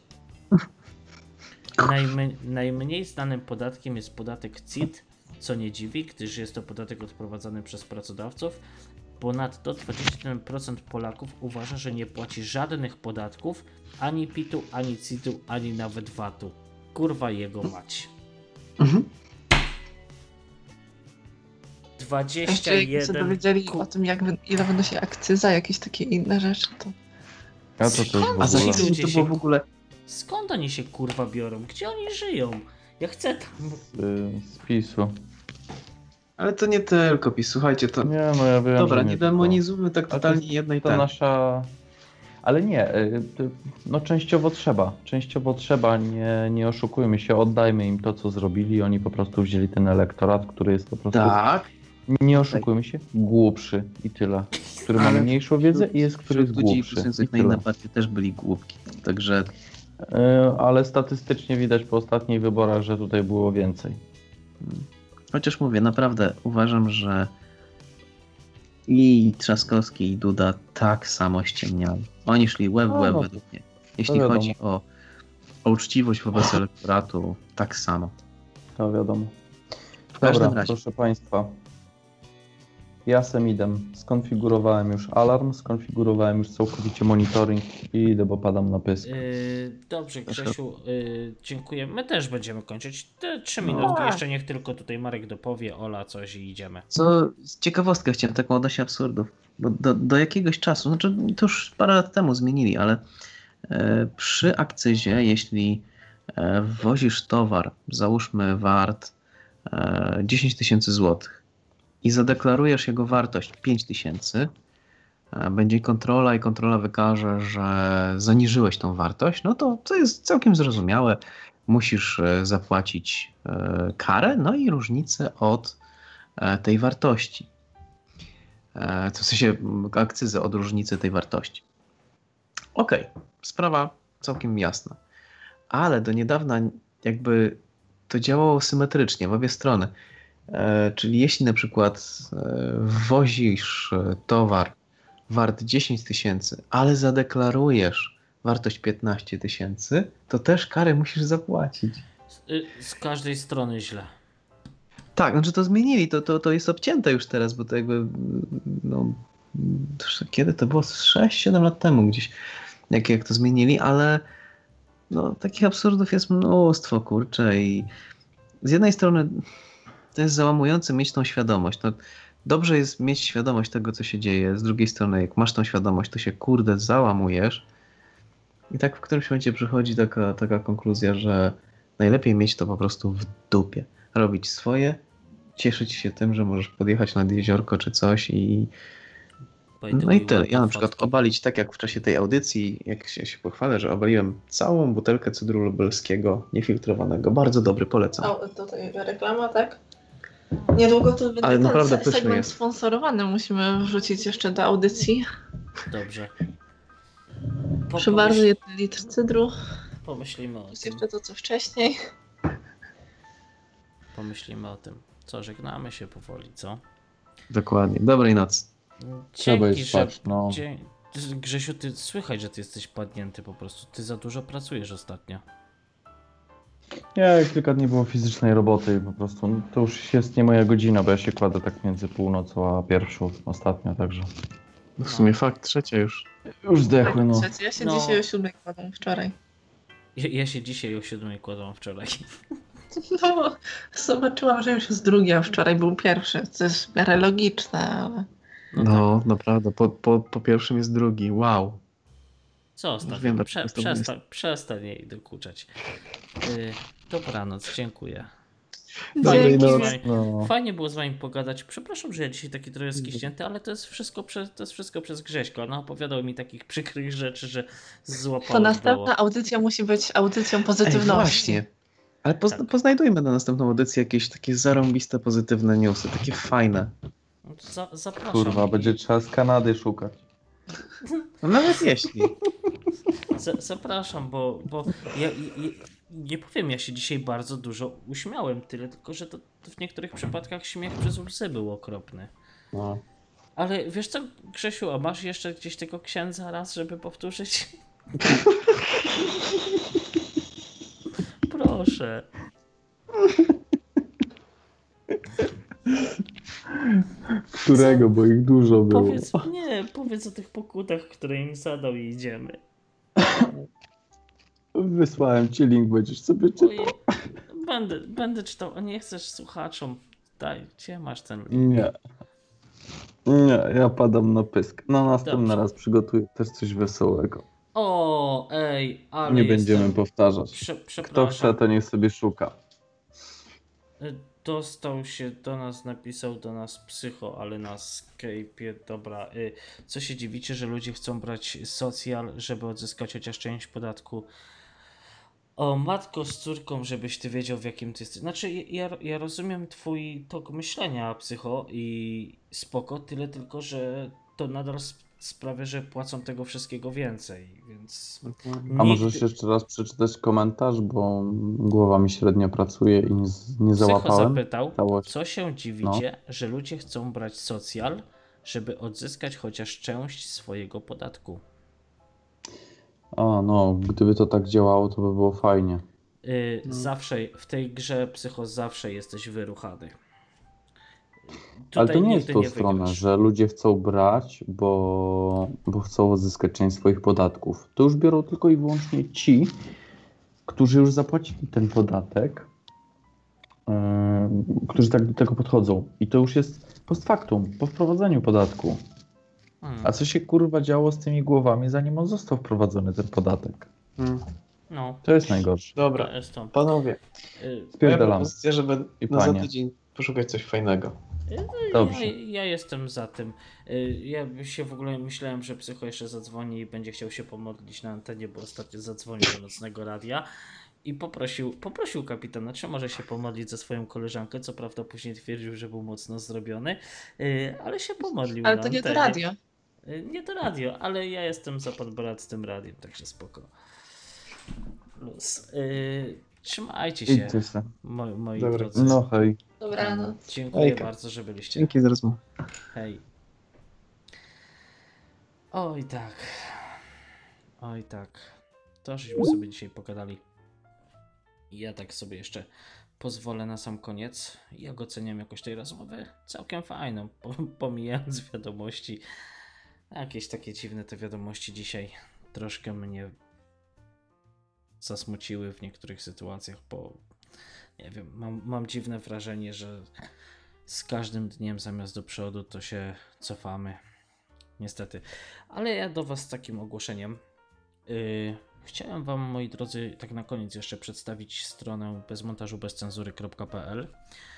Najmniej znanym podatkiem jest podatek CIT, co nie dziwi, gdyż jest to podatek odprowadzany przez pracodawców. Ponadto 21% Polaków uważa, że nie płaci żadnych podatków, ani PIT-u, ani CIT-u, ani nawet VAT-u. Kurwa jego mać. Jeszcze jak się dowiedzieli o tym, ile wynosi akcyza, jakieś takie inne rzeczy, to... A za ludzie to było w ogóle... Skąd oni się kurwa biorą? Gdzie oni żyją? Ja chcę tam... Z PiS-u. Ale to nie tylko PiS, słuchajcie, to... Nie, no ja wiem, dobra, nie demonizujmy tak totalnie jednej to nasza... Ale nie, no częściowo trzeba, nie oszukujmy się, oddajmy im to, co zrobili, oni po prostu wzięli ten elektorat, który jest po prostu, nie oszukujmy się, głupszy i tyle, który ma mniejszą wiedzę i jest, który jest głupszy i inne partie też byli głupki, także... Ale statystycznie widać po ostatnich wyborach, że tutaj było więcej. Chociaż mówię, naprawdę uważam, że i Trzaskowski, i Duda tak samo ściemniali. Oni szli łeb w łeb według mnie. Jeśli chodzi o uczciwość wobec elektoratu, tak samo. To wiadomo. Dobra, proszę Państwa. Ja idem. Skonfigurowałem już alarm, skonfigurowałem już całkowicie monitoring i idę, bo padam na pysk. Dobrze, Grzesiu, dziękuję. My też będziemy kończyć. Te 3 minutki, jeszcze niech tylko tutaj Marek dopowie, Ola coś i idziemy. Co ciekawostkę chciałem taką odnośnie absurdów, bo do jakiegoś czasu, znaczy to już parę lat temu zmienili, ale przy akcyzie, jeśli wozisz towar, załóżmy wart 10 000 złotych, i zadeklarujesz jego wartość 5000, będzie kontrola i kontrola wykaże, że zaniżyłeś tą wartość, no to jest całkiem zrozumiałe. Musisz zapłacić karę, no i różnicę od tej wartości. W sensie akcyzę od różnicy tej wartości. Okej, sprawa całkiem jasna. Ale do niedawna jakby to działało symetrycznie w obie strony. Czyli jeśli na przykład wozisz towar wart 10 000, ale zadeklarujesz wartość 15 000, to też karę musisz zapłacić. Z każdej strony źle. Tak, znaczy to zmienili, to jest obcięte już teraz, bo to jakby no, kiedy to było? 6-7 lat temu gdzieś, jak to zmienili, ale no, takich absurdów jest mnóstwo, kurczę, i z jednej strony to jest załamujące mieć tą świadomość. No, dobrze jest mieć świadomość tego, co się dzieje. Z drugiej strony, jak masz tą świadomość, to się kurde załamujesz. I tak w którymś momencie przychodzi taka konkluzja, że najlepiej mieć to po prostu w dupie. Robić swoje, cieszyć się tym, że możesz podjechać nad jeziorko czy coś i no i tyle. Ja na przykład obalić, tak jak w czasie tej audycji, jak się pochwalę, że obaliłem całą butelkę cydru lubelskiego, niefiltrowanego. Bardzo dobry, polecam. O, tutaj reklama, tak? Niedługo to będzie ten segment sponsorowany. Musimy wrzucić jeszcze do audycji. Dobrze. Proszę bardzo, 1 litr cydru. Pomyślimy o tym. Jeszcze to, co wcześniej. Pomyślimy o tym. Co, żegnamy się powoli, co? Dokładnie. Dobrej nocy. Dzięki, że... Grzesiu, ty słychać, że ty jesteś padnięty po prostu. Ty za dużo pracujesz ostatnio. Nie, kilka dni było fizycznej roboty i po prostu to już jest nie moja godzina, bo ja się kładę tak między północą a pierwszą ostatnio, także... W sumie fakt, trzecia już. Już zdechły, no. Ja się dzisiaj o 7 kładłam wczoraj. Ja się dzisiaj o 7 kładłam wczoraj. No bo zobaczyłam, że już jest drugi, a wczoraj był pierwszy, co jest w miarę logiczne, ale... No tak. Naprawdę, po pierwszym jest drugi, wow. Co ostatnio? Przestań jej dokuczać. Dobranoc, dziękuję. Fajnie było z wami pogadać. Przepraszam, że ja dzisiaj taki trochę skiśnięty, ale to jest wszystko przez Grześka. Ona opowiadał mi takich przykrych rzeczy, że złapałem. To następna audycja musi być audycją pozytywności. Właśnie. Ale poznajdujmy na następną audycję jakieś takie zarąbiste, pozytywne newsy, takie fajne. Zapraszam. Kurwa, będzie trzeba z Kanady szukać. No nawet jeśli. Zapraszam, bo ja nie powiem, ja się dzisiaj bardzo dużo uśmiałem, tyle tylko, że to w niektórych przypadkach śmiech przez łzy był okropny. No. Ale wiesz co, Grzesiu, a masz jeszcze gdzieś tego księdza raz, żeby powtórzyć? Proszę. Którego, bo ich dużo było. Powiedz o tych pokutach, które im zadał i idziemy. Wysłałem ci link, będziesz sobie czytał. Będę czytał, a nie chcesz słuchaczom Daj, gdzie masz ten link? Nie, ja padam na pysk. Na następny Dobrze. raz przygotuję też coś wesołego. O, ej, ale Nie będziemy jestem... powtarzać. Kto Przepraszam. chce, to niech sobie szuka. Dostał się do nas, napisał do nas psycho, ale na Skype'ie, dobra. Co się dziwicie, że ludzie chcą brać socjal, żeby odzyskać chociaż część podatku? O, matko z córką, żebyś ty wiedział, w jakim ty jesteś. Znaczy, ja rozumiem twój tok myślenia, psycho, i spoko, tyle tylko, że to nadal sprawia, że płacą tego wszystkiego więcej, więc... A możesz jeszcze raz przeczytać komentarz, bo głowa mi średnio pracuje i nie załapałem. Psycho zapytał, całości. co się dziwicie, że ludzie chcą brać socjal, żeby odzyskać chociaż część swojego podatku. A no, gdyby to tak działało, to by było fajnie. Zawsze w tej grze, psycho, zawsze jesteś wyruchany. Ale to Tutaj nie jest nigdy tą stronę, że ludzie chcą brać, bo chcą odzyskać część swoich podatków. To już biorą tylko i wyłącznie ci, którzy już zapłacili ten podatek, którzy tak do tego podchodzą. I to już jest post factum, po wprowadzeniu podatku. A co się kurwa działo z tymi głowami, zanim on został wprowadzony, ten podatek? No. To jest najgorsze. Dobra, To jest to. panowie, moja Spierdalam. propozycja, żeby za tydzień poszukać coś fajnego. Dobrze. Ja jestem za tym. Ja się w ogóle myślałem, że psycho jeszcze zadzwoni i będzie chciał się pomodlić na antenie, bo ostatnio zadzwonił do nocnego radia i poprosił kapitana, czy może się pomodlić za swoją koleżankę. Co prawda później twierdził, że był mocno zrobiony, ale się pomodlił. Ale na to nie to antenie. radio. Nie to radio, ale ja jestem za pan brat z tym radiem, także spoko. Luz. Trzymajcie się, Idźcie se. moi Dobra. drodzy. No hej. Dobranoc. Dziękuję Hejka. bardzo, że byliście. Dzięki za rozmowę. Hej. Oj tak. Oj tak. To żeśmy sobie dzisiaj pogadali. I ja tak sobie jeszcze pozwolę na sam koniec. Jak oceniam jakość tej rozmowy? Całkiem fajną. Pomijając wiadomości. Jakieś takie dziwne te wiadomości dzisiaj troszkę mnie zasmuciły w niektórych sytuacjach, bo nie wiem, mam dziwne wrażenie, że z każdym dniem zamiast do przodu to się cofamy. Niestety. Ale ja do was z takim ogłoszeniem. Chciałem wam, moi drodzy, tak na koniec jeszcze przedstawić stronę bezmontażubezcenzury.pl.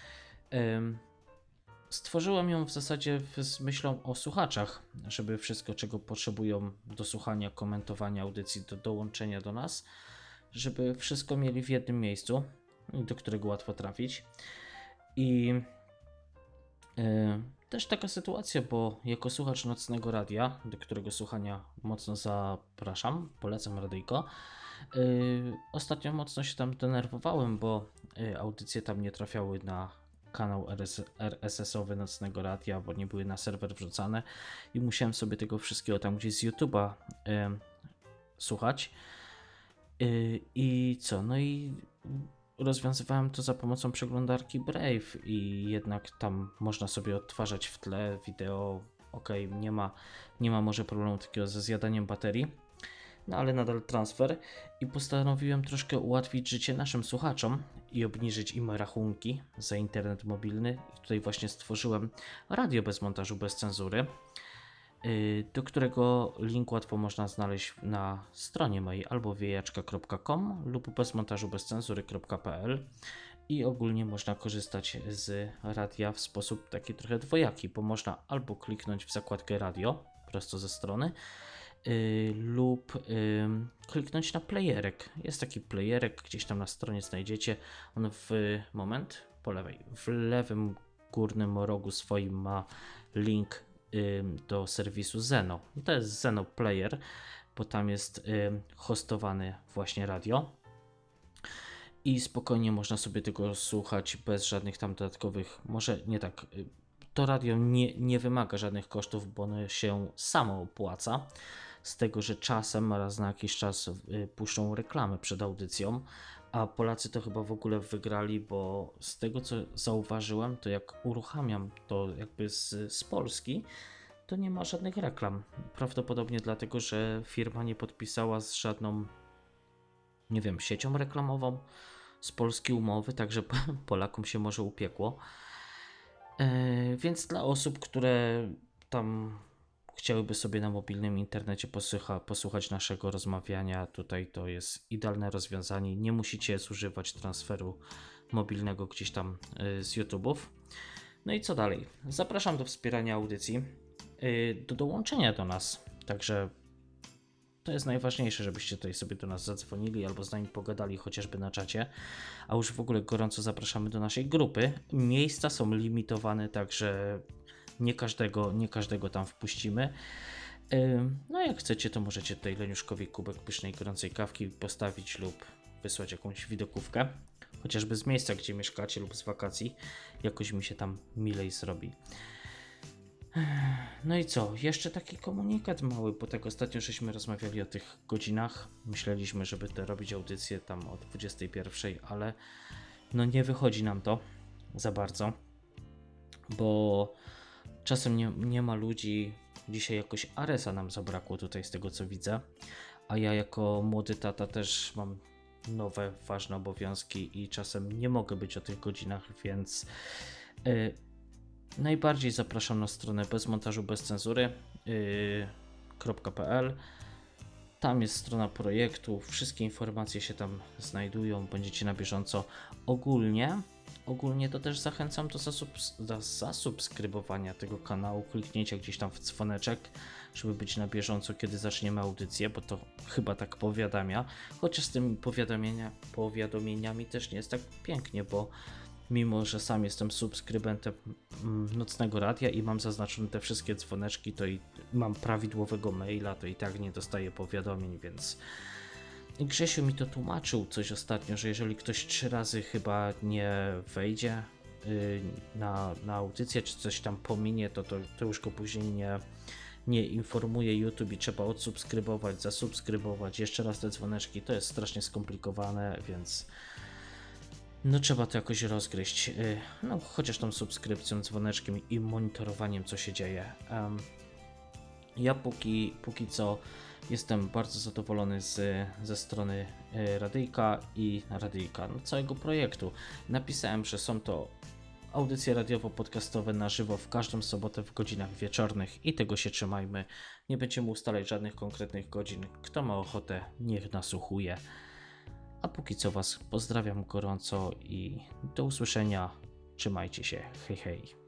Stworzyłem ją w zasadzie z myślą o słuchaczach, żeby wszystko, czego potrzebują do słuchania, komentowania audycji, do dołączenia do nas, żeby wszystko mieli w jednym miejscu, do którego łatwo trafić. I też taka sytuacja, bo jako słuchacz Nocnego Radia, do którego słuchania mocno zapraszam, polecam radyjko, ostatnio mocno się tam denerwowałem, bo audycje tam nie trafiały na kanał RSS-owy Nocnego Radia, bo nie były na serwer wrzucane i musiałem sobie tego wszystkiego tam gdzieś z YouTube'a słuchać. I co? No i rozwiązywałem to za pomocą przeglądarki Brave i jednak tam można sobie odtwarzać w tle wideo. Ok, nie ma może problemu takiego ze zjadaniem baterii, no ale nadal transfer i postanowiłem troszkę ułatwić życie naszym słuchaczom i obniżyć im rachunki za internet mobilny. I tutaj właśnie stworzyłem radio bez montażu, bez cenzury, do którego link łatwo można znaleźć na stronie mojej albo wiejaczka.com lub bezmontażubezcenzury.pl i ogólnie można korzystać z radia w sposób taki trochę dwojaki, bo można albo kliknąć w zakładkę radio prosto ze strony, lub kliknąć na playerek. Jest taki playerek, gdzieś tam na stronie znajdziecie. On po lewej, w lewym górnym rogu swoim ma link do serwisu Zeno. To jest Zeno Player, bo tam jest hostowane właśnie radio i spokojnie można sobie tego słuchać bez żadnych tam dodatkowych, może nie tak, to radio nie wymaga żadnych kosztów, bo ono się samo opłaca, z tego, że czasem raz na jakiś czas puszczą reklamę przed audycją, a Polacy to chyba w ogóle wygrali, bo z tego co zauważyłem, to jak uruchamiam to jakby z Polski, to nie ma żadnych reklam. Prawdopodobnie dlatego, że firma nie podpisała z żadną, nie wiem, siecią reklamową z Polski umowy, także Polakom się może upiekło. Więc dla osób, które tam chciałyby sobie na mobilnym internecie posłuchać naszego rozmawiania, tutaj to jest idealne rozwiązanie. Nie musicie zużywać transferu mobilnego gdzieś tam z YouTube'ów. No i co dalej? Zapraszam do wspierania audycji, do dołączenia do nas. Także to jest najważniejsze, żebyście tutaj sobie do nas zadzwonili albo z nami pogadali chociażby na czacie. A już w ogóle gorąco zapraszamy do naszej grupy. Miejsca są limitowane, także nie każdego tam wpuścimy. No jak chcecie, to możecie tutaj Leniuszkowi kubek pysznej gorącej kawki postawić lub wysłać jakąś widokówkę. Chociażby z miejsca, gdzie mieszkacie lub z wakacji. Jakoś mi się tam milej zrobi. No i co? Jeszcze taki komunikat mały, bo tak ostatnio żeśmy rozmawiali o tych godzinach. Myśleliśmy, żeby to robić audycję tam o 21, ale no nie wychodzi nam to za bardzo, bo czasem nie ma ludzi. Dzisiaj jakoś Aresa nam zabrakło tutaj z tego co widzę, a ja jako młody tata też mam nowe, ważne obowiązki i czasem nie mogę być o tych godzinach, więc najbardziej zapraszam na stronę bezmontażu bez cenzury.pl. Tam jest strona projektu, wszystkie informacje się tam znajdują, będziecie na bieżąco. Ogólnie to też zachęcam do zasubskrybowania tego kanału, kliknięcia gdzieś tam w dzwoneczek, żeby być na bieżąco, kiedy zaczniemy audycję, bo to chyba tak powiadamia. Chociaż z tymi powiadomieniami też nie jest tak pięknie, bo mimo że sam jestem subskrybentem Nocnego Radia i mam zaznaczone te wszystkie dzwoneczki, to i mam prawidłowego maila, to i tak nie dostaję powiadomień, więc Grzesiu mi to tłumaczył coś ostatnio, że jeżeli ktoś 3 razy chyba nie wejdzie na audycję, czy coś tam pominie, to już go później nie informuje YouTube i trzeba odsubskrybować, zasubskrybować, jeszcze raz te dzwoneczki, to jest strasznie skomplikowane, więc no trzeba to jakoś rozgryźć, no chociaż tą subskrypcją, dzwoneczkiem i monitorowaniem co się dzieje. Ja póki co jestem bardzo zadowolony ze strony Radyjka i całego projektu. Napisałem, że są to audycje radiowo-podcastowe na żywo w każdą sobotę w godzinach wieczornych i tego się trzymajmy. Nie będziemy ustalać żadnych konkretnych godzin. Kto ma ochotę, niech nasłuchuje. A póki co Was pozdrawiam gorąco i do usłyszenia. Trzymajcie się. Hej, hej.